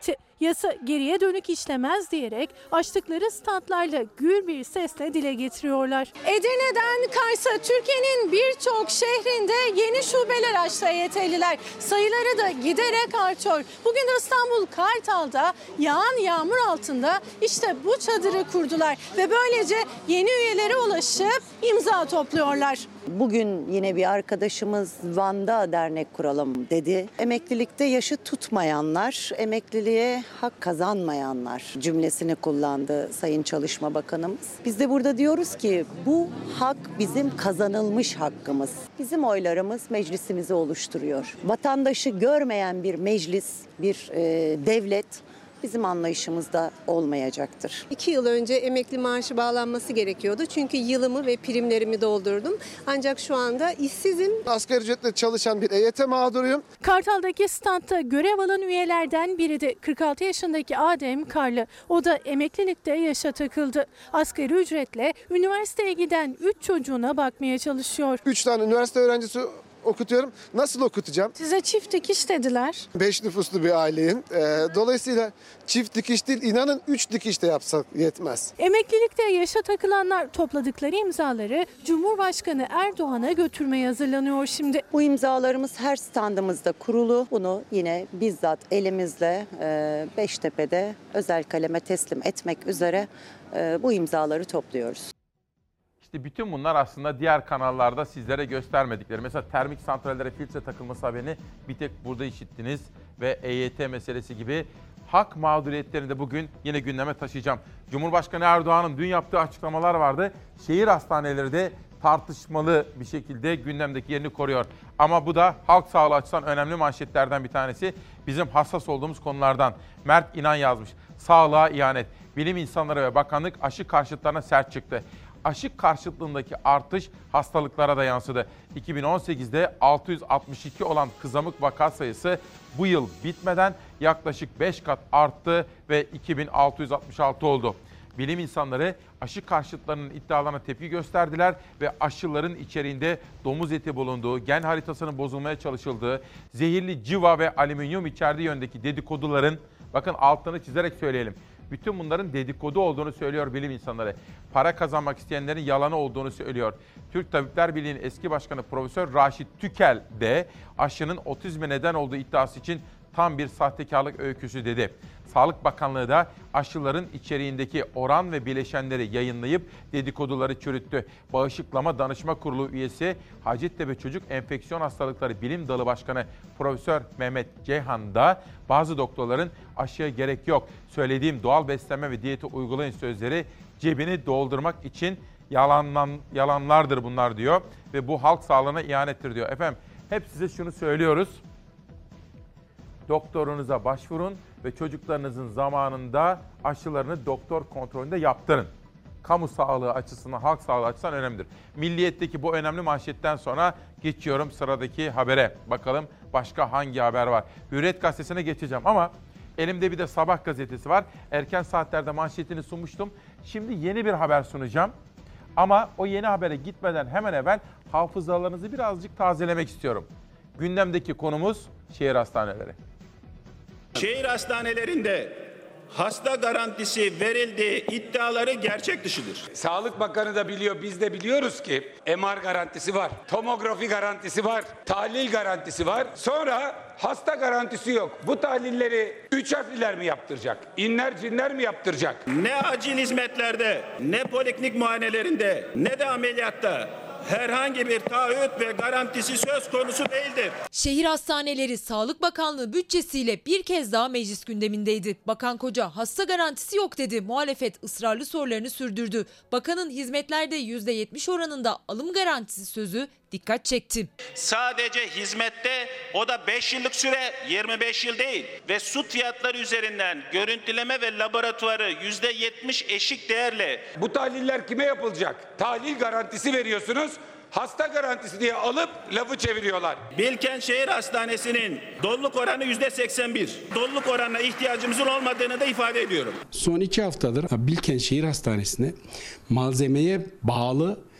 yasa geriye dönük işlemez diyerek açtıkları standlarla gür bir sesle dile getiriyorlar. Edirne'den Kars'a Türkiye'nin birçok şehrinde yeni şubeler açtı EYT'liler. Sayıları da giderek artıyor. Bugün de İstanbul Kartal'da yağan yağmur altında işte bu çadırı kurdular ve böylece yeni üyelere ulaşıp imza topluyorlar. Bugün yine bir arkadaşımız Van'da dernek kuralım dedi. Emeklilikte yaşı tutmayanlar, emekliliğe hak kazanmayanlar cümlesini kullandı Sayın Çalışma Bakanımız. Biz de burada diyoruz ki bu hak bizim kazanılmış hakkımız. Bizim oylarımız meclisimizi oluşturuyor. Vatandaşı görmeyen bir meclis, bir devlet bizim anlayışımızda olmayacaktır. 2 yıl önce emekli maaşı bağlanması gerekiyordu. Çünkü yılımı ve primlerimi doldurdum. Ancak şu anda işsizim. Asgari ücretle çalışan bir EYT mağduruyum. Kartal'daki standta görev alan üyelerden biri de 46 yaşındaki Adem Karlı. O da emeklilikte yaşa takıldı. Asgari ücretle üniversiteye giden 3 çocuğuna bakmaya çalışıyor. 3 tane üniversite öğrencisi okutuyorum. Nasıl okutacağım? Size çift dikiş dediler. 5 nüfuslu bir aileyim. Dolayısıyla çift dikiş değil, inanın 3 dikiş de yapsak yetmez. Emeklilikte yaşa takılanlar topladıkları imzaları Cumhurbaşkanı Erdoğan'a götürmeye hazırlanıyor şimdi. Bu imzalarımız her standımızda kurulu. Bunu yine bizzat elimizle Beştepe'de özel kaleme teslim etmek üzere bu imzaları topluyoruz. İşte bütün bunlar aslında diğer kanallarda sizlere göstermedikleri. Mesela termik santrallere filtre takılması haberini bir tek burada işittiniz. Ve EYT meselesi gibi hak mağduriyetlerini de bugün yine gündeme taşıyacağım. Cumhurbaşkanı Erdoğan'ın dün yaptığı açıklamalar vardı. Şehir hastaneleri de tartışmalı bir şekilde gündemdeki yerini koruyor. Ama bu da halk sağlığı açısından önemli manşetlerden bir tanesi. Bizim hassas olduğumuz konulardan. Mert İnan yazmış. Sağlığa ihanet. Bilim insanları ve bakanlık aşı karşıtlarına sert çıktı. Aşı karşıtlığındaki artış hastalıklara da yansıdı. 2018'de 662 olan kızamık vaka sayısı bu yıl bitmeden yaklaşık 5 kat arttı ve 2666 oldu. Bilim insanları aşı karşıtlarının iddialarına tepki gösterdiler ve aşıların içeriğinde domuz eti bulunduğu, gen haritasının bozulmaya çalışıldığı, zehirli civa ve alüminyum içerdiği yöndeki dedikoduların, bakın altını çizerek söyleyelim, bütün bunların dedikodu olduğunu söylüyor bilim insanları. Para kazanmak isteyenlerin yalanı olduğunu söylüyor. Türk Tabipler Birliği'nin eski başkanı Profesör Raşit Tükel de aşının otizme neden olduğu iddiası için tam bir sahtekarlık öyküsü dedi. Sağlık Bakanlığı da aşıların içeriğindeki oran ve bileşenleri yayınlayıp dedikoduları çürüttü. Bağışıklama Danışma Kurulu üyesi Hacettepe Çocuk Enfeksiyon Hastalıkları Bilim Dalı Başkanı Profesör Mehmet Ceyhan da bazı doktorların aşıya gerek yok, söylediğim doğal beslenme ve diyeti uygulayın sözleri cebini doldurmak için yalanlardır bunlar diyor. Ve bu halk sağlığına ihanettir diyor. Efendim hep size şunu söylüyoruz. Doktorunuza başvurun ve çocuklarınızın zamanında aşılarını doktor kontrolünde yaptırın. Kamu sağlığı açısından, halk sağlığı açısından önemlidir. Milliyet'teki bu önemli manşetten sonra geçiyorum sıradaki habere. Bakalım başka hangi haber var? Hürriyet Gazetesi'ne geçeceğim ama elimde bir de Sabah gazetesi var. Erken saatlerde manşetini sunmuştum. Şimdi yeni bir haber sunacağım. Ama o yeni habere gitmeden hemen evvel hafızalarınızı birazcık tazelemek istiyorum. Gündemdeki konumuz şehir hastaneleri. Şehir hastanelerinde hasta garantisi verildiği iddiaları gerçek dışıdır. Sağlık Bakanı da biliyor, biz de biliyoruz ki MR garantisi var, tomografi garantisi var, tahlil garantisi var. Sonra hasta garantisi yok. Bu tahlilleri 3 harfliler mi yaptıracak? İnler cinler mi yaptıracak? Ne acil hizmetlerde, ne poliklinik muayenelerinde, ne de ameliyatta herhangi bir taahhüt ve garantisi söz konusu değildir. Şehir hastaneleri Sağlık Bakanlığı bütçesiyle bir kez daha meclis gündemindeydi. Bakan Koca hasta garantisi yok dedi. Muhalefet ısrarlı sorularını sürdürdü. Bakanın hizmetlerde %70 oranında alım garantisi sözü dikkat çekti. Sadece hizmette, o da 5 yıllık süre, 25 yıl değil ve süt fiyatları üzerinden görüntüleme ve laboratuvarı %70 eşik değerle. Bu tahliller kime yapılacak? Tahlil garantisi veriyorsunuz. Hasta garantisi diye alıp lafı çeviriyorlar. Bilkent Şehir Hastanesi'nin doluluk oranı %81. Doluluk oranına ihtiyacımızın olmadığını da ifade ediyorum. Son 2 haftadır Bilkent Şehir Hastanesi'ne malzemeye bağlı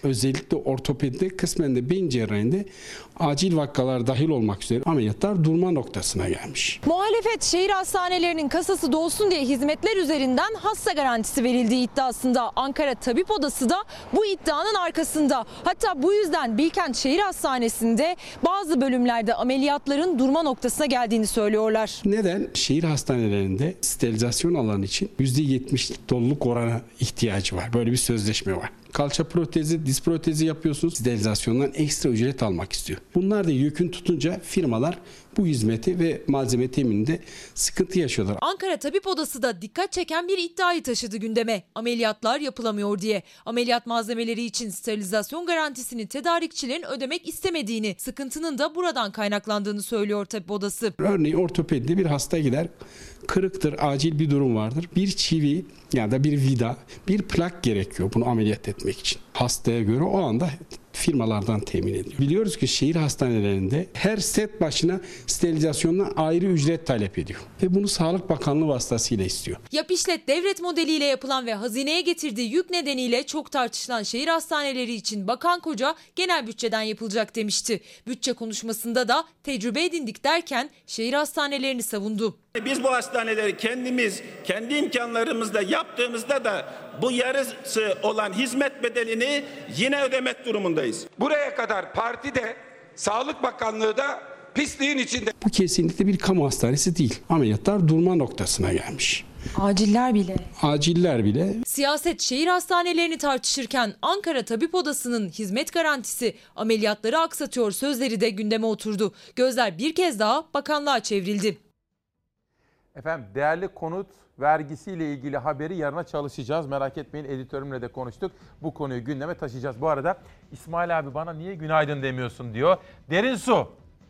Özellikle ortopedide, kısmen de beyin cerrahinde acil vakalar dahil olmak üzere ameliyatlar durma noktasına gelmiş. Muhalefet şehir hastanelerinin kasası dolsun diye hizmetler üzerinden hasta garantisi verildiği iddiasında. Ankara Tabip Odası da bu iddianın arkasında. Hatta bu yüzden Bilkent Şehir Hastanesi'nde bazı bölümlerde ameliyatların durma noktasına geldiğini söylüyorlar. Neden? Şehir hastanelerinde sterilizasyon alanı için %70 doluluk oranı ihtiyacı var. Böyle bir sözleşme var. Kalça protezi, diz protezi yapıyorsunuz. Sterilizasyondan ekstra ücret almak istiyor. Bunlar da yükün tutunca firmalar bu hizmeti ve malzeme temininde sıkıntı yaşıyorlar. Ankara Tabip Odası da dikkat çeken bir iddiayı taşıdı gündeme. Ameliyatlar yapılamıyor diye. Ameliyat malzemeleri için sterilizasyon garantisini tedarikçilerin ödemek istemediğini, sıkıntının da buradan kaynaklandığını söylüyor Tabip Odası. Örneğin ortopedide bir hasta gider, kırıktır, acil bir durum vardır. Bir çivi ya da bir vida, bir plak gerekiyor bunu ameliyat etmek için. Hastaya göre o anda firmalardan temin ediyor. Biliyoruz ki şehir hastanelerinde her set başına sterilizasyondan ayrı ücret talep ediyor. Ve bunu Sağlık Bakanlığı vasıtasıyla istiyor. Yap işlet devlet modeliyle yapılan ve hazineye getirdiği yük nedeniyle çok tartışılan şehir hastaneleri için Bakan Koca genel bütçeden yapılacak demişti. Bütçe konuşmasında da tecrübe edindik derken şehir hastanelerini savundu. Biz bu hastaneleri kendimiz, kendi imkanlarımızla yaptığımızda da bu yarısı olan hizmet bedelini yine ödemek durumundayız. Buraya kadar parti de, Sağlık Bakanlığı da pisliğin içinde. Bu kesinlikle bir kamu hastanesi değil. Ameliyatlar durma noktasına gelmiş. Aciller bile. Aciller bile. Siyaset şehir hastanelerini tartışırken Ankara Tabip Odası'nın hizmet garantisi ameliyatları aksatıyor sözleri de gündeme oturdu. Gözler bir kez daha bakanlığa çevrildi. Efendim değerli konut vergisiyle ilgili haberi yarına çalışacağız. Merak etmeyin, editörümle de konuştuk. Bu konuyu gündeme taşıyacağız. Bu arada İsmail abi bana niye günaydın demiyorsun diyor. Derin Su.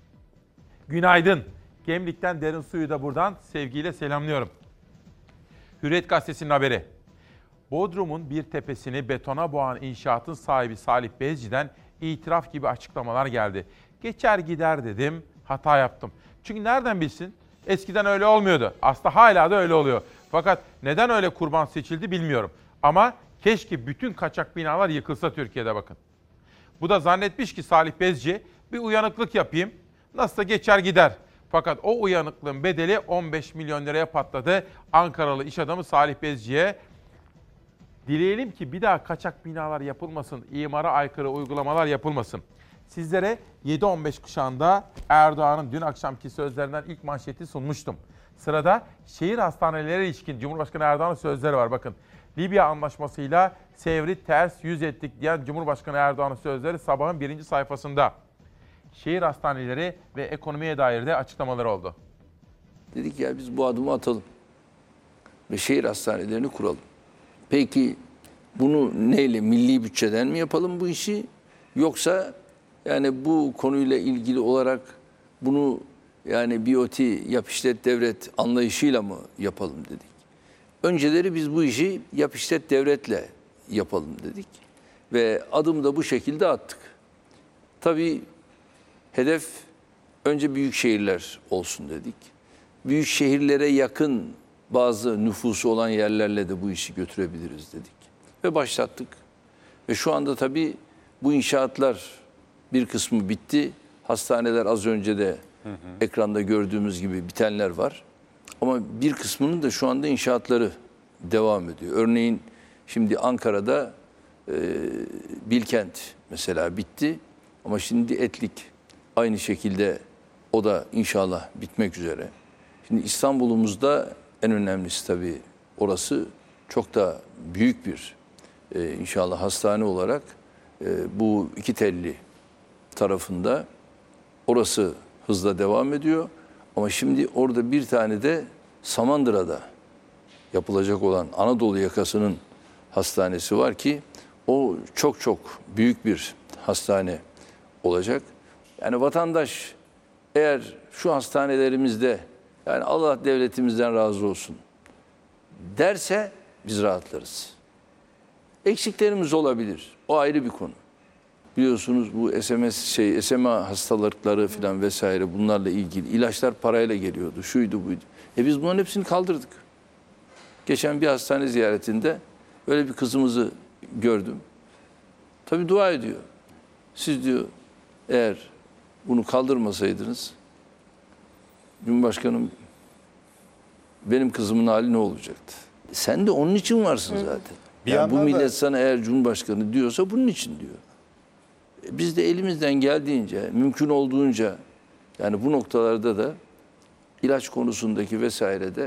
Günaydın. Gemlik'ten Derin Su'yu da buradan sevgiyle selamlıyorum. Hürriyet Gazetesi'nin haberi. Bodrum'un bir tepesini betona boğan inşaatın sahibi Salih Bezci'den itiraf gibi açıklamalar geldi. Geçer gider dedim, hata yaptım. Çünkü nereden bilsin? Eskiden öyle olmuyordu. Aslında hala da öyle oluyor. Fakat neden öyle kurban seçildi bilmiyorum. Ama keşke bütün kaçak binalar yıkılsa Türkiye'de bakın. Bu da zannetmiş ki Salih Bezci bir uyanıklık yapayım. Nasılsa geçer gider. Fakat o uyanıklığın bedeli 15 milyon liraya patladı. Ankaralı iş adamı Salih Bezci'ye. Dileyelim ki bir daha kaçak binalar yapılmasın, imara aykırı uygulamalar yapılmasın. Sizlere 7-15 kuşağında Erdoğan'ın dün akşamki sözlerinden ilk manşeti sunmuştum. Sırada şehir hastaneleri ilişkin Cumhurbaşkanı Erdoğan'ın sözleri var. Bakın, Libya anlaşmasıyla Sevr'i ters yüz ettik diyen Cumhurbaşkanı Erdoğan'ın sözleri sabahın 1. sayfasında. Şehir hastaneleri ve ekonomiye dair de açıklamaları oldu. Dedik ya biz bu adımı atalım ve şehir hastanelerini kuralım. Peki bunu neyle, milli bütçeden mi yapalım bu işi, yoksa yani bu konuyla ilgili olarak bunu yani BOT, yap işlet devlet anlayışıyla mı yapalım dedik. Önceleri biz bu işi yap işlet devletle yapalım dedik ve adımı da bu şekilde attık. Tabii hedef önce büyük şehirler olsun dedik. Büyük şehirlere yakın bazı nüfusu olan yerlerle de bu işi götürebiliriz dedik. Ve başlattık. Ve şu anda tabii bu inşaatlar bir kısmı bitti. Hastaneler az önce de ekranda gördüğümüz gibi bitenler var. Ama bir kısmının da şu anda inşaatları devam ediyor. Örneğin şimdi Ankara'da Bilkent mesela bitti. Ama şimdi Etlik aynı şekilde o da inşallah bitmek üzere. Şimdi İstanbul'umuzda en önemlisi tabii orası çok da büyük bir inşallah hastane olarak bu iki telli tarafında orası hızla devam ediyor. Ama şimdi orada bir tane de Samandıra'da yapılacak olan Anadolu yakasının hastanesi var ki o çok çok büyük bir hastane olacak. Yani vatandaş eğer şu hastanelerimizde yani Allah devletimizden razı olsun derse biz rahatlarız. Eksiklerimiz olabilir. O ayrı bir konu. Biliyorsunuz bu SMA hastalıkları falan vesaire bunlarla ilgili ilaçlar parayla geliyordu. Şuydu buydu. Biz bunların hepsini kaldırdık. Geçen bir hastane ziyaretinde böyle bir kızımızı gördüm. Tabii dua ediyor. Siz diyor eğer bunu kaldırmasaydınız Cumhurbaşkanım benim kızımın hali ne olacaktı? Sen de onun için varsın zaten. Yani bu millet sana eğer Cumhurbaşkanı diyorsa bunun için diyor. Biz de elimizden geldiğince, mümkün olduğunca yani bu noktalarda da ilaç konusundaki vesairede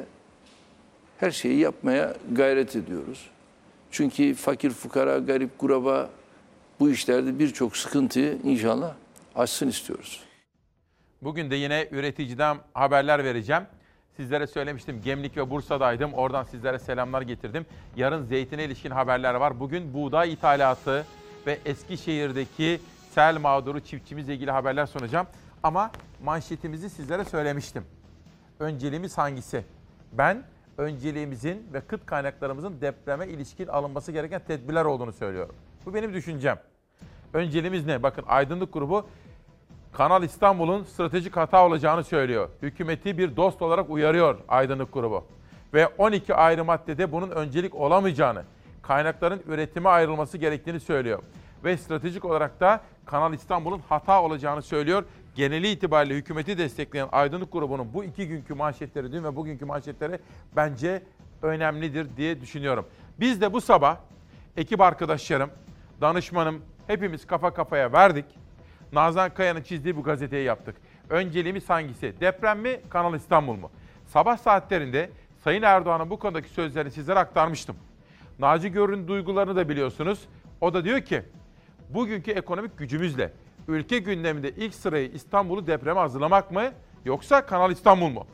her şeyi yapmaya gayret ediyoruz. Çünkü fakir, fukara, garip, kuraba bu işlerde birçok sıkıntıyı inşallah aşsın istiyoruz. Bugün de yine üreticiden haberler vereceğim. Sizlere söylemiştim, Gemlik ve Bursa'daydım. Oradan sizlere selamlar getirdim. Yarın zeytine ilişkin haberler var. Bugün buğday ithalatı ve Eskişehir'deki sel mağduru çiftçimizle ilgili haberler sunacağım. Ama manşetimizi sizlere söylemiştim. Önceliğimiz hangisi? Ben önceliğimizin ve kıt kaynaklarımızın depreme ilişkin alınması gereken tedbirler olduğunu söylüyorum. Bu benim düşüncem. Önceliğimiz ne? Bakın Aydınlık Grubu Kanal İstanbul'un stratejik hata olacağını söylüyor. Hükümeti bir dost olarak uyarıyor Aydınlık Grubu. Ve 12 ayrı maddede bunun öncelik olamayacağını, kaynakların üretime ayrılması gerektiğini söylüyor. Ve stratejik olarak da Kanal İstanbul'un hata olacağını söylüyor. Geneli itibariyle hükümeti destekleyen Aydınlık Grubu'nun bu 2 günkü manşetleri, dün ve bugünkü manşetleri bence önemlidir diye düşünüyorum. Biz de bu sabah ekip arkadaşlarım, danışmanım hepimiz kafa kafaya verdik. Nazan Kaya'nın çizdiği bu gazeteyi yaptık. Önceliğimiz hangisi? Deprem mi, Kanal İstanbul mu? Sabah saatlerinde Sayın Erdoğan'ın bu konudaki sözlerini sizlere aktarmıştım. Naci Görür'ün duygularını da biliyorsunuz. O da diyor ki, bugünkü ekonomik gücümüzle ülke gündeminde ilk sırayı İstanbul'u depreme hazırlamak mı yoksa Kanal İstanbul mu?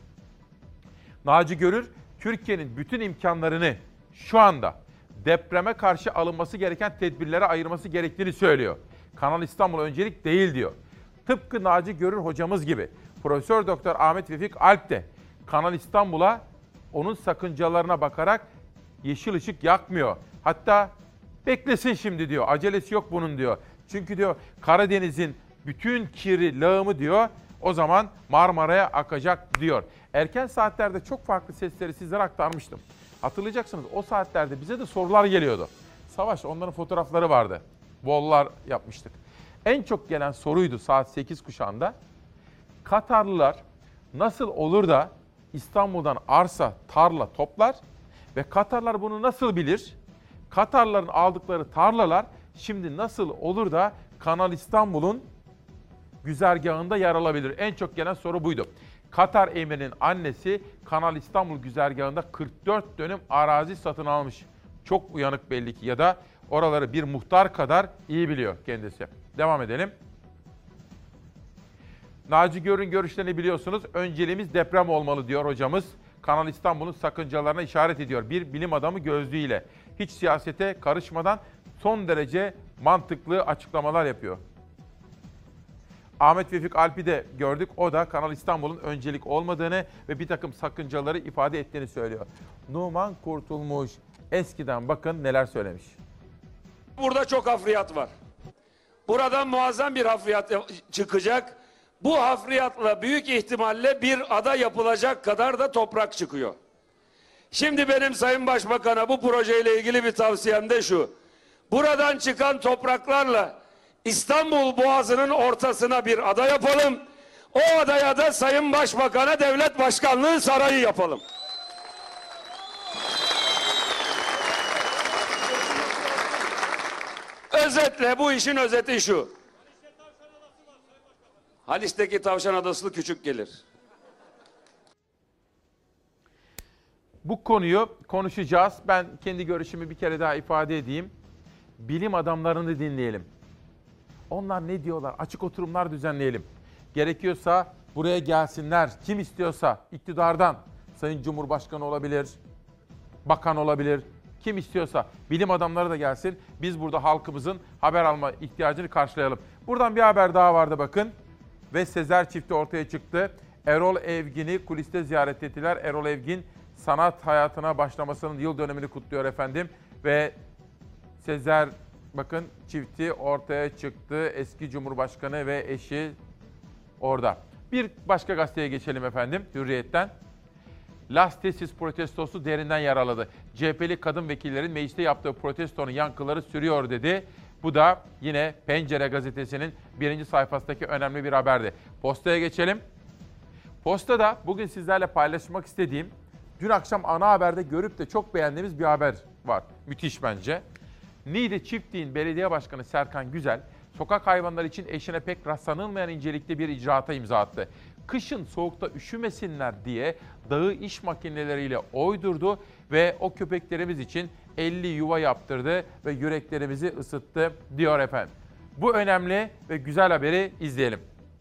Naci Görür, Türkiye'nin bütün imkanlarını şu anda depreme karşı alınması gereken tedbirlere ayırması gerektiğini söylüyor. Kanal İstanbul öncelik değil diyor. Tıpkı Naci Görür hocamız gibi Profesör Doktor Ahmet Vefik Alp de Kanal İstanbul'a onun sakıncalarına bakarak yeşil ışık yakmıyor. Hatta beklesin şimdi diyor. Acelesi yok bunun diyor. Çünkü diyor Karadeniz'in bütün kiri, lağımı diyor o zaman Marmara'ya akacak diyor. Erken saatlerde çok farklı sesleri sizlere aktarmıştım. Hatırlayacaksınız o saatlerde bize de sorular geliyordu. Savaş onların fotoğrafları vardı. Bollar yapmıştık. En çok gelen soruydu saat 8 kuşağında. Katarlılar nasıl olur da İstanbul'dan arsa, tarla toplar ve Katarlar bunu nasıl bilir? Katarların aldıkları tarlalar şimdi nasıl olur da Kanal İstanbul'un güzergahında yer alabilir? En çok gelen soru buydu. Katar emirinin annesi Kanal İstanbul güzergahında 44 dönüm arazi satın almış. Çok uyanık belli ki ya da oraları bir muhtar kadar iyi biliyor kendisi. Devam edelim. Naci Görür'ün görüşlerini biliyorsunuz. Önceliğimiz deprem olmalı diyor hocamız. Kanal İstanbul'un sakıncalarına işaret ediyor. Bir bilim adamı gözlüğüyle. Hiç siyasete karışmadan son derece mantıklı açıklamalar yapıyor. Ahmet Vefik Alp'i de gördük. O da Kanal İstanbul'un öncelik olmadığını ve bir takım sakıncaları ifade ettiğini söylüyor. Numan Kurtulmuş eskiden bakın neler söylemiş. Burada çok hafriyat var. Buradan muazzam bir hafriyat çıkacak. Bu hafriyatla büyük ihtimalle bir ada yapılacak kadar da toprak çıkıyor. Şimdi benim Sayın Başbakan'a bu projeyle ilgili bir tavsiyem de şu. Buradan çıkan topraklarla İstanbul Boğazı'nın ortasına bir ada yapalım. O adaya da Sayın Başbakan'a devlet başkanlığı sarayı yapalım. Özetle bu işin özeti şu. Haliç'teki Tavşan Adası küçük gelir. Bu konuyu konuşacağız. Ben kendi görüşümü bir kere daha ifade edeyim. Bilim adamlarını dinleyelim. Onlar ne diyorlar? Açık oturumlar düzenleyelim. Gerekiyorsa buraya gelsinler. Kim istiyorsa iktidardan, Sayın Cumhurbaşkanı olabilir, bakan olabilir. Kim istiyorsa bilim adamları da gelsin. Biz burada halkımızın haber alma ihtiyacını karşılayalım. Buradan bir haber daha vardı bakın. Ve Sezer çifti ortaya çıktı. Erol Evgin'i kuliste ziyaret ettiler. Erol Evgin sanat hayatına başlamasının yıl dönümünü kutluyor efendim. Ve Sezer bakın çifti ortaya çıktı. Eski Cumhurbaşkanı ve eşi orada. Bir başka gazeteye geçelim efendim Hürriyet'ten. Las Tesis protestosu derinden yaraladı. CHP'li kadın vekillerin mecliste yaptığı protestonun yankıları sürüyor dedi. Bu da yine Pencere gazetesinin 1. sayfasındaki önemli bir haberdi. Postaya geçelim. Postada bugün sizlerle paylaşmak istediğim, dün akşam ana haberde görüp de çok beğendiğimiz bir haber var. Müthiş bence. Niğde Çiftliğin Belediye Başkanı Serkan Güzel, sokak hayvanları için eşine pek rastlanılmayan incelikli bir icraata imza attı. Kışın soğukta üşümesinler diye dağı iş makineleriyle oydurdu ve o köpeklerimiz için 50 yuva yaptırdı ve yüreklerimizi ısıttı diyor efendim. Bu önemli ve güzel haberi izleyelim.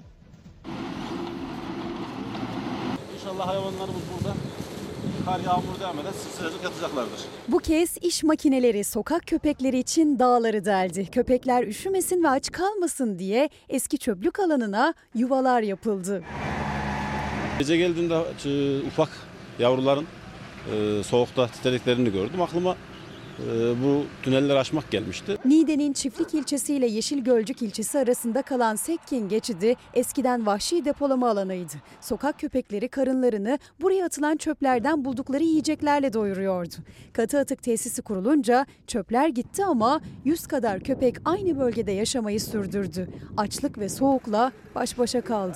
İnşallah hayvanlarımız burada kar yağmur devam eder, sıcacık yatacaklardır. Bu kez iş makineleri sokak köpekleri için dağları deldi. Köpekler üşümesin ve aç kalmasın diye eski çöplük alanına yuvalar yapıldı. Gece geldiğimde ufak yavruların soğukta titrediklerini gördüm. Aklıma bu tünelleri aşmak gelmişti. Niğde'nin Çiftlik ilçesi ile Yeşilgölcük ilçesi arasında kalan Sekkin geçidi eskiden vahşi depolama alanıydı. Sokak köpekleri karınlarını buraya atılan çöplerden buldukları yiyeceklerle doyuruyordu. Katı atık tesisi kurulunca çöpler gitti ama 100 kadar köpek aynı bölgede yaşamayı sürdürdü. Açlık ve soğukla baş başa kaldı.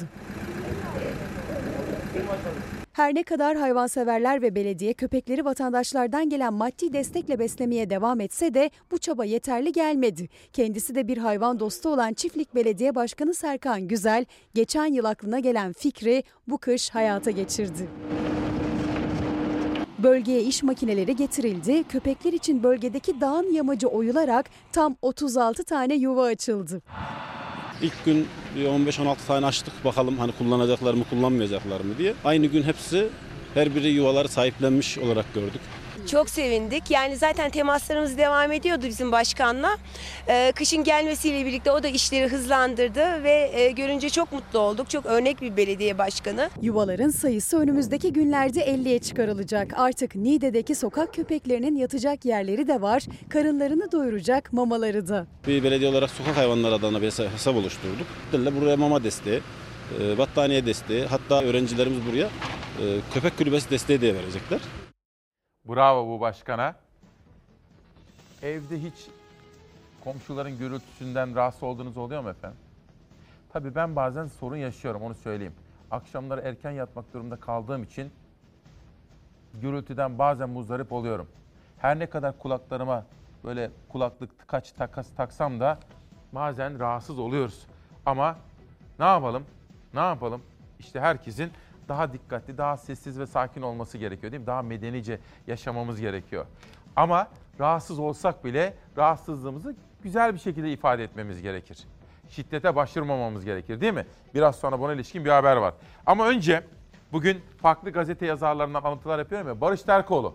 Her ne kadar hayvanseverler ve belediye köpekleri vatandaşlardan gelen maddi destekle beslemeye devam etse de bu çaba yeterli gelmedi. Kendisi de bir hayvan dostu olan Çiftlik Belediye Başkanı Serkan Güzel, geçen yıl aklına gelen fikri bu kış hayata geçirdi. Bölgeye iş makineleri getirildi. Köpekler için bölgedeki dağın yamacı oyularak tam 36 tane yuva açıldı. İlk gün 15-16 tane açtık, bakalım hani kullanacaklar mı kullanmayacaklar mı diye. Aynı gün hepsi her biri yuvaları sahiplenmiş olarak gördük. Çok sevindik. Yani zaten temaslarımız devam ediyordu bizim başkanla. Kışın gelmesiyle birlikte o da işleri hızlandırdı ve görünce çok mutlu olduk. Çok örnek bir belediye başkanı. Yuvaların sayısı önümüzdeki günlerde 50'ye çıkarılacak. Artık Niğde'deki sokak köpeklerinin yatacak yerleri de var. Karınlarını doyuracak mamaları da. Bir belediye olarak sokak hayvanları adına bir hesap oluşturduk. Buraya mama desteği, battaniye desteği, hatta öğrencilerimiz buraya köpek kulübesi desteği diye verecekler. Bravo bu başkana. Evde hiç komşuların gürültüsünden rahatsız olduğunuz oluyor mu efendim? Tabii ben bazen sorun yaşıyorum, onu söyleyeyim. Akşamları erken yatmak durumunda kaldığım için gürültüden bazen muzdarip oluyorum. Her ne kadar kulaklarıma böyle kulaklık, tıkaç, takas taksam da bazen rahatsız oluyoruz. Ama ne yapalım? Ne yapalım? İşte herkesin daha dikkatli, daha sessiz ve sakin olması gerekiyor değil mi? Daha medenice yaşamamız gerekiyor. Ama rahatsız olsak bile rahatsızlığımızı güzel bir şekilde ifade etmemiz gerekir. Şiddete başvurmamamız gerekir değil mi? Biraz sonra buna ilişkin bir haber var. Ama önce bugün farklı gazete yazarlarından alıntılar yapıyorum ya. Barış Terkoğlu.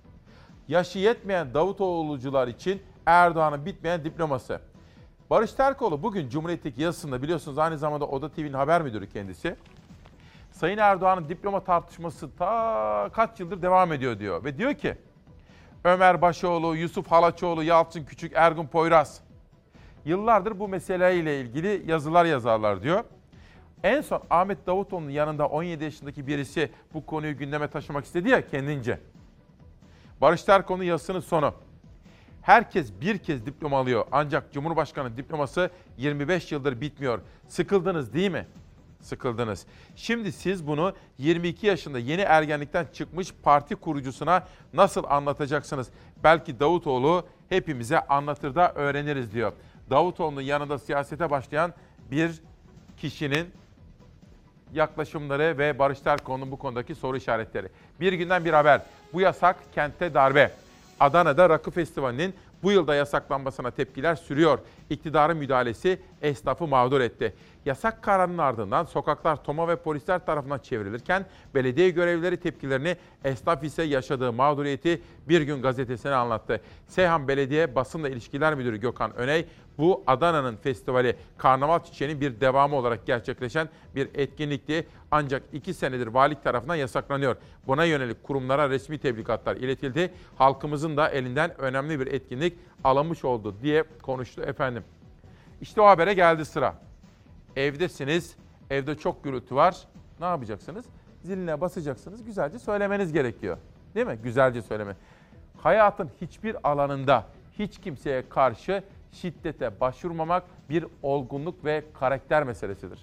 Yaşı yetmeyen Davutoğlucular için Erdoğan'ın bitmeyen diploması. Barış Terkoğlu bugün Cumhuriyet'teki yazısında, biliyorsunuz aynı zamanda Oda TV'nin haber müdürü kendisi. Sayın Erdoğan'ın diploma tartışması ta kaç yıldır devam ediyor diyor. Ve diyor ki Ömer Başoğlu, Yusuf Halaçoğlu, Yalçın Küçük, Ergun Poyraz yıllardır bu meseleyle ilgili yazılar yazarlar diyor. En son Ahmet Davutoğlu'nun yanında 17 yaşındaki birisi bu konuyu gündeme taşımak istedi ya kendince. Barış Terkoğlu'nun yazısının sonu. Herkes bir kez diploma alıyor ancak Cumhurbaşkanı diploması 25 yıldır bitmiyor. Sıkıldınız değil mi? Sıkıldınız. Şimdi siz bunu 22 yaşında yeni ergenlikten çıkmış parti kurucusuna nasıl anlatacaksınız? Belki Davutoğlu hepimize anlatır da öğreniriz diyor. Davutoğlu'nun yanında siyasete başlayan bir kişinin yaklaşımları ve Barış Terkoğlu'nun bu konudaki soru işaretleri. Bir günden bir haber. Bu yasak kente darbe. Adana'da Rakı Festivali'nin bu yılda yasaklanmasına tepkiler sürüyor. İktidarın müdahalesi esnafı mağdur etti. Yasak kararının ardından sokaklar TOMA ve polisler tarafından çevrilirken belediye görevlileri tepkilerini, esnaf ise yaşadığı mağduriyeti Bir Gün gazetesine anlattı. Seyhan Belediye Basınla İlişkiler Müdürü Gökhan Öney, bu Adana'nın festivali Karnaval Çiçeği'nin bir devamı olarak gerçekleşen bir etkinlikti. Ancak 2 senedir valilik tarafından yasaklanıyor. Buna yönelik kurumlara resmi tebligatlar iletildi. Halkımızın da elinden önemli bir etkinlik alınmış oldu diye konuştu efendim. İşte o habere geldi sıra. Evdesiniz, evde çok gürültü var. Ne yapacaksınız? Ziline basacaksınız, güzelce söylemeniz gerekiyor. Değil mi? Güzelce söyleme. Hayatın hiçbir alanında hiç kimseye karşı şiddete başvurmamak bir olgunluk ve karakter meselesidir.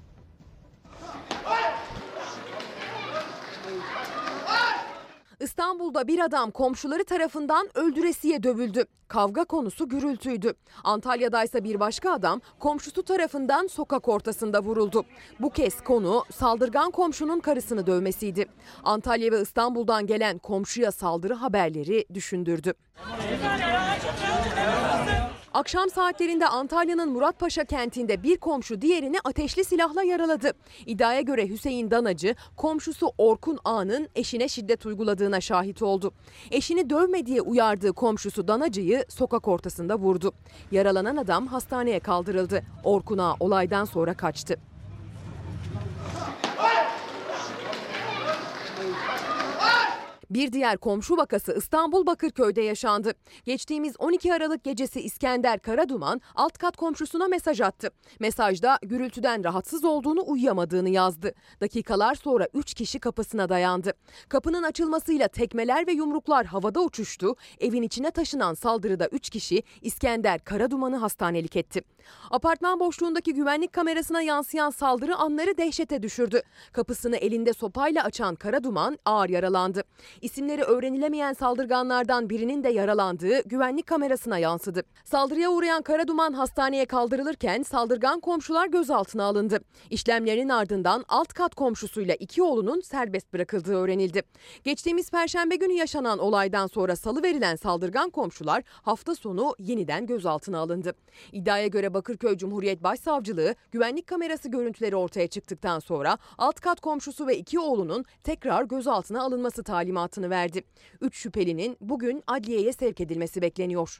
İstanbul'da bir adam komşuları tarafından öldüresiye dövüldü. Kavga konusu gürültüydü. Antalya'da ise bir başka adam komşusu tarafından sokak ortasında vuruldu. Bu kez konu saldırgan komşunun karısını dövmesiydi. Antalya ve İstanbul'dan gelen komşuya saldırı haberleri düşündürdü. Akşam saatlerinde Antalya'nın Muratpaşa kentinde bir komşu diğerini ateşli silahla yaraladı. İddiaya göre Hüseyin Danacı komşusu Orkun Ağa'nın eşine şiddet uyguladığına şahit oldu. Eşini dövme diye uyardığı komşusu Danacı'yı sokak ortasında vurdu. Yaralanan adam hastaneye kaldırıldı. Orkun Ağa olaydan sonra kaçtı. Bir diğer komşu vakası İstanbul Bakırköy'de yaşandı. Geçtiğimiz 12 Aralık gecesi İskender Karaduman alt kat komşusuna mesaj attı. Mesajda gürültüden rahatsız olduğunu, uyuyamadığını yazdı. Dakikalar sonra 3 kişi kapısına dayandı. Kapının açılmasıyla tekmeler ve yumruklar havada uçuştu. Evin içine taşınan saldırıda 3 kişi İskender Karaduman'ı hastanelik etti. Apartman boşluğundaki güvenlik kamerasına yansıyan saldırı anları dehşete düşürdü. Kapısını elinde sopayla açan Karaduman ağır yaralandı. İsimleri öğrenilemeyen saldırganlardan birinin de yaralandığı güvenlik kamerasına yansıdı. Saldırıya uğrayan Karaduman hastaneye kaldırılırken saldırgan komşular gözaltına alındı. İşlemlerin ardından alt kat komşusuyla 2 oğlunun serbest bırakıldığı öğrenildi. Geçtiğimiz Perşembe günü yaşanan olaydan sonra salıverilen saldırgan komşular hafta sonu yeniden gözaltına alındı. İddiaya göre Bakırköy Cumhuriyet Başsavcılığı güvenlik kamerası görüntüleri ortaya çıktıktan sonra alt kat komşusu ve 2 oğlunun tekrar gözaltına alınması talimatını verdi. 3 şüphelinin bugün adliyeye sevk edilmesi bekleniyor.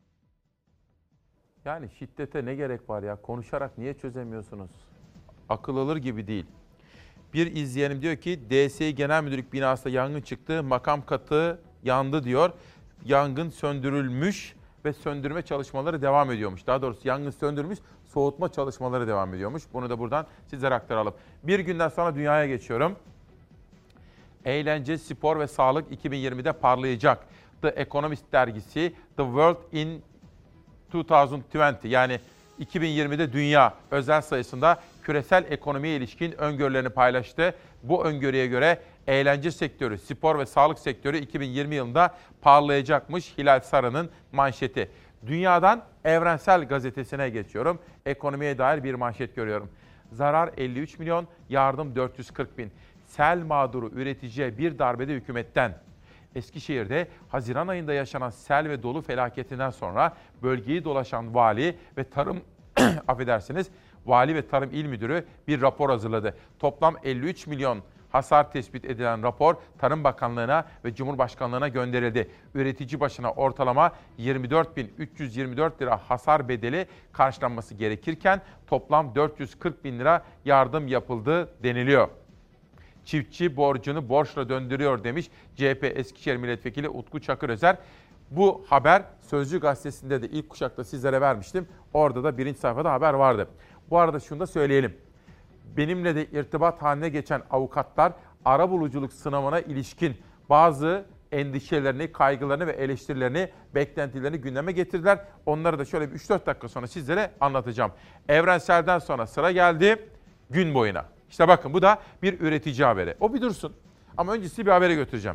Yani şiddete ne gerek var ya? Konuşarak niye çözemiyorsunuz? Akıl alır gibi değil. Bir izleyenim diyor ki DSİ Genel Müdürlük binasında yangın çıktı. Makam katı yandı diyor. Yangın söndürülmüş ve söndürme çalışmaları devam ediyormuş. Daha doğrusu yangın söndürmüş, soğutma çalışmaları devam ediyormuş. Bunu da buradan sizlere aktaralım. Bir günden sonra dünyaya geçiyorum. Eğlence, spor ve sağlık 2020'de parlayacak. The Economist dergisi The World in 2020 yani 2020'de dünya özel sayısında küresel ekonomiye ilişkin öngörülerini paylaştı. Bu öngörüye göre eğlence sektörü, spor ve sağlık sektörü 2020 yılında parlayacakmış. Hilal Sarı'nın manşeti. Dünyadan Evrensel Gazetesi'ne geçiyorum. Ekonomiye dair bir manşet görüyorum. Zarar 53 milyon, yardım 440 bin. Sel mağduru üreticiye bir darbede hükümetten. Eskişehir'de Haziran ayında yaşanan sel ve dolu felaketinden sonra bölgeyi dolaşan vali ve tarım Vali ve Tarım İl Müdürü bir rapor hazırladı. Toplam 53 milyon hasar tespit edilen rapor Tarım Bakanlığı'na ve Cumhurbaşkanlığı'na gönderildi. Üretici başına ortalama 24.324 lira hasar bedeli karşılanması gerekirken toplam 440 bin lira yardım yapıldı deniliyor. Çiftçi borcunu borçla döndürüyor demiş CHP Eskişehir Milletvekili Utku Çakırözer. Bu haber Sözcü Gazetesi'nde de ilk kuşakta sizlere vermiştim. Orada da birinci sayfada haber vardı. Bu arada şunu da söyleyelim. Benimle de irtibat haline geçen avukatlar arabuluculuk sınavına ilişkin bazı endişelerini, kaygılarını ve eleştirilerini, beklentilerini gündeme getirdiler. Onları da şöyle bir 3-4 dakika sonra sizlere anlatacağım. Evrensel'den sonra sıra geldi gün boyuna. İşte bakın bu da bir üretici haberi. O bir dursun ama öncesi bir habere götüreceğim.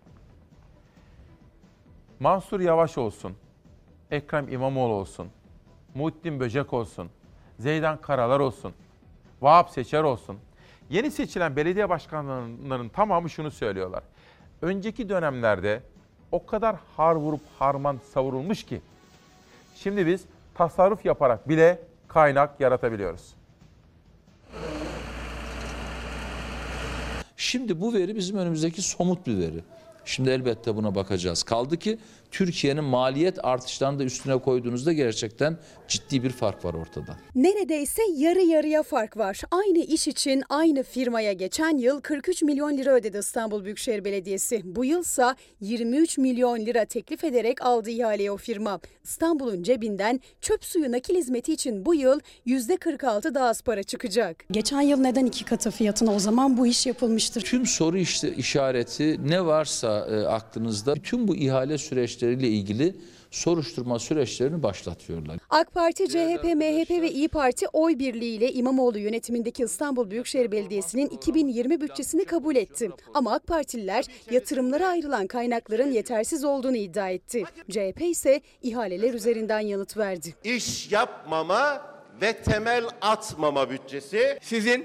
Mansur Yavaş olsun, Ekrem İmamoğlu olsun, Muhittin Böcek olsun, Zeydan Karalar olsun, Vahap Seçer olsun. Yeni seçilen belediye başkanlarının tamamı şunu söylüyorlar. Önceki dönemlerde o kadar har vurup harman savurulmuş ki şimdi biz tasarruf yaparak bile kaynak yaratabiliyoruz. Şimdi bu veri bizim önümüzdeki somut bir veri. Şimdi elbette buna bakacağız. Kaldı ki Türkiye'nin maliyet artışlarını da üstüne koyduğunuzda gerçekten ciddi bir fark var ortada. Neredeyse yarı yarıya fark var. Aynı iş için aynı firmaya geçen yıl 43 milyon lira ödedi İstanbul Büyükşehir Belediyesi. Bu yılsa 23 milyon lira teklif ederek aldı ihaleyi o firma. İstanbul'un cebinden çöp suyu nakil hizmeti için bu yıl %46 daha az para çıkacak. Geçen yıl neden 2 katı fiyatına o zaman bu iş yapılmıştır? Tüm soru işareti ne varsa aklınızda bütün bu ihale süreçleri süreçleriyle ilgili soruşturma süreçlerini başlatıyorlar. AK Parti, CHP, MHP ve İYİ Parti oy birliğiyle İmamoğlu yönetimindeki İstanbul Büyükşehir Belediyesi'nin 2020 bütçesini kabul etti. Ama AK Partililer yatırımlara ayrılan kaynakların yetersiz olduğunu iddia etti. CHP ise ihaleler üzerinden yanıt verdi. İş yapmama ve temel atmama bütçesi. Sizin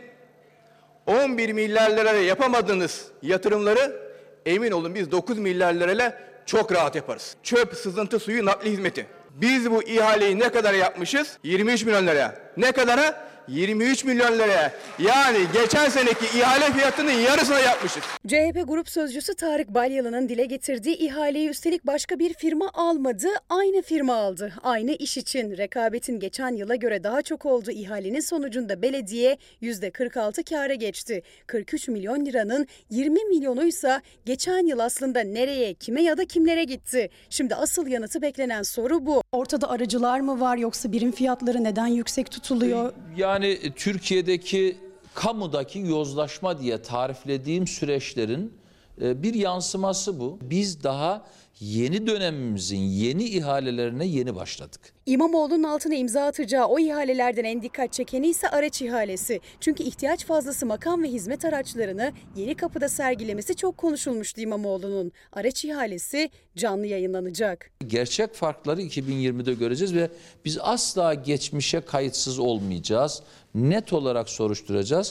11 milyar liraya yapamadığınız yatırımları emin olun biz 9 milyar lirayla çok rahat yaparız. Çöp, sızıntı suyu nakli hizmeti. Biz bu ihaleyi ne kadar yapmışız? 23 milyon liraya. Ne kadara? 23 milyon liraya. Yani geçen seneki ihale fiyatının yarısına yapmışız. CHP Grup Sözcüsü Tarık Balyalı'nın dile getirdiği ihaleyi üstelik başka bir firma almadı, aynı firma aldı. Aynı iş için rekabetin geçen yıla göre daha çok olduğu ihalenin sonucunda belediye %46 kâra geçti. 43 milyon liranın 20 milyonuysa geçen yıl aslında nereye, kime ya da kimlere gitti? Şimdi asıl yanıtı beklenen soru bu. Ortada aracılar mı var yoksa birim fiyatları neden yüksek tutuluyor? Yani Türkiye'deki kamudaki yozlaşma diye tariflediğim süreçlerin bir yansıması bu. Biz daha yeni dönemimizin yeni ihalelerine yeni başladık. İmamoğlu'nun altına imza atacağı o ihalelerden en dikkat çekeni ise araç ihalesi. Çünkü ihtiyaç fazlası makam ve hizmet araçlarını Yenikapı'da sergilemesi çok konuşulmuştu İmamoğlu'nun. Araç ihalesi canlı yayınlanacak. Gerçek farkları 2020'de göreceğiz ve biz asla geçmişe kayıtsız olmayacağız. Net olarak soruşturacağız.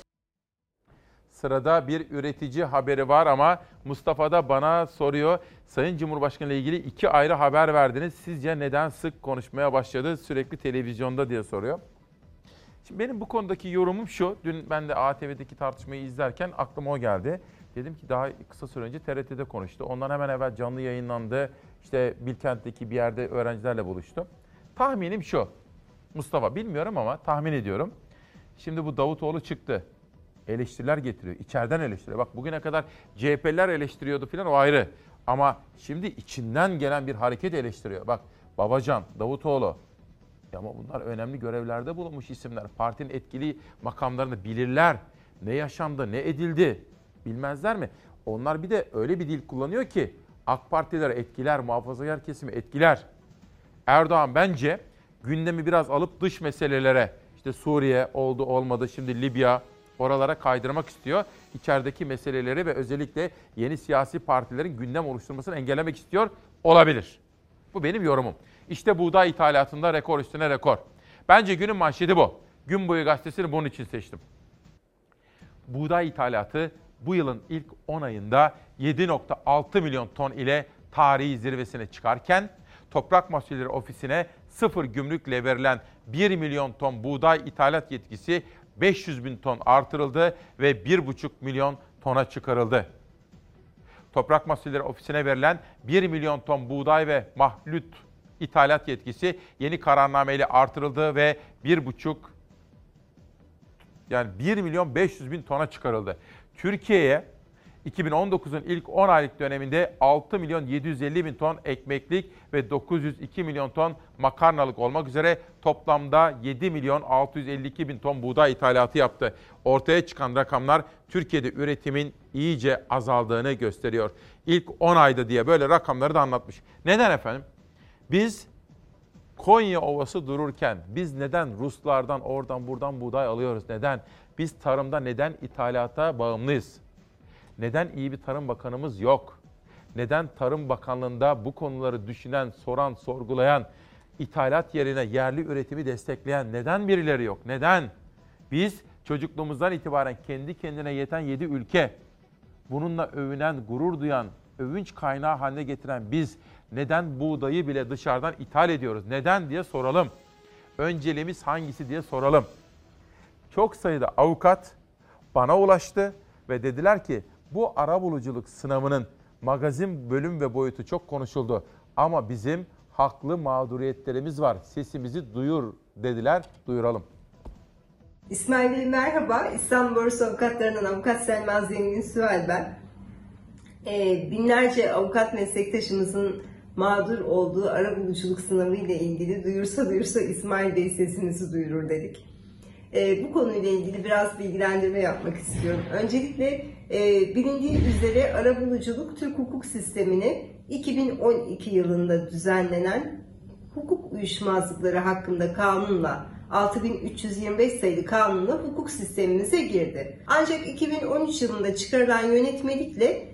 Sırada bir üretici haberi var ama Mustafa da bana soruyor. Sayın Cumhurbaşkanı ile ilgili 2 ayrı haber verdiniz. Sizce neden sık konuşmaya başladı sürekli televizyonda diye soruyor. Şimdi benim bu konudaki yorumum şu. Dün ben de ATV'deki tartışmayı izlerken aklıma o geldi. Dedim ki daha kısa süre önce TRT'de konuştu. Ondan hemen evvel canlı yayınlandı. İşte Bilkent'teki bir yerde öğrencilerle buluştu. Tahminim şu. Mustafa bilmiyorum ama tahmin ediyorum. Şimdi bu Davutoğlu çıktı. Eleştiriler getiriyor. İçeriden eleştiriyor. Bak bugüne kadar CHP'liler eleştiriyordu falan o ayrı. Ama şimdi içinden gelen bir hareket eleştiriyor. Bak Babacan, Davutoğlu. Ama bunlar önemli görevlerde bulunmuş isimler. Partinin etkili makamlarını bilirler. Ne yaşandı, ne edildi bilmezler mi? Onlar bir de öyle bir dil kullanıyor ki AK Partiler etkiler, muhafazakar kesimi etkiler. Erdoğan bence gündemi biraz alıp dış meselelere, işte Suriye oldu olmadı, şimdi Libya, oralara kaydırmak istiyor. İçerideki meseleleri ve özellikle yeni siyasi partilerin gündem oluşturmasını engellemek istiyor olabilir. Bu benim yorumum. İşte buğday ithalatında rekor üstüne rekor. Bence günün manşeti bu. Gün boyu gazetesini bunun için seçtim. Buğday ithalatı bu yılın ilk 10 ayında 7.6 milyon ton ile tarihi zirvesine çıkarken Toprak Mahsulleri Ofisi'ne sıfır gümrükle verilen 1 milyon ton buğday ithalat yetkisi 500 bin ton artırıldı ve 1,5 milyon tona çıkarıldı. Toprak Mahsulleri Ofisi'ne verilen 1 milyon ton buğday ve mahlut ithalat yetkisi yeni kararnameyle artırıldı ve 1 milyon 500 bin tona çıkarıldı. Türkiye'ye 2019'un ilk 10 aylık döneminde 6 milyon 750 bin ton ekmeklik ve 902 milyon ton makarnalık olmak üzere toplamda 7 milyon 652 bin ton buğday ithalatı yaptı. Ortaya çıkan rakamlar Türkiye'de üretimin iyice azaldığını gösteriyor. İlk 10 ayda diye böyle rakamları da anlatmış. Neden efendim? Biz Konya Ovası dururken biz neden Ruslardan oradan buradan buğday alıyoruz? Neden? Biz tarımda neden ithalata bağımlıyız? Neden iyi bir Tarım Bakanımız yok? Neden Tarım Bakanlığı'nda bu konuları düşünen, soran, sorgulayan, ithalat yerine yerli üretimi destekleyen neden birileri yok? Neden? Biz çocukluğumuzdan itibaren kendi kendine yeten 7 ülke, bununla övünen, gurur duyan, övünç kaynağı haline getiren biz neden buğdayı bile dışarıdan ithal ediyoruz? Neden diye soralım. Önceliğimiz hangisi diye soralım. Çok sayıda avukat bana ulaştı ve dediler ki bu arabuluculuk sınavının magazin bölüm ve boyutu çok konuşuldu. Ama bizim haklı mağduriyetlerimiz var. Sesimizi duyur dediler. Duyuralım. İsmail Bey merhaba. İstanbul Borsası Avukatlarından Avukat Selma Zengin Süheyl ben. Binlerce avukat meslektaşımızın mağdur olduğu arabuluculuk sınavı ile ilgili duyursa İsmail Bey sesinizi duyurur dedik. Bu konuyla ilgili biraz bilgilendirme yapmak istiyorum. Öncelikle bilindiği üzere arabuluculuk Türk hukuk sistemini 2012 yılında düzenlenen hukuk uyuşmazlıkları hakkında kanunla 6325 sayılı kanunla hukuk sistemimize girdi. Ancak 2013 yılında çıkarılan yönetmelikle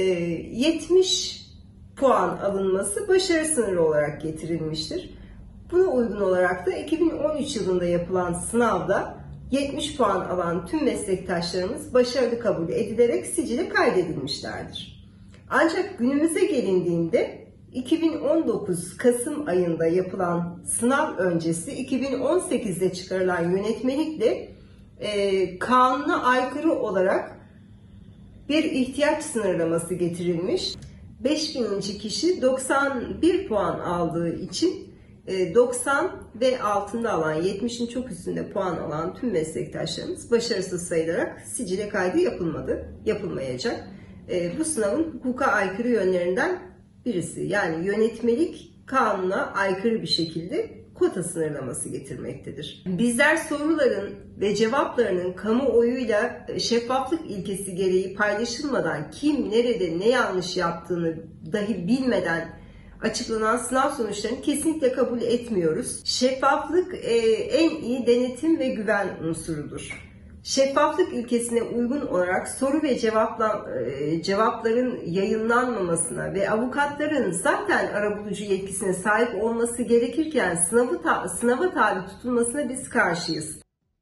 70 puan alınması başarı sınırı olarak getirilmiştir. Buna uygun olarak da 2013 yılında yapılan sınavda 70 puan alan tüm meslektaşlarımız başarılı kabul edilerek sicile kaydedilmişlerdir. Ancak günümüze gelindiğinde 2019 Kasım ayında yapılan sınav öncesi 2018'de çıkarılan yönetmelikle kanuna aykırı olarak bir ihtiyaç sınırlaması getirilmiş. 5000. kişi 91 puan aldığı için 90 ve altında alan 70'in çok üstünde puan alan tüm meslektaşlarımız başarısız sayılarak sicile kaydı yapılmayacak. Bu sınavın hukuka aykırı yönlerinden birisi. Yani yönetmelik kanuna aykırı bir şekilde kota sınırlaması getirmektedir. Bizler soruların ve cevaplarının kamuoyuyla şeffaflık ilkesi gereği paylaşılmadan kim nerede ne yanlış yaptığını dahi bilmeden açıklanan sınav sonuçlarını kesinlikle kabul etmiyoruz. Şeffaflık en iyi denetim ve güven unsurudur. Şeffaflık ilkesine uygun olarak soru ve cevapların yayınlanmamasına ve avukatların zaten arabulucu yetkisine sahip olması gerekirken sınava tabi tutulmasına biz karşıyız.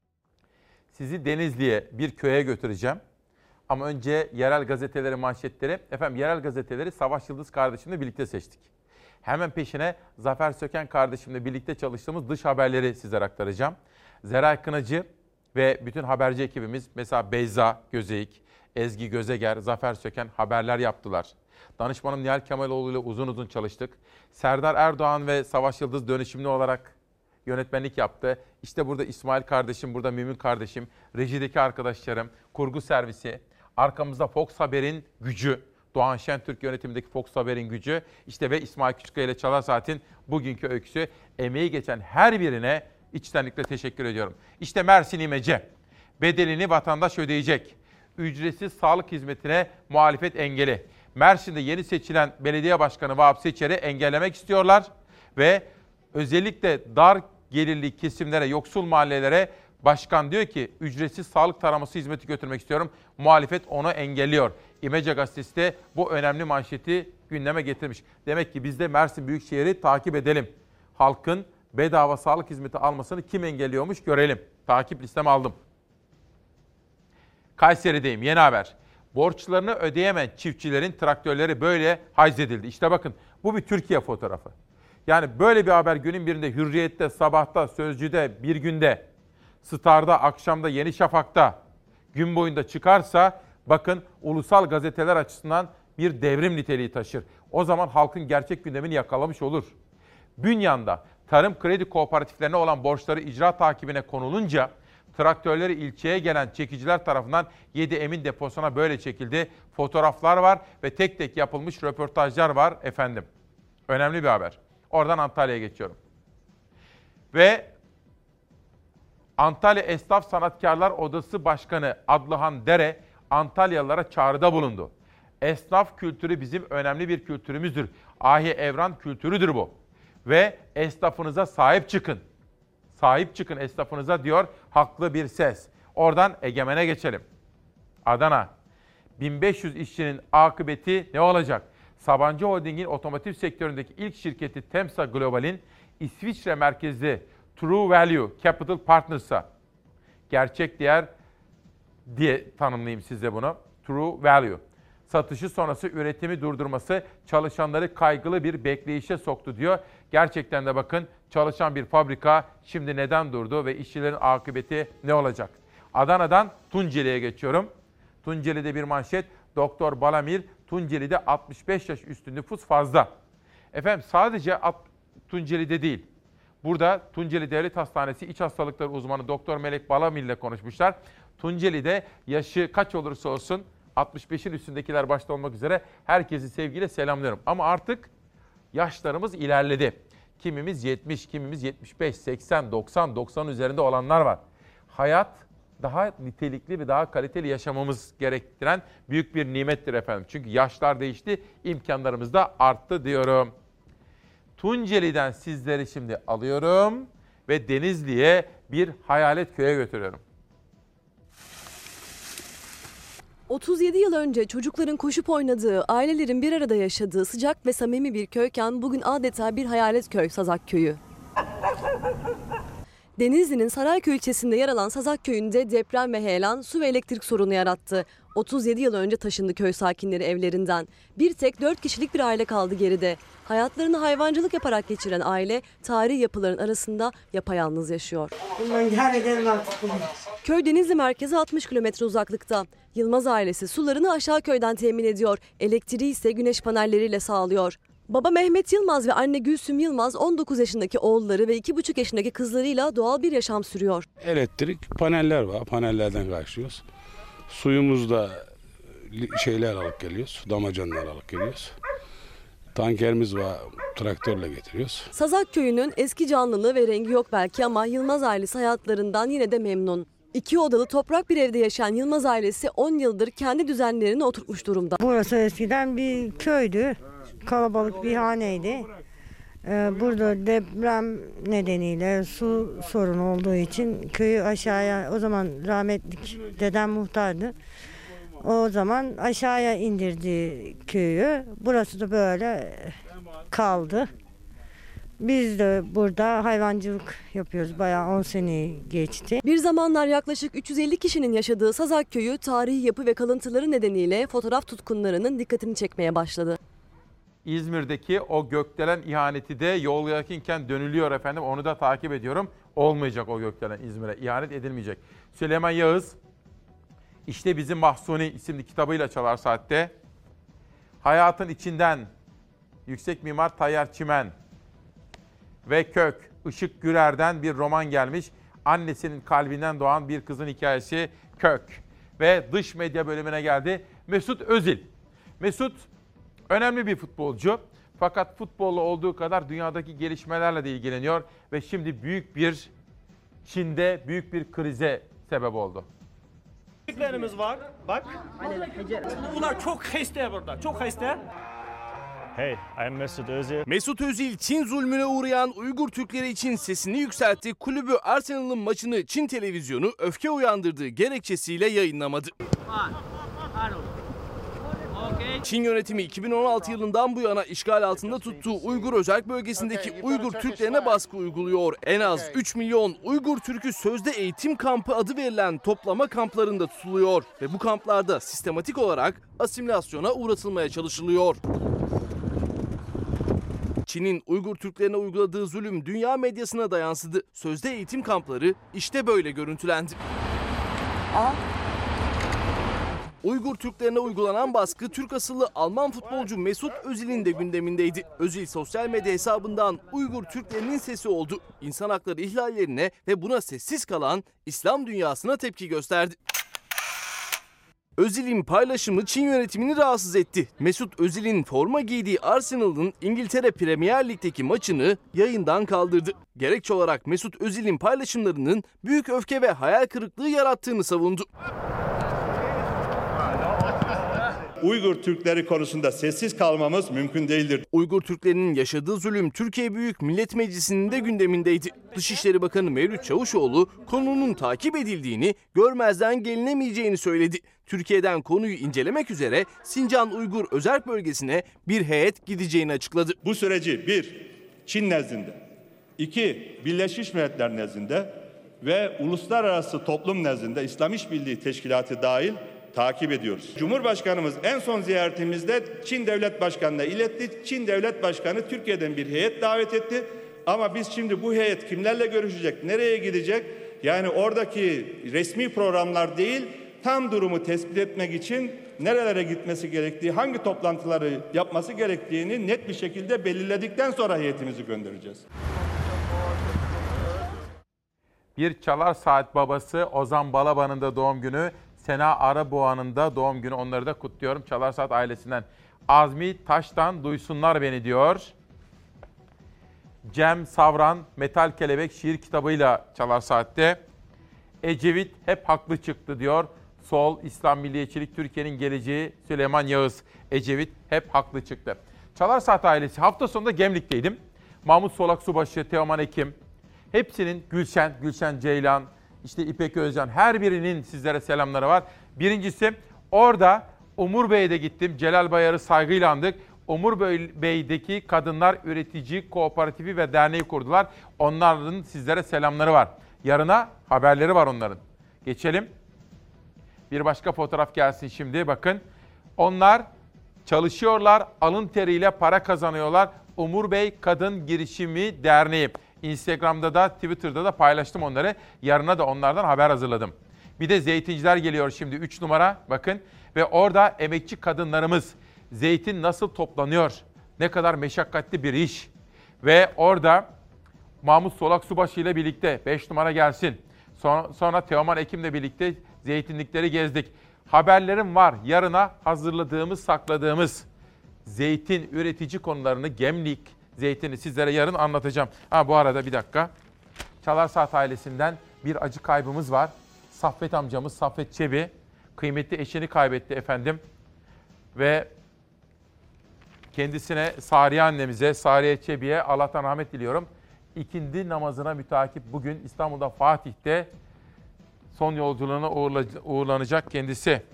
Sizi Denizli'ye bir köye götüreceğim. Ama önce yerel gazeteleri manşetleri. Efendim yerel gazeteleri Savaş Yıldız kardeşimle birlikte seçtik. Hemen peşine Zafer Söken kardeşimle birlikte çalıştığımız dış haberleri sizlere aktaracağım. Zeray Kınacı ve bütün haberci ekibimiz mesela Beyza Gözeyik, Ezgi Gözeger, Zafer Söken haberler yaptılar. Danışmanım Nihal Kemaloğlu ile uzun uzun çalıştık. Serdar Erdoğan ve Savaş Yıldız dönüşümlü olarak yönetmenlik yaptı. İşte burada İsmail kardeşim, burada Mümin kardeşim, rejideki arkadaşlarım, kurgu servisi, arkamızda Fox Haber'in gücü, Doğan Şentürk yönetimindeki Fox Haber'in gücü, işte ve İsmail Küçükkaya ile Çalar Saat'in bugünkü öyküsü, emeği geçen her birine içtenlikle teşekkür ediyorum. İşte Mersin İmece, bedelini vatandaş ödeyecek. Ücretsiz sağlık hizmetine muhalefet engeli. Mersin'de yeni seçilen belediye başkanı Vahap Seçer'i engellemek istiyorlar ve özellikle dar gelirli kesimlere, yoksul mahallelere başkan diyor ki ücretsiz sağlık taraması hizmeti götürmek istiyorum. Muhalefet onu engelliyor. İmece Gazetesi de bu önemli manşeti gündeme getirmiş. Demek ki biz de Mersin Büyükşehir'i takip edelim. Halkın bedava sağlık hizmeti almasını kim engelliyormuş görelim. Takip listeme aldım. Kayseri'deyim, yeni haber. Borçlarını ödeyemeyen çiftçilerin traktörleri böyle hayzedildi. İşte bakın bu bir Türkiye fotoğrafı. Yani böyle bir haber günün birinde Hürriyet'te, Sabah'ta, Sözcü'de, Bir Gün'de, Star'da, akşamda, Yeni Şafak'ta gün boyunda çıkarsa bakın ulusal gazeteler açısından bir devrim niteliği taşır. O zaman halkın gerçek gündemini yakalamış olur. Bünyan'da tarım kredi kooperatiflerine olan borçları icra takibine konulunca traktörleri ilçeye gelen çekiciler tarafından 7 Emin deposuna böyle çekildi. Fotoğraflar var ve tek tek yapılmış röportajlar var efendim. Önemli bir haber. Oradan Antalya'ya geçiyorum. Ve Antalya Esnaf Sanatkarlar Odası Başkanı Adlıhan Dere Antalyalılara çağrıda bulundu. Esnaf kültürü bizim önemli bir kültürümüzdür. Ahi Evran kültürüdür bu. Ve esnafınıza sahip çıkın. Sahip çıkın esnafınıza diyor haklı bir ses. Oradan Egemen'e geçelim. Adana. 1500 işçinin akıbeti ne olacak? Sabancı Holding'in otomotiv sektöründeki ilk şirketi Temsa Global'in İsviçre merkezli True Value Capital Partners'a gerçek değer diye tanımlayayım size bunu. True Value. Satışı sonrası üretimi durdurması çalışanları kaygılı bir bekleyişe soktu diyor. Gerçekten de bakın çalışan bir fabrika şimdi neden durdu ve işçilerin akıbeti ne olacak? Adana'dan Tunceli'ye geçiyorum. Tunceli'de bir manşet. Doktor Balamir, Tunceli'de 65 yaş üstü nüfus fazla. Efendim sadece Tunceli'de değil. Burada Tunceli Devlet Hastanesi İç Hastalıkları uzmanı Doktor Melek Balamir ile konuşmuşlar. Tunceli'de yaşı kaç olursa olsun 65'in üstündekiler başta olmak üzere herkesi sevgiyle selamlıyorum. Ama artık yaşlarımız ilerledi. Kimimiz 70, kimimiz 75, 80, 90, 90 üzerinde olanlar var. hayat daha nitelikli ve daha kaliteli yaşamamız gerektiren büyük bir nimettir efendim. Çünkü yaşlar değişti, imkanlarımız da arttı diyorum. Tunceli'den sizleri şimdi alıyorum ve Denizli'ye bir hayalet köye götürüyorum. 37 yıl önce çocukların koşup oynadığı, ailelerin bir arada yaşadığı sıcak ve samimi bir köyken bugün adeta bir hayalet köy, Sazak Köyü. Denizli'nin Sarayköy ilçesinde yer alan Sazak Köyü'nde deprem ve heyelan su ve elektrik sorunu yarattı. 37 yıl önce taşındı köy sakinleri evlerinden. Bir tek 4 kişilik bir aile kaldı geride. Hayatlarını hayvancılık yaparak geçiren aile tarihi yapıların arasında yapayalnız yaşıyor. Köy Denizli merkeze 60 kilometre uzaklıkta. Yılmaz ailesi sularını aşağı köyden temin ediyor. Elektriği ise güneş panelleriyle sağlıyor. Baba Mehmet Yılmaz ve anne Gülsüm Yılmaz 19 yaşındaki oğulları ve 2,5 yaşındaki kızlarıyla doğal bir yaşam sürüyor. Elektrik paneller var. Panellerden karşılıyoruz. Suyumuz da şeyler alıp geliyoruz. Damacanlar alıp geliyoruz. Tankerimiz var. Traktörle getiriyoruz. Sazak Köyü'nün eski canlılığı ve rengi yok belki ama Yılmaz ailesi hayatlarından yine de memnun. 2 odalı toprak bir evde yaşayan Yılmaz ailesi 10 yıldır kendi düzenlerini oturtmuş durumda. Burası eskiden bir köydü. Kalabalık bir haneydi. Burada deprem nedeniyle su sorunu olduğu için köyü aşağıya, o zaman rahmetli dedem muhtardı. O zaman aşağıya indirdi köyü. Burası da böyle kaldı. Biz de burada hayvancılık yapıyoruz. Bayağı 10 seneyi geçti. Bir zamanlar yaklaşık 350 kişinin yaşadığı Sazak Köyü tarihi yapı ve kalıntıları nedeniyle fotoğraf tutkunlarının dikkatini çekmeye başladı. İzmir'deki o gökdelen ihaneti de yol yakınken dönülüyor efendim. Onu da takip ediyorum. Olmayacak o gökdelen, İzmir'e ihanet edilmeyecek. Süleyman Yağız, İşte Bizim Mahsuni isimli kitabıyla Çalar Saat'te. Hayatın içinden yüksek mimar Tayyar Çimen ve Kök, Işık Gürer'den bir roman gelmiş. Annesinin kalbinden doğan bir kızın hikayesi Kök. Ve dış medya bölümüne geldi Mesut Özil. Mesut önemli bir futbolcu. Fakat futbolla olduğu kadar dünyadaki gelişmelerle de ilgileniyor. Ve şimdi Çin'de büyük bir krize sebep oldu. Büyüklerimiz var. Bak. Bunlar çok hasta burada. Çok hasta. Hey, I'm Mesut Özil. Mesut Özil, Çin zulmüne uğrayan Uygur Türkleri için sesini yükseltti. Kulübü Arsenal'ın maçını Çin televizyonu öfke uyandırdığı gerekçesiyle yayınlamadı. Çin yönetimi 2016 yılından bu yana işgal altında tuttuğu Uygur özerk bölgesindeki Uygur Türklerine baskı uyguluyor. En az 3 milyon Uygur Türk'ü sözde eğitim kampı adı verilen toplama kamplarında tutuluyor. Ve bu kamplarda sistematik olarak asimilasyona uğratılmaya çalışılıyor. Çin'in Uygur Türklerine uyguladığı zulüm dünya medyasına da yansıdı. Sözde eğitim kampları işte böyle görüntülendi. Uygur Türklerine uygulanan baskı Türk asıllı Alman futbolcu Mesut Özil'in de gündemindeydi. Özil sosyal medya hesabından Uygur Türklerinin sesi oldu. İnsan hakları ihlallerine ve buna sessiz kalan İslam dünyasına tepki gösterdi. Özil'in paylaşımı Çin yönetimini rahatsız etti. Mesut Özil'in forma giydiği Arsenal'ın İngiltere Premier Lig'deki maçını yayından kaldırdı. Gerekçe olarak Mesut Özil'in paylaşımlarının büyük öfke ve hayal kırıklığı yarattığını savundu. Uygur Türkleri konusunda sessiz kalmamız mümkün değildir. Uygur Türklerinin yaşadığı zulüm Türkiye Büyük Millet Meclisi'nin de gündemindeydi. Dışişleri Bakanı Mevlüt Çavuşoğlu konunun takip edildiğini, görmezden gelinemeyeceğini söyledi. Türkiye'den konuyu incelemek üzere Sincan Uygur Özerk Bölgesi'ne bir heyet gideceğini açıkladı. Bu süreci 1. Çin nezdinde, 2. Birleşmiş Milletler nezdinde ve uluslararası toplum nezdinde İslam İşbirliği Teşkilatı dahil takip ediyoruz. Cumhurbaşkanımız en son ziyaretimizde Çin Devlet Başkanı'na iletti. Çin Devlet Başkanı Türkiye'den bir heyet davet etti. Ama biz şimdi bu heyet kimlerle görüşecek, nereye gidecek? Yani oradaki resmi programlar değil, tam durumu tespit etmek için nerelere gitmesi gerektiği, hangi toplantıları yapması gerektiğini net bir şekilde belirledikten sonra heyetimizi göndereceğiz. Bir Çalar Saat babası Ozan Balaban'ın da doğum günü. Sena Araboğa'nın da doğum günü. Onları da kutluyorum Çalar Saat ailesinden. Azmi Taş'tan duysunlar beni diyor. Cem Savran Metal Kelebek şiir kitabıyla Çalar Saat'te. Ecevit hep haklı çıktı diyor. Sol, İslam Milliyetçilik, Türkiye'nin geleceği Süleyman Yağız. Ecevit hep haklı çıktı. Çalar Saat ailesi hafta sonunda Gemlik'teydim. Mahmut Solak Subaşı, Teoman Ekim, hepsinin Gülşen Ceylan, işte İpek Özcan, her birinin sizlere selamları var. Birincisi orada Umur Bey'e de gittim. Celal Bayar'ı saygıyla andık. Umur Bey'deki Kadınlar Üretici Kooperatifi ve Derneği kurdular. Onların sizlere selamları var. Yarına haberleri var onların. Geçelim. Bir başka fotoğraf gelsin şimdi. Bakın. Onlar çalışıyorlar, alın teriyle para kazanıyorlar. Umur Bey Kadın Girişimi Derneği. Instagram'da da Twitter'da da paylaştım onları. Yarına da onlardan haber hazırladım. Bir de zeytinciler geliyor şimdi 3 numara bakın. Ve orada emekçi kadınlarımız zeytin nasıl toplanıyor? Ne kadar meşakkatli bir iş. Ve orada Mahmut Solak Subaşı ile birlikte 5 numara gelsin. Sonra Teoman Ekim'le birlikte zeytinlikleri gezdik. Haberlerim var. Yarına hazırladığımız, sakladığımız zeytin üretici konularını, Gemlik zeytini sizlere yarın anlatacağım. Bu arada bir dakika. Çalar Saat ailesinden bir acı kaybımız var. Saffet amcamız Saffet Çebi kıymetli eşini kaybetti efendim. Ve kendisine Sariye annemize, Sariye Çebi'ye Allah'tan rahmet diliyorum. İkindi namazına mütakip bugün İstanbul'da Fatih'te son yolculuğuna uğurlanacak kendisi.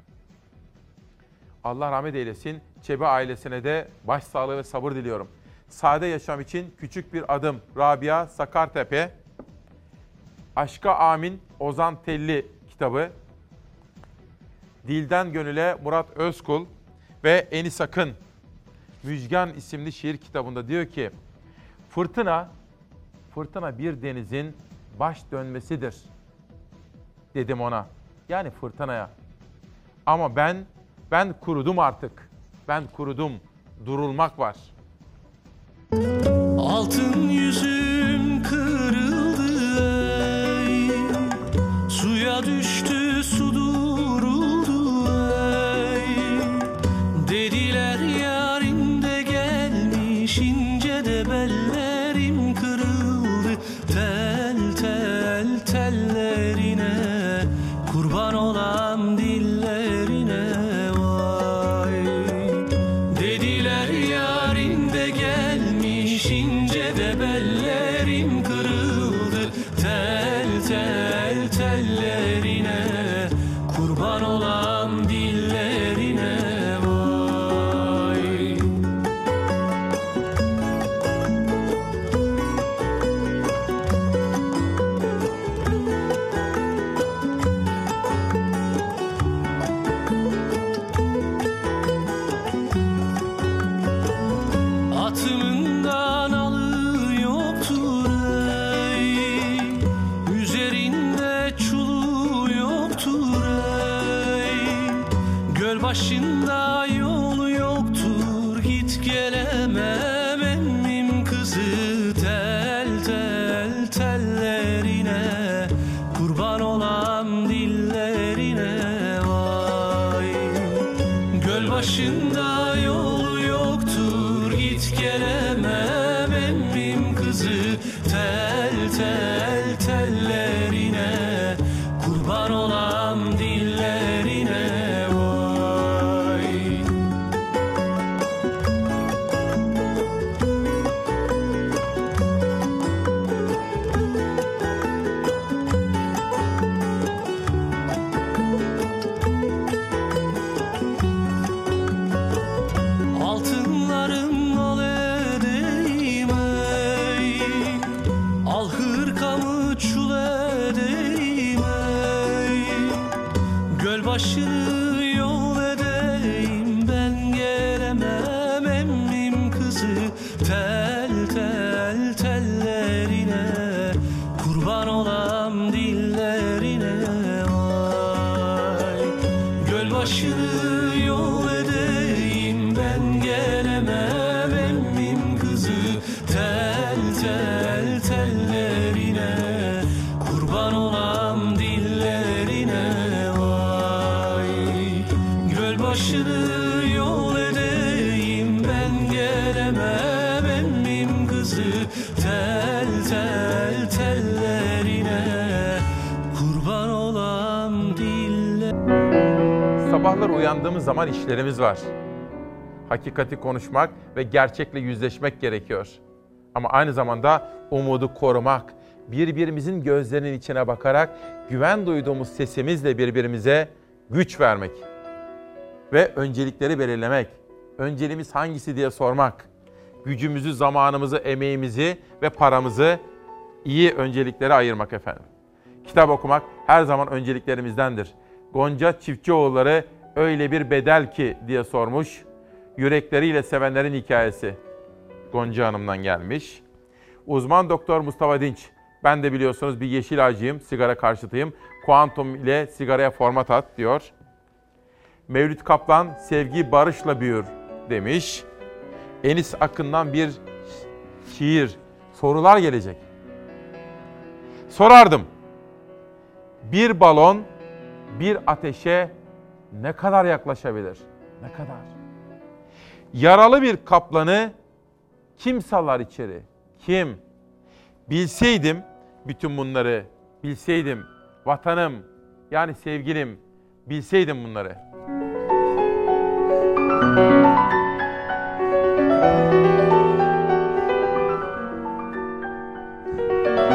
Allah rahmet eylesin. Çebi ailesine de başsağlığı ve sabır diliyorum. Sade yaşam için küçük bir adım. Rabia Sakartepe. Aşka Amin Ozan Telli kitabı. Dilden Gönüle Murat Özkul ve Enis Akın Müjgan isimli şiir kitabında diyor ki fırtına bir denizin baş dönmesidir dedim ona. Yani fırtınaya. Ama ben kurudum artık. Ben kurudum. Durulmak var. Altın yüzüm kırıldı ey, suya düştü su duruldu ey. Dediler yarim de gelmiş ince de bellerim kırıldı. Tel tel tellerine kurban olan dillerine vay. Dediler yarim de gelmiş ince de bellerim kırıldı. Tel tel tellerine kurban olan dillerine vay. Atımından alı yoktur ey, üzerinde çulu yoktur ey. Göl başında yolu yoktur, git gelemem emmim kızı. Tel tel tellerine kurban olan dillerine vay. Göl başında yolu yoktur, git gelemem emmim kızı. Tel tel tellerine kurban olan dillerine vay. Altınlarım ol edeyim ey, al hırkamı çul edeyim ey. Göl başını yol edeyim, ben gelemem emmim kızı. Tel tel tellerine kurban olan dillerine vay. Göl başını yol edeyim, ben gelemem emmim kızı. Tel tel tellerine kurban olan dillerine vay. Göl başını yol edeyim, ben gelemem emmim Sabahlar uyandığımız zaman işlerimiz var. Hakikati konuşmak ve gerçekle yüzleşmek gerekiyor. Ama aynı zamanda umudu korumak, birbirimizin gözlerinin içine bakarak güven duyduğumuz sesimizle birbirimize güç vermek ve öncelikleri belirlemek. Önceliğimiz hangisi diye sormak. Gücümüzü, zamanımızı, emeğimizi ve paramızı iyi önceliklere ayırmak efendim. Kitap okumak her zaman önceliklerimizdendir. Gonca Çiftçioğulları öyle bir bedel ki diye sormuş. Yürekleriyle sevenlerin hikayesi. Gonca Hanım'dan gelmiş. Uzman Doktor Mustafa Dinç. Ben de biliyorsunuz bir yeşil ağacıyım, sigara karşıtıyım. Kuantum ile sigaraya format at diyor. Mevlüt Kaplan sevgi barışla büyür demiş. Enis Akın'dan bir şiir. Sorular gelecek. Sorardım. Bir balon bir ateşe ne kadar yaklaşabilir? Ne kadar? Yaralı bir kaplanı kim salar içeri? Kim? Bilseydim bütün bunları, bilseydim vatanım yani sevgilim, bilseydim bunları.